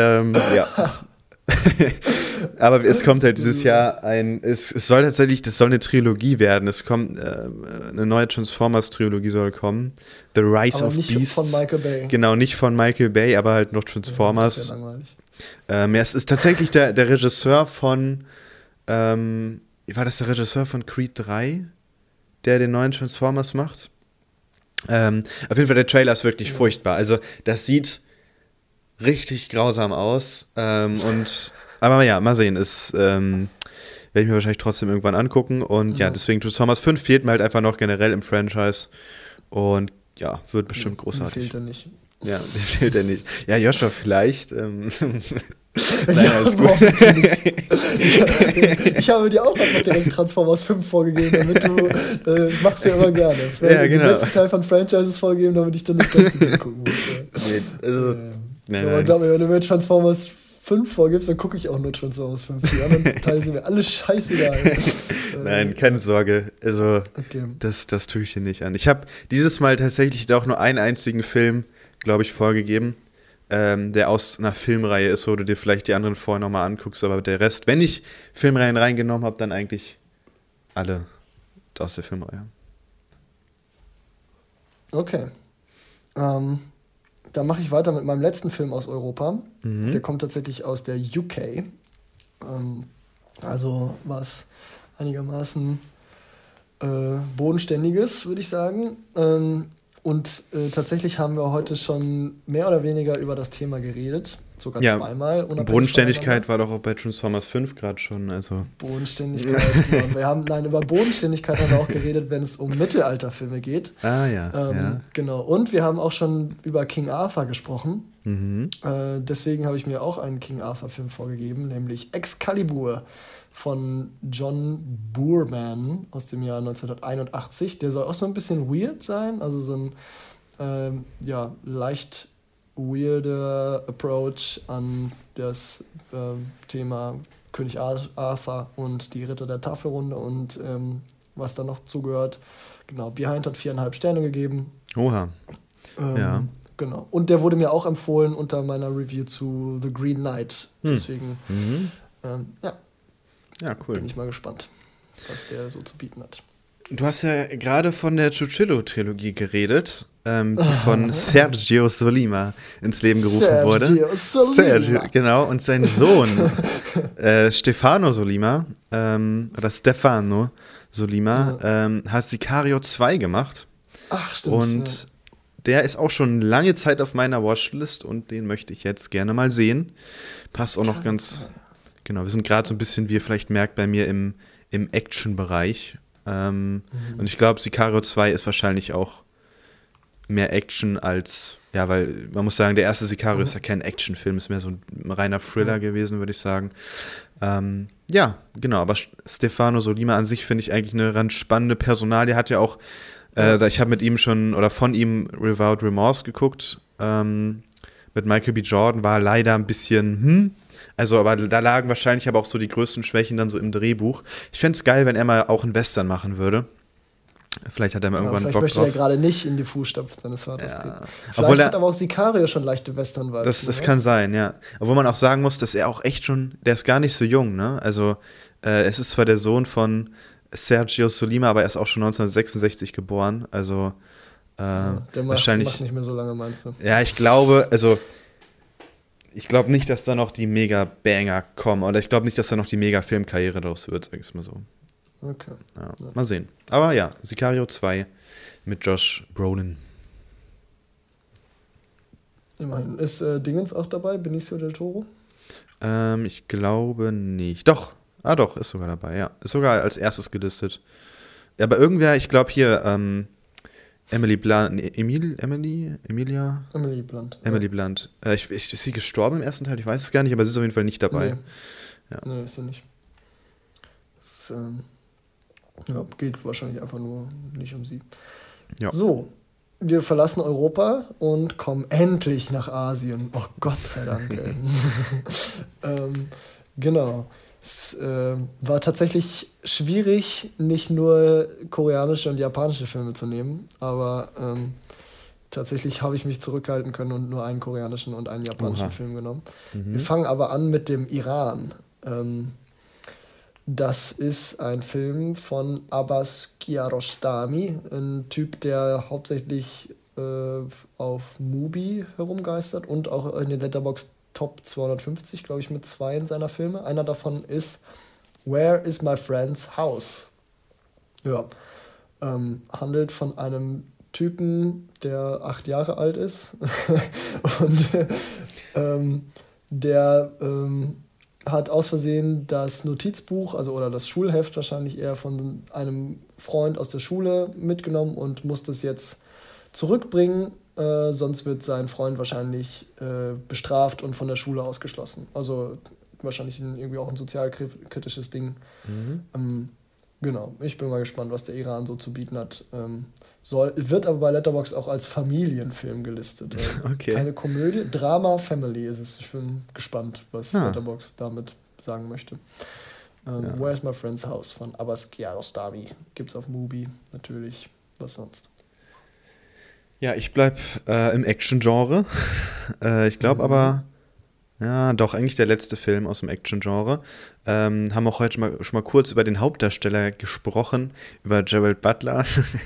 Aber es kommt halt dieses Jahr es soll tatsächlich, das soll eine Trilogie werden. Es kommt, eine neue Transformers-Trilogie soll kommen. The Rise aber of nicht Beasts. Von Michael Bay. Genau, nicht von Michael Bay, aber halt noch Transformers. Das ist ja langweilig. Es ist tatsächlich der Regisseur von, war das der Regisseur von Creed 3, der den neuen Transformers macht? Auf jeden Fall, der Trailer ist wirklich furchtbar. Also, das sieht richtig grausam aus. Aber ja, mal sehen. Werde ich mir wahrscheinlich trotzdem irgendwann angucken. Und deswegen Transformers 5 fehlt mir halt einfach noch generell im Franchise. Und ja, wird bestimmt großartig. Fehlt er nicht. Ja, fehlt er nicht. Ja, Joshua, vielleicht. Nein, alles gut. Ich habe dir auch einfach direkt Transformers 5 vorgegeben, damit du, das machst du ja immer gerne. Ja, genau. Den letzten Teil von Franchises vorgegeben, damit ich dann das ganze Ding gucken muss. Aber glaub mir, wenn du mir Transformers 5 vorgibst, dann gucke ich auch nur Transformers 5. Die anderen Teile sind mir alle scheißegal. Nein, keine Sorge. Also, das tue ich dir nicht an. Ich habe dieses Mal tatsächlich auch nur einen einzigen Film, glaube ich, vorgegeben, der aus einer Filmreihe ist, wo du dir vielleicht die anderen vorher nochmal anguckst, aber der Rest, wenn ich Filmreihen reingenommen habe, dann eigentlich alle aus der Filmreihe. Okay. Dann mache ich weiter mit meinem letzten Film aus Europa. Der kommt tatsächlich aus der UK. Also was einigermaßen Bodenständiges, würde ich sagen. Und tatsächlich haben wir heute schon mehr oder weniger über das Thema geredet. Sogar zweimal. Bodenständigkeit war doch auch bei Transformers 5 gerade schon. Also. Bodenständigkeit, genau. Über Bodenständigkeit haben wir auch geredet, wenn es um Mittelalterfilme geht. Ja. Genau. Und wir haben auch schon über King Arthur gesprochen. Deswegen habe ich mir auch einen King Arthur-Film vorgegeben, nämlich Excalibur von John Boorman aus dem Jahr 1981. Der soll auch so ein bisschen weird sein, also so ein leicht weirder Approach an das Thema König Arthur und die Ritter der Tafelrunde und was da noch zugehört. Genau, Behind hat 4,5 Sterne gegeben. Oha. Ja. Genau. Und der wurde mir auch empfohlen unter meiner Review zu The Green Knight. Deswegen, ja, cool. Bin ich mal gespannt, was der so zu bieten hat. Du hast ja gerade von der Ciucciello-Trilogie geredet, die von Sergio Sollima ins Leben gerufen wurde. Sergio, genau. Und sein Sohn, Stefano Sollima, hat Sicario 2 gemacht. Ach, stimmt. Und der ist auch schon lange Zeit auf meiner Watchlist und den möchte ich jetzt gerne mal sehen. Passt auch noch ganz... Genau, wir sind gerade so ein bisschen, wie ihr vielleicht merkt, bei mir im Action-Bereich. Und ich glaube, Sicario 2 ist wahrscheinlich auch mehr Action als, weil man muss sagen, der erste Sicario ist ja kein Actionfilm, ist mehr so ein reiner Thriller gewesen, würde ich sagen. Genau, aber Stefano Sollima an sich finde ich eigentlich eine ganz spannende Personalie. Der hat ja auch, ich habe mit ihm schon, oder von ihm Without Remorse geguckt, mit Michael B. Jordan, war leider ein bisschen, also, aber da lagen wahrscheinlich aber auch so die größten Schwächen dann so im Drehbuch. Ich fände es geil, wenn er mal auch einen Western machen würde. Vielleicht hat er mal irgendwann Bock drauf. Vielleicht möchte er gerade nicht in die Fußstapfen seines Vaters treten. Vielleicht hat aber auch Sicario schon leichte Western-Vibes. Das kann sein, ja. Obwohl man auch sagen muss, dass er auch echt schon, der ist gar nicht so jung, ne? Also, es ist zwar der Sohn von Sergio Sollima, aber er ist auch schon 1966 geboren. Also, der wahrscheinlich macht nicht mehr so lange, meinst du? Ja, ich glaube nicht, dass da noch die Mega-Banger kommen. Oder ich glaube nicht, dass da noch die Mega-Filmkarriere draus wird, sag ich mal so. Okay. Ja, mal sehen. Aber ja, Sicario 2 mit Josh Brolin. Immerhin. Ist Dingens auch dabei? Benicio del Toro? Ich glaube nicht. Doch, ist sogar dabei, ja. Ist sogar als erstes gelistet. Ja, aber irgendwer, ich glaube hier, Emily Blunt. Emilia? Emily Blunt. Emily Blunt. Ist sie gestorben im ersten Teil? Ich weiß es gar nicht, aber sie ist auf jeden Fall nicht dabei. Nee, ist sie nicht. Es geht wahrscheinlich einfach nur nicht um sie. Ja. So, wir verlassen Europa und kommen endlich nach Asien. Oh Gott sei Dank. Genau. Es war tatsächlich schwierig, nicht nur koreanische und japanische Filme zu nehmen, aber tatsächlich habe ich mich zurückhalten können und nur einen koreanischen und einen japanischen Film genommen. Wir fangen aber an mit dem Iran. Das ist ein Film von Abbas Kiarostami, ein Typ, der hauptsächlich auf Mubi herumgeistert und auch in den Letterboxd Top 250, glaube ich, mit 2 in seiner Filme. Einer davon ist Where is my friend's house? Ja, handelt von einem Typen, der 8 Jahre alt ist und der hat aus Versehen das Notizbuch, oder das Schulheft wahrscheinlich eher von einem Freund aus der Schule mitgenommen und muss das jetzt zurückbringen, sonst wird sein Freund wahrscheinlich bestraft und von der Schule ausgeschlossen. Also wahrscheinlich irgendwie auch ein sozialkritisches Ding. Genau, ich bin mal gespannt, was der Iran so zu bieten hat. Wird aber bei Letterboxd auch als Familienfilm gelistet. Okay. Keine Komödie, Drama, Family ist es. Ich bin gespannt, was Letterboxd damit sagen möchte. Where's My Friend's House von Abbas Kiarostami. Gibt's auf Mubi natürlich. Was sonst? Ja, ich bleib im Action-Genre. Ich glaube aber, ja, doch, eigentlich der letzte Film aus dem Action-Genre. Haben auch heute schon mal kurz über den Hauptdarsteller gesprochen, über Gerald Butler.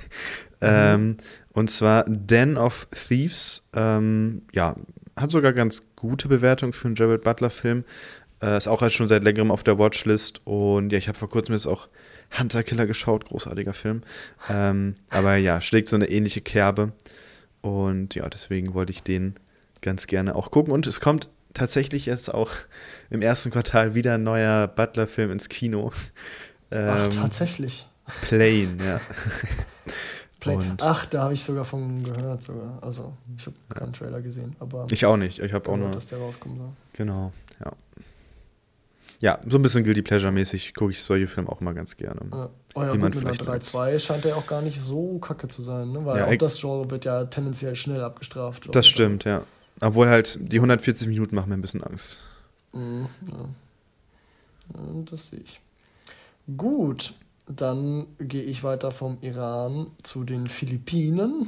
Und zwar Den of Thieves. Hat sogar ganz gute Bewertung für einen Gerald Butler-Film. Ist auch halt schon seit längerem auf der Watchlist. Und ja, ich habe vor kurzem jetzt auch Hunter Killer geschaut, großartiger Film. Aber ja, schlägt so eine ähnliche Kerbe. Und ja, deswegen wollte ich den ganz gerne auch gucken. Und es kommt tatsächlich jetzt auch im ersten Quartal wieder ein neuer Butler-Film ins Kino. Ach, tatsächlich. Plane, ja. Plane. Ach, da habe ich sogar von gehört sogar. Also, ich habe keinen Trailer gesehen. Aber ich auch nicht. Ich habe auch nur, dass der rauskommen soll. Genau, ja. Ja, so ein bisschen Guilty Pleasure-mäßig gucke ich solche Filme auch immer ganz gerne. Oh ja, gut, mit einer 3-2 scheint der auch gar nicht so kacke zu sein, ne? Weil ja, auch das Genre wird ja tendenziell schnell abgestraft. Das stimmt, ja. Obwohl halt die 140 Minuten machen mir ein bisschen Angst. Ja, das sehe ich. Gut, dann gehe ich weiter vom Iran zu den Philippinen.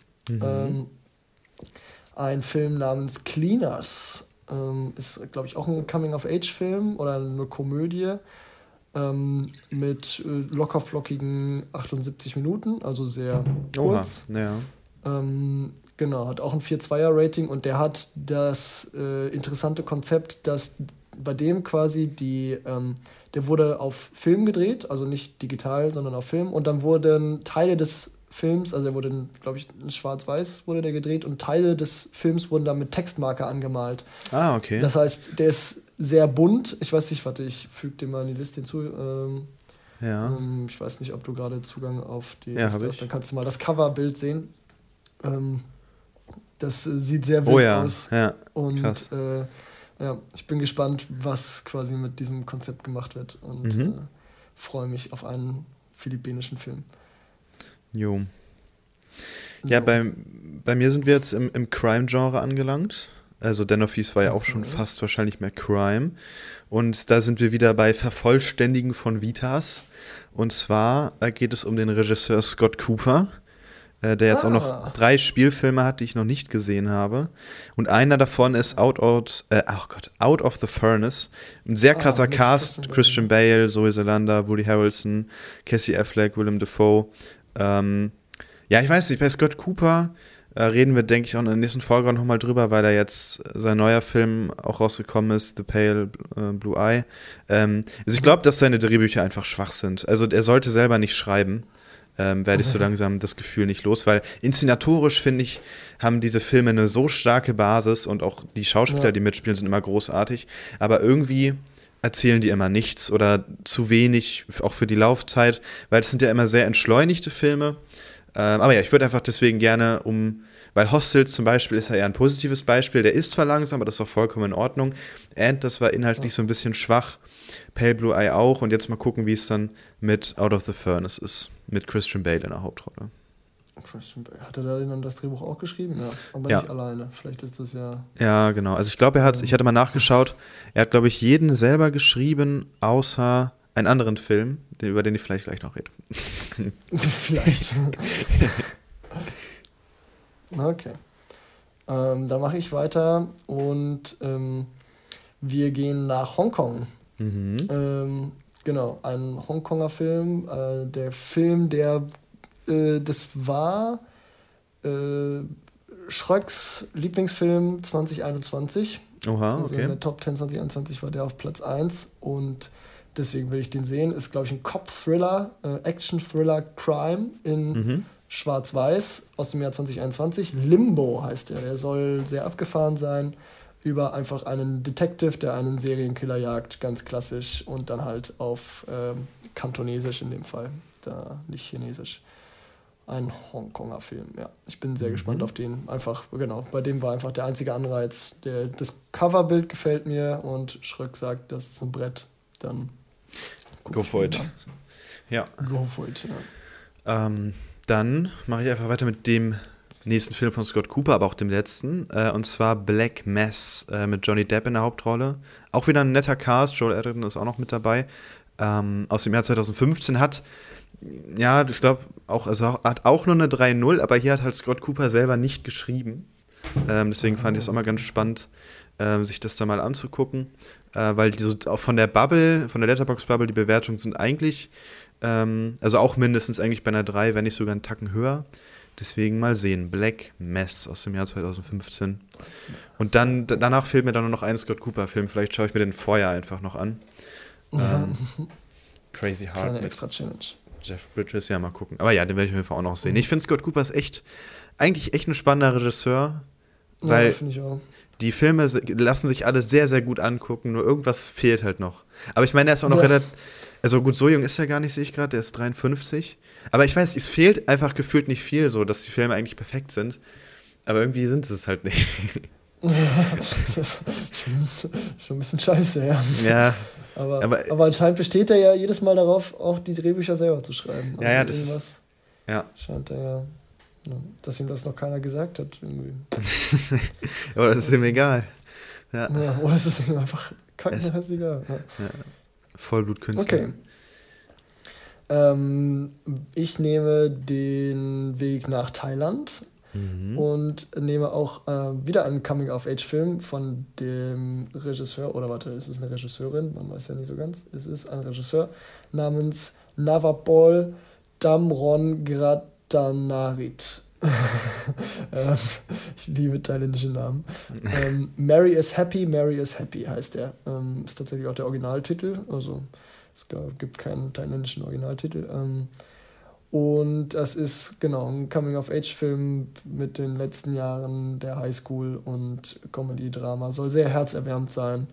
Ein Film namens Cleaners. Ist, glaube ich, auch ein Coming-of-Age-Film oder eine Komödie mit locker flockigen 78 Minuten, also sehr kurz. Ja. Genau, hat auch ein 4-2er-Rating und der hat das interessante Konzept, dass bei dem quasi der wurde auf Film gedreht, also nicht digital, sondern auf Film und dann wurden Teile des Films, also er wurde, glaube ich, in Schwarz-Weiß wurde der gedreht und Teile des Films wurden dann mit Textmarker angemalt. Ah, okay. Das heißt, der ist sehr bunt. Ich weiß nicht, warte, ich füge dir mal in die Liste hinzu. Ich weiß nicht, ob du gerade Zugang auf die Liste hast. Dann kannst du mal das Coverbild sehen. Das sieht sehr wild aus. Ja, und krass. Ich bin gespannt, was quasi mit diesem Konzept gemacht wird und freue mich auf einen philippinischen Film. Jo. Ja, bei mir sind wir jetzt im Crime-Genre angelangt. Also Den of Thieves war ja auch schon fast wahrscheinlich mehr Crime. Und da sind wir wieder bei Vervollständigen von Vitas. Und zwar geht es um den Regisseur Scott Cooper, der jetzt auch noch 3 Spielfilme hat, die ich noch nicht gesehen habe. Und einer davon ist Out of the Furnace. Ein sehr krasser Cast. Christian Bale, Zoe Saldana, Woody Harrelson, Casey Affleck, Willem Dafoe. Ich weiß nicht, bei Scott Cooper reden wir, denke ich, auch in der nächsten Folge auch nochmal drüber, weil da jetzt sein neuer Film auch rausgekommen ist, The Pale Blue Eye. Also ich glaube, dass seine Drehbücher einfach schwach sind. Also er sollte selber nicht schreiben, werde ich so langsam das Gefühl nicht los, weil inszenatorisch, finde ich, haben diese Filme eine so starke Basis und auch die Schauspieler, die mitspielen, sind immer großartig, aber irgendwie erzählen die immer nichts oder zu wenig, auch für die Laufzeit, weil es sind ja immer sehr entschleunigte Filme. Aber ja, ich würde einfach deswegen gerne weil Hostels zum Beispiel ist ja eher ein positives Beispiel, der ist zwar langsam, aber das ist auch vollkommen in Ordnung. And, das war inhaltlich so ein bisschen schwach, Pale Blue Eye auch und jetzt mal gucken, wie es dann mit Out of the Furnace ist, mit Christian Bale in der Hauptrolle. Christian Bale, hat er da dann das Drehbuch auch geschrieben? Ja, aber nicht alleine, vielleicht ist das ja... Ja, genau, also ich glaube, ich hatte mal nachgeschaut, er hat, glaube ich, jeden selber geschrieben, außer einen anderen Film, über den ich vielleicht gleich noch rede. Vielleicht. Okay. Dann mache ich weiter und wir gehen nach Hongkong. Genau, ein Hongkonger Film. Der Film, das war Schröcks Lieblingsfilm 2021. Oha, okay. Also in der Top 10 2021 war der auf Platz 1 und deswegen will ich den sehen. Ist, glaube ich, ein Cop-Thriller, Action-Thriller, Crime in Schwarz-Weiß aus dem Jahr 2021. Limbo heißt der. Der soll sehr abgefahren sein über einfach einen Detective, der einen Serienkiller jagt, ganz klassisch und dann halt auf Kantonesisch in dem Fall, da nicht Chinesisch. Ein Hongkonger Film, ja. Ich bin sehr gespannt auf den. Einfach, genau, bei dem war einfach der einzige Anreiz. Das Coverbild gefällt mir und Schröck sagt, das ist ein Brett. Dann go for it. Ja. Go for it, ja. Dann mache ich einfach weiter mit dem nächsten Film von Scott Cooper, aber auch dem letzten. Und zwar Black Mass mit Johnny Depp in der Hauptrolle. Auch wieder ein netter Cast. Joel Edgerton ist auch noch mit dabei. Aus dem Jahr 2015 hat, ja, ich glaube, hat auch nur eine 3-0, aber hier hat halt Scott Cooper selber nicht geschrieben. Deswegen fand ich es auch mal ganz spannend, sich das da mal anzugucken. Weil die so auch von der Bubble, von der Letterboxd-Bubble, die Bewertungen sind eigentlich, also auch mindestens eigentlich bei einer 3, wenn nicht sogar einen Tacken höher. Deswegen mal sehen. Black Mass aus dem Jahr 2015. Und dann danach fehlt mir dann nur noch ein Scott Cooper-Film. Vielleicht schaue ich mir den vorher einfach noch an. Crazy Heart. Keine extra Challenge. Jeff Bridges, ja, mal gucken. Aber ja, den werde ich auf jeden Fall auch noch sehen. Ich finde, Scott Cooper ist eigentlich echt ein spannender Regisseur. Weil finde ich auch. Die Filme lassen sich alle sehr, sehr gut angucken. Nur irgendwas fehlt halt noch. Aber ich meine, er ist auch noch relativ... Also gut, so jung ist er gar nicht, sehe ich gerade. Der ist 53. Aber ich weiß, es fehlt einfach gefühlt nicht viel, so, dass die Filme eigentlich perfekt sind. Aber irgendwie sind sie es halt nicht. Ja, das ist schon ein bisschen scheiße, ja. Ja. Aber anscheinend besteht er ja jedes Mal darauf, auch die Drehbücher selber zu schreiben. Also ja, das ist... Ja. Scheint er ja, dass ihm das noch keiner gesagt hat, irgendwie. Aber das ist ihm egal. Ja. Oder es ist ihm einfach kackenhässiger. Ja. Vollblutkünstler. Okay. Ich nehme den Weg nach Thailand und nehme auch wieder einen Coming-of-Age-Film von dem Regisseur, oder warte, ist es eine Regisseurin? Man weiß ja nicht so ganz. Es ist ein Regisseur namens Navapol Damron-Gratanarit. Ich liebe thailändische Namen. Mary is Happy heißt der. Ist tatsächlich auch der Originaltitel. Also es gibt keinen thailändischen Originaltitel. Und das ist genau ein Coming-of-Age-Film mit den letzten Jahren der Highschool und Comedy-Drama. Soll sehr herzerwärmend sein.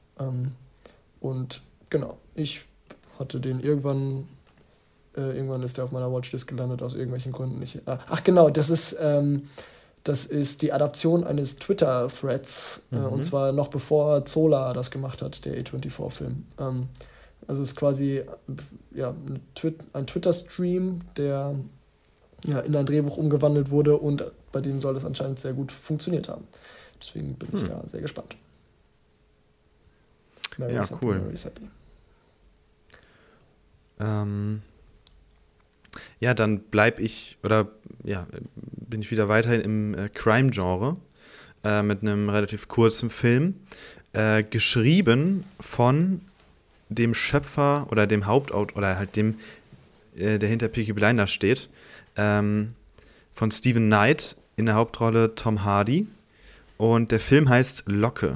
Und genau, ich hatte den irgendwann ist der auf meiner Watchlist gelandet, aus irgendwelchen Gründen nicht. Ach genau, das ist die Adaption eines Twitter-Threads, und zwar noch bevor Zola das gemacht hat, der A24-Film. Also es ist quasi ein Twitter-Stream, der in ein Drehbuch umgewandelt wurde und bei dem soll es anscheinend sehr gut funktioniert haben. Deswegen bin ich da sehr gespannt. Mary is cool. Mary is happy. Ja, dann bin ich wieder weiterhin im Crime-Genre mit einem relativ kurzen Film, geschrieben von dem Schöpfer oder dem Hauptautor oder halt dem, der hinter Peaky Blinders steht, von Stephen Knight, in der Hauptrolle Tom Hardy, und der Film heißt Locke.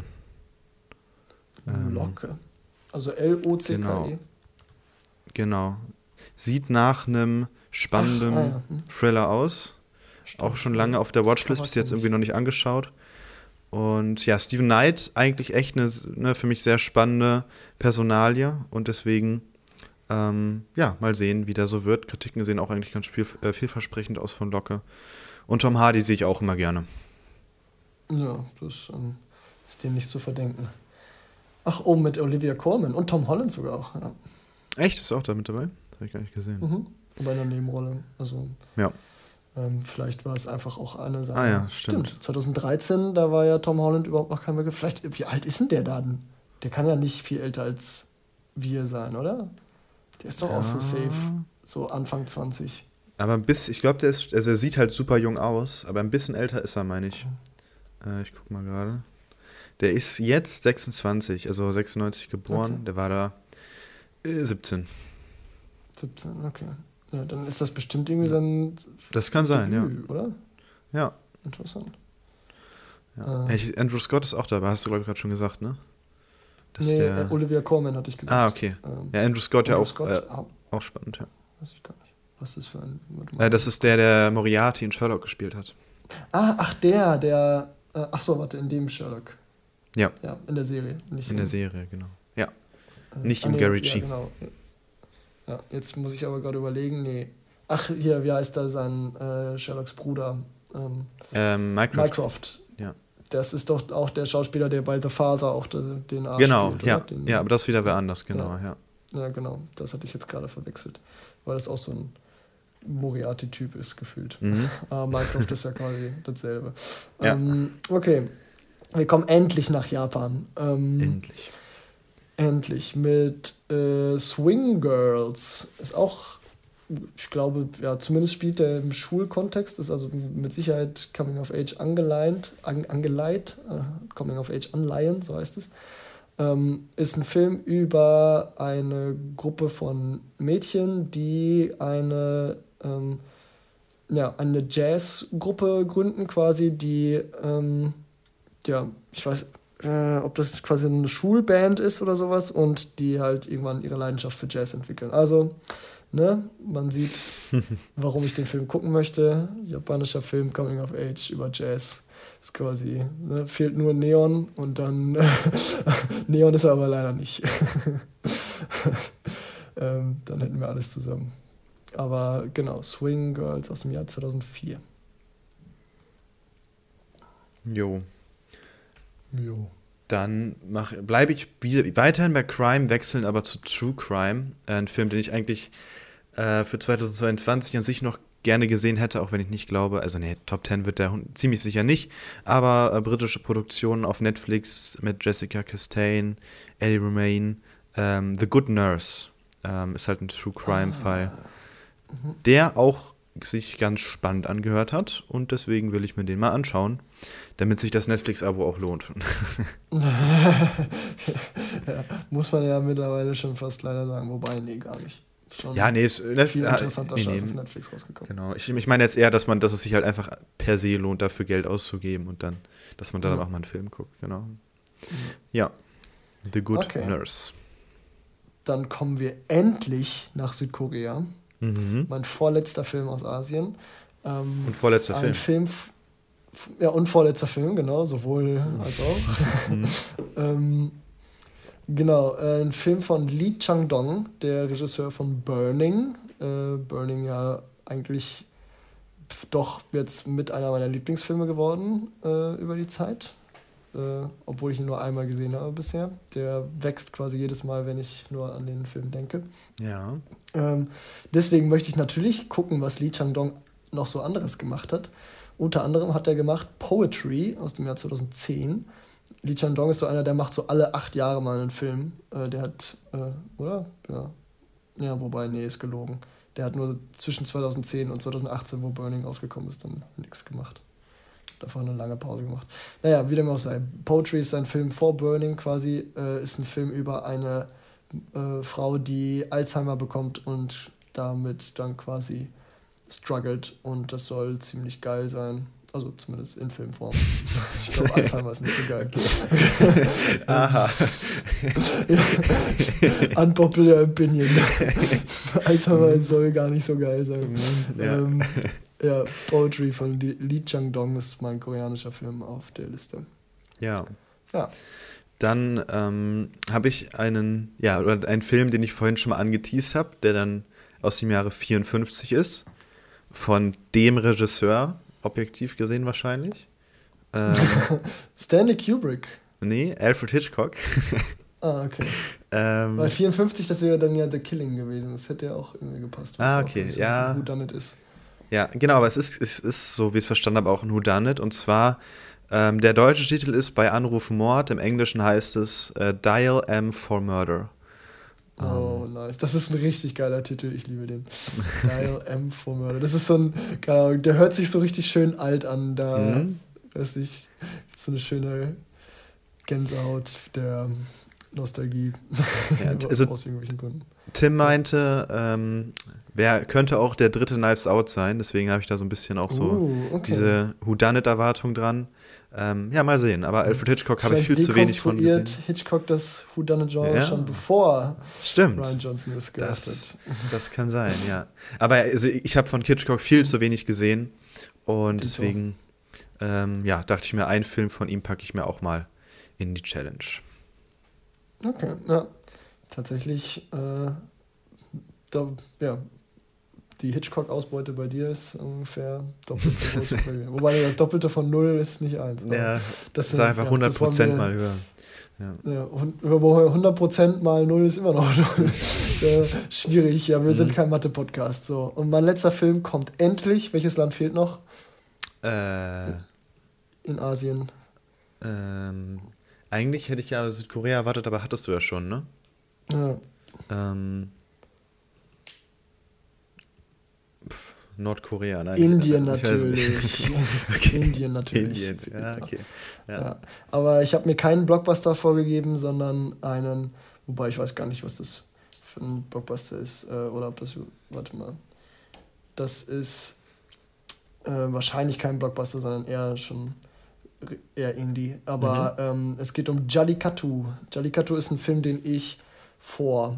Locke, also L-O-C-K-E. Genau. Sieht nach einem spannenden Thriller aus. Stimmt. Auch schon lange auf der Watchlist, bis jetzt irgendwie noch nicht angeschaut. Und ja, Stephen Knight, eigentlich echt eine für mich sehr spannende Personalie. Und deswegen, mal sehen, wie der so wird. Kritiken sehen auch eigentlich ganz vielversprechend aus von Locke. Und Tom Hardy sehe ich auch immer gerne. Ja, das ist dem nicht zu verdenken. Ach, mit Olivia Colman und Tom Holland sogar auch. Ja. Echt? Ist auch da mit dabei? Das habe ich gar nicht gesehen. Bei einer Nebenrolle. Also, ja. Vielleicht war es einfach auch eine Sache. Ja, stimmt. 2013, da war ja Tom Holland überhaupt noch kein Begriff. Vielleicht, wie alt ist denn der dann? Der kann ja nicht viel älter als wir sein, oder? Der ist doch auch so safe. So Anfang 20. Aber ich glaube, er sieht halt super jung aus, aber ein bisschen älter ist er, meine ich. Ich guck mal gerade. Der ist jetzt 26, also 96 geboren. Okay. Der war da 17. 17, okay. Ja, dann ist das bestimmt irgendwie sein Das kann sein, Debüt, oder? Ja. Interessant. Ja. Andrew Scott ist auch dabei, hast du, glaube ich, gerade schon gesagt, ne? Olivia Colman hatte ich gesagt. Ah, okay. Andrew Scott auch spannend, ja. Weiß ich gar nicht. Was ist das für ein... das ist der Moriarty in Sherlock gespielt hat. In dem Sherlock. Ja. Ja, in der Serie. Nicht in der Serie, genau. Ja. Nicht in Gary G. Ja, genau. Ja, jetzt muss ich aber gerade überlegen, nee. Ach, hier, wie heißt da sein Sherlocks Bruder? Mycroft. Ja. Das ist doch auch der Schauspieler, der bei The Father auch den Arsch spielt. Genau, ja, aber das ist wieder wer anders, genau, ja. Ja, genau, das hatte ich jetzt gerade verwechselt, weil das auch so ein Moriarty-Typ ist, gefühlt. Aber Mycroft ist ja quasi dasselbe. Ja. Okay, wir kommen endlich nach Japan. Endlich mit Swing Girls. Ist auch, ich glaube, ja, zumindest spielt der im Schulkontext, ist also mit Sicherheit Coming of Age angeleiht, Coming of Age anleihen, so heißt es. Ist ein Film über eine Gruppe von Mädchen, die eine eine Jazzgruppe gründen quasi, die, ich weiß, ob das quasi eine Schulband ist oder sowas und die halt irgendwann ihre Leidenschaft für Jazz entwickeln. Also, man sieht, warum ich den Film gucken möchte. Japanischer Film, Coming of Age über Jazz. Ist quasi, fehlt nur Neon und dann Neon ist er aber leider nicht. Dann hätten wir alles zusammen. Aber genau, Swing Girls aus dem Jahr 2004. Jo. Dann bleibe ich weiterhin bei Crime, wechseln aber zu True Crime. Ein Film, den ich eigentlich für 2022 an sich noch gerne gesehen hätte, auch wenn ich nicht glaube, also Top 10 wird der ziemlich sicher nicht, aber britische Produktionen auf Netflix mit Jessica Chastain, Eddie Redmayne, The Good Nurse ist halt ein True Crime Fall, der auch sich ganz spannend angehört hat und deswegen will ich mir den mal anschauen, damit sich das Netflix-Abo auch lohnt. Muss man ja mittlerweile schon fast leider sagen, wobei, gar nicht. Schon ist viel interessanter Scheiß auf Netflix rausgekommen. Genau, ich meine jetzt eher, dass es sich halt einfach per se lohnt, dafür Geld auszugeben und dann, dass man dann auch mal einen Film guckt, genau. Ja, The Good Nurse. Dann kommen wir endlich nach Südkorea. Mein vorletzter Film aus Asien. Und vorletzter Film. Und vorletzter Film, genau, sowohl als auch. Genau, ein Film von Lee Chang-dong, der Regisseur von Burning. Burning ja eigentlich doch jetzt mit einer meiner Lieblingsfilme geworden über die Zeit. Obwohl ich ihn nur einmal gesehen habe bisher. Der wächst quasi jedes Mal, wenn ich nur an den Film denke. Ja. Deswegen möchte ich natürlich gucken, was Lee Chang-dong noch so anderes gemacht hat. Unter anderem hat er gemacht Poetry aus dem Jahr 2010. Lee Chang-dong ist so einer, der macht so alle 8 Jahre mal einen Film. Der hat, oder? Ja, wobei, ist gelogen. Der hat nur zwischen 2010 und 2018, wo Burning rausgekommen ist, dann nichts gemacht. Davor eine lange Pause gemacht. Naja, wie dem auch sei. Poetry ist ein Film vor Burning quasi, ist ein Film über eine Frau, die Alzheimer bekommt und damit dann quasi struggelt und das soll ziemlich geil sein. Also zumindest in Filmform. Ich glaube, Alzheimer ist nicht so geil. Aha. Unpopular opinion. Alzheimer soll gar nicht so geil sein. Poetry von Lee Chang-dong ist mein koreanischer Film auf der Liste. Ja. Dann habe ich einen Film, den ich vorhin schon mal angeteased habe, der dann aus dem Jahre 54 ist, von dem Regisseur, objektiv gesehen wahrscheinlich. Stanley Kubrick? Nee, Alfred Hitchcock. Okay. Weil 54, das wäre dann ja The Killing gewesen. Das hätte ja auch irgendwie gepasst. Okay, ja. So Whodunit ist. Ja, genau, aber es ist so, wie ich es verstanden habe, auch ein Whodunit. Und zwar, der deutsche Titel ist Bei Anruf Mord. Im Englischen heißt es Dial M for Murder. Oh, nice. Das ist ein richtig geiler Titel. Ich liebe den. Dial M for Murder. Das ist so ein, keine Ahnung, der hört sich so richtig schön alt an. Da, weiß nicht, so eine schöne Gänsehaut der Nostalgie. Ja, also, aus irgendwelchen Gründen. Tim meinte, könnte auch der dritte Knives Out sein. Deswegen habe ich da so ein bisschen auch so diese Whodunit-Erwartung dran. Mal sehen. Aber Alfred Hitchcock habe ich viel zu wenig von gesehen. Hitchcock das Whodunit-Genre schon bevor Rian Johnson es gemacht hat. Das kann sein, ja. Aber also, ich habe von Hitchcock viel zu wenig gesehen. Und deswegen dachte ich mir, einen Film von ihm packe ich mir auch mal in die Challenge. Okay, ja. Tatsächlich, die Hitchcock-Ausbeute bei dir ist ungefähr doppelt so groß wie bei mir. Wobei das Doppelte von 0 ist nicht 1. Ja, das ist einfach 100% mal höher. Ja, 100% mal 0 ist immer noch 0. Ist schwierig, ja, wir sind kein Mathe-Podcast. So. Und mein letzter Film kommt endlich. Welches Land fehlt noch? In Asien. Eigentlich hätte ich ja Südkorea erwartet, aber hattest du ja schon, ne? Ja. Nordkorea, nein. Indien natürlich. Okay. Indien natürlich. Okay. Ja. Aber ich habe mir keinen Blockbuster vorgegeben, sondern einen, wobei ich weiß gar nicht, was das für ein Blockbuster ist. Oder ob das, warte mal. Das ist wahrscheinlich kein Blockbuster, sondern eher Indie. Aber es geht um Jallikattu. Jallikattu ist ein Film, den ich vor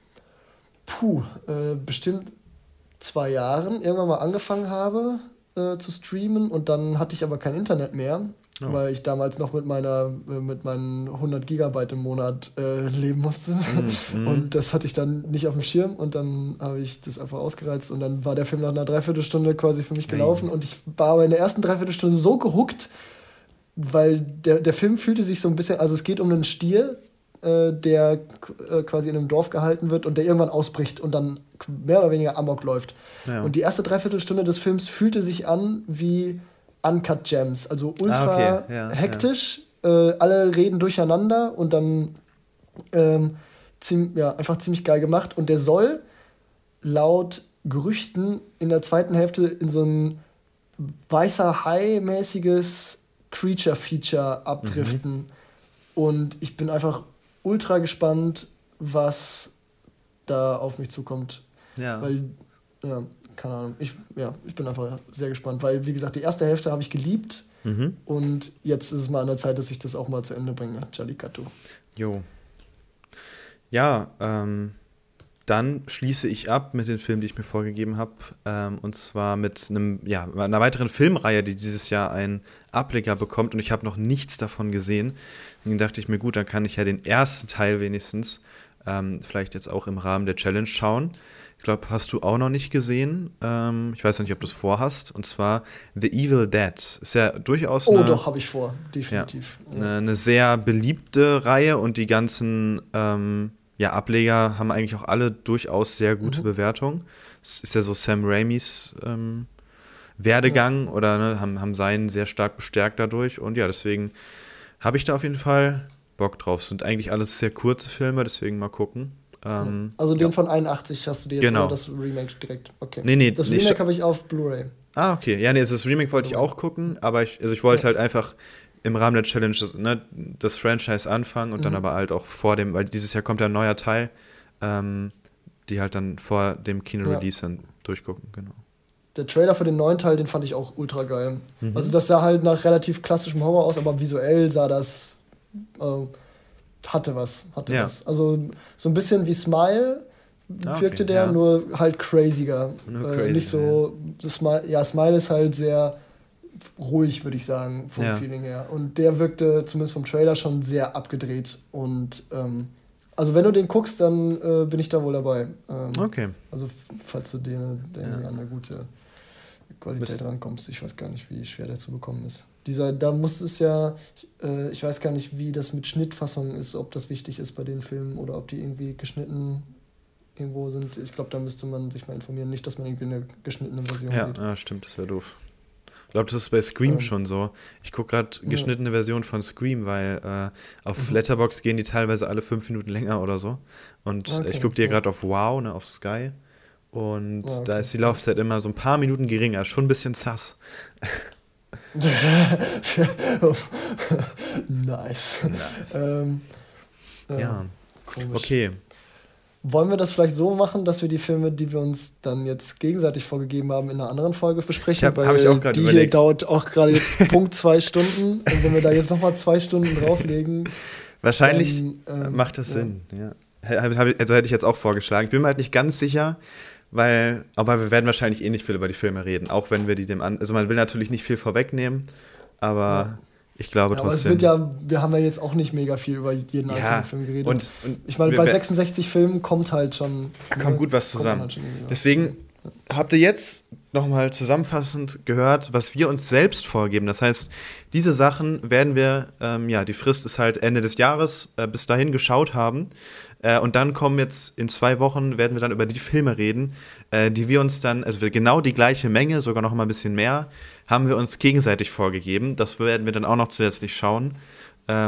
bestimmt 2 Jahren irgendwann mal angefangen habe zu streamen, und dann hatte ich aber kein Internet mehr, weil ich damals noch mit meinen 100 Gigabyte im Monat leben musste. Und das hatte ich dann nicht auf dem Schirm, und dann habe ich das einfach ausgereizt, und dann war der Film nach einer Dreiviertelstunde quasi für mich gelaufen. Und ich war aber in der ersten Dreiviertelstunde so gehuckt, weil der Film fühlte sich so ein bisschen, also es geht um einen Stier, der quasi in einem Dorf gehalten wird und der irgendwann ausbricht und dann mehr oder weniger Amok läuft. Ja. Und die erste Dreiviertelstunde des Films fühlte sich an wie Uncut Gems, also ultra hektisch, alle reden durcheinander und dann einfach ziemlich geil gemacht. Und der soll laut Gerüchten in der zweiten Hälfte in so ein weißer Hai-mäßiges Creature-Feature abdriften. Und ich bin einfach ultra gespannt, was da auf mich zukommt. Ja. Weil, keine Ahnung, ich bin einfach sehr gespannt, weil, wie gesagt, die erste Hälfte habe ich geliebt und jetzt ist es mal an der Zeit, dass ich das auch mal zu Ende bringe, Jallikattu. Jo. Ja, dann schließe ich ab mit den Filmen, die ich mir vorgegeben habe, und zwar mit einer weiteren Filmreihe, die dieses Jahr einen Ableger bekommt, und ich habe noch nichts davon gesehen. Dann dachte ich mir, gut, dann kann ich ja den ersten Teil wenigstens vielleicht jetzt auch im Rahmen der Challenge schauen. Ich glaube, hast du auch noch nicht gesehen. Ich weiß nicht, ob du es vorhast. Und zwar The Evil Dead. Ist ja durchaus doch, habe ich vor. Definitiv. Ja, eine sehr beliebte Reihe, und die ganzen Ableger haben eigentlich auch alle durchaus sehr gute Bewertungen. Es ist ja so Sam Raimis Werdegang oder haben seinen sehr stark bestärkt dadurch. Und ja, deswegen habe ich da auf jeden Fall Bock drauf. Es sind eigentlich alles sehr kurze Filme, deswegen mal gucken. Also den von 81 hast du dir jetzt genau. das Remake direkt. Okay. Nee, das Remake habe ich auf Blu-ray. Ah, okay. Ja, das Remake wollte ich auch gucken, aber ich wollte halt einfach im Rahmen der Challenge das Franchise anfangen und dann aber halt auch weil dieses Jahr kommt ja ein neuer Teil, die halt dann vor dem Kino-Release dann durchgucken, genau. Der Trailer für den neuen Teil, den fand ich auch ultra geil. Also das sah halt nach relativ klassischem Horror aus, aber visuell sah das hatte was. Also so ein bisschen wie Smile wirkte der, nur halt craziger. Nicht so, Smile ist halt sehr ruhig, würde ich sagen, vom Feeling her. Und der wirkte zumindest vom Trailer schon sehr abgedreht. Und also wenn du den guckst, dann bin ich da wohl dabei. Okay. Also falls du an eine gute Qualität rankommst. Ich weiß gar nicht, wie schwer der zu bekommen ist. Da muss es ja, ich weiß gar nicht, wie das mit Schnittfassung ist, ob das wichtig ist bei den Filmen oder ob die irgendwie geschnitten irgendwo sind. Ich glaube, da müsste man sich mal informieren. Nicht, dass man irgendwie eine geschnittene Version sieht. Ja, stimmt, das wäre doof. Ich glaube, das ist bei Scream schon so. Ich gucke gerade geschnittene Version von Scream, weil auf Letterboxd gehen die teilweise alle 5 Minuten länger oder so. Und ich gucke die gerade auf Wow, auf Sky. Und da ist die Laufzeit immer so ein paar Minuten geringer. Schon ein bisschen sass. Nice. Ja, komisch. Okay. Wollen wir das vielleicht so machen, dass wir die Filme, die wir uns dann jetzt gegenseitig vorgegeben haben, in einer anderen Folge besprechen? Hab ich auch gerade überlegt. Die hier dauert auch gerade jetzt Punkt 2 Stunden. Und wenn wir da jetzt nochmal 2 Stunden drauflegen... Wahrscheinlich macht das Sinn, ja. Also hätte ich jetzt auch vorgeschlagen. Ich bin mir halt nicht ganz sicher, aber wir werden wahrscheinlich eh nicht viel über die Filme reden, auch wenn wir also man will natürlich nicht viel vorwegnehmen, aber ich glaube trotzdem. Aber wir haben ja jetzt auch nicht mega viel über jeden einzelnen Film geredet. Und ich meine, bei 66 Filmen kommt halt schon... kommt gut was zusammen. Halt deswegen habt ihr jetzt nochmal zusammenfassend gehört, was wir uns selbst vorgeben. Das heißt, diese Sachen werden wir, die Frist ist halt Ende des Jahres, bis dahin geschaut haben. Und dann kommen jetzt in 2 Wochen, werden wir dann über die Filme reden, die wir uns dann, also genau die gleiche Menge, sogar noch mal ein bisschen mehr, haben wir uns gegenseitig vorgegeben. Das werden wir dann auch noch zusätzlich schauen.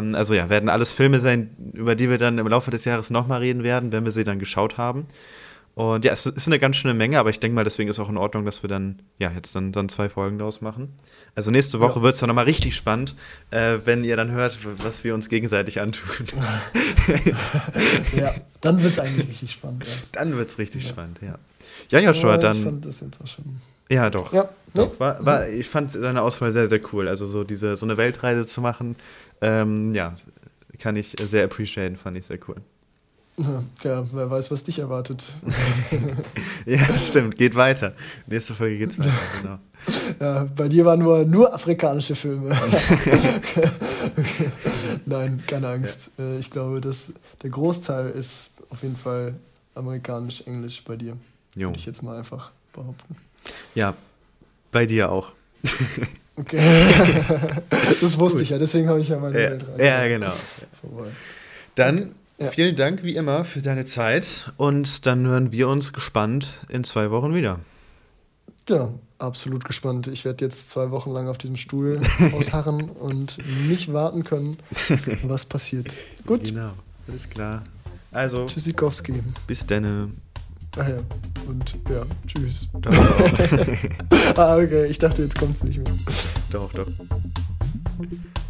Werden alles Filme sein, über die wir dann im Laufe des Jahres nochmal reden werden, wenn wir sie dann geschaut haben. Und ja, es ist eine ganz schöne Menge, aber ich denke mal, deswegen ist auch in Ordnung, dass wir dann, ja, jetzt dann 2 Folgen daraus machen. Also nächste Woche wird es dann nochmal richtig spannend, wenn ihr dann hört, was wir uns gegenseitig antun. Ja, dann wird es eigentlich richtig spannend erst. Dann wird es richtig spannend, ja. Ja, Joshua, dann... Ich fand das jetzt auch schon... Ja, doch. Ja, doch. Ich fand deine Auswahl sehr, sehr cool. Also so eine Weltreise zu machen, ja, kann ich sehr appreciaten, fand ich sehr cool. Ja, wer weiß, was dich erwartet. Ja, stimmt, geht weiter. Nächste Folge geht's weiter, genau. Ja, bei dir waren nur afrikanische Filme. Okay. Nein, keine Angst. Ja. Ich glaube, der Großteil ist auf jeden Fall amerikanisch, englisch bei dir. Würde ich jetzt mal einfach behaupten. Ja, bei dir auch. Okay. Das wusste ich ja, deswegen habe ich ja meine Weltreise. Ja, genau. Vorbei. Dann vielen Dank wie immer für deine Zeit und dann hören wir uns gespannt in 2 Wochen wieder. Ja, absolut gespannt. Ich werde jetzt 2 Wochen lang auf diesem Stuhl ausharren und nicht warten können, was passiert. Gut. Genau, alles klar. Also, Tschüssikowski. Bis denne. Ach ja, und ja, tschüss. Doch. Okay, ich dachte, jetzt kommt's nicht mehr. Doch.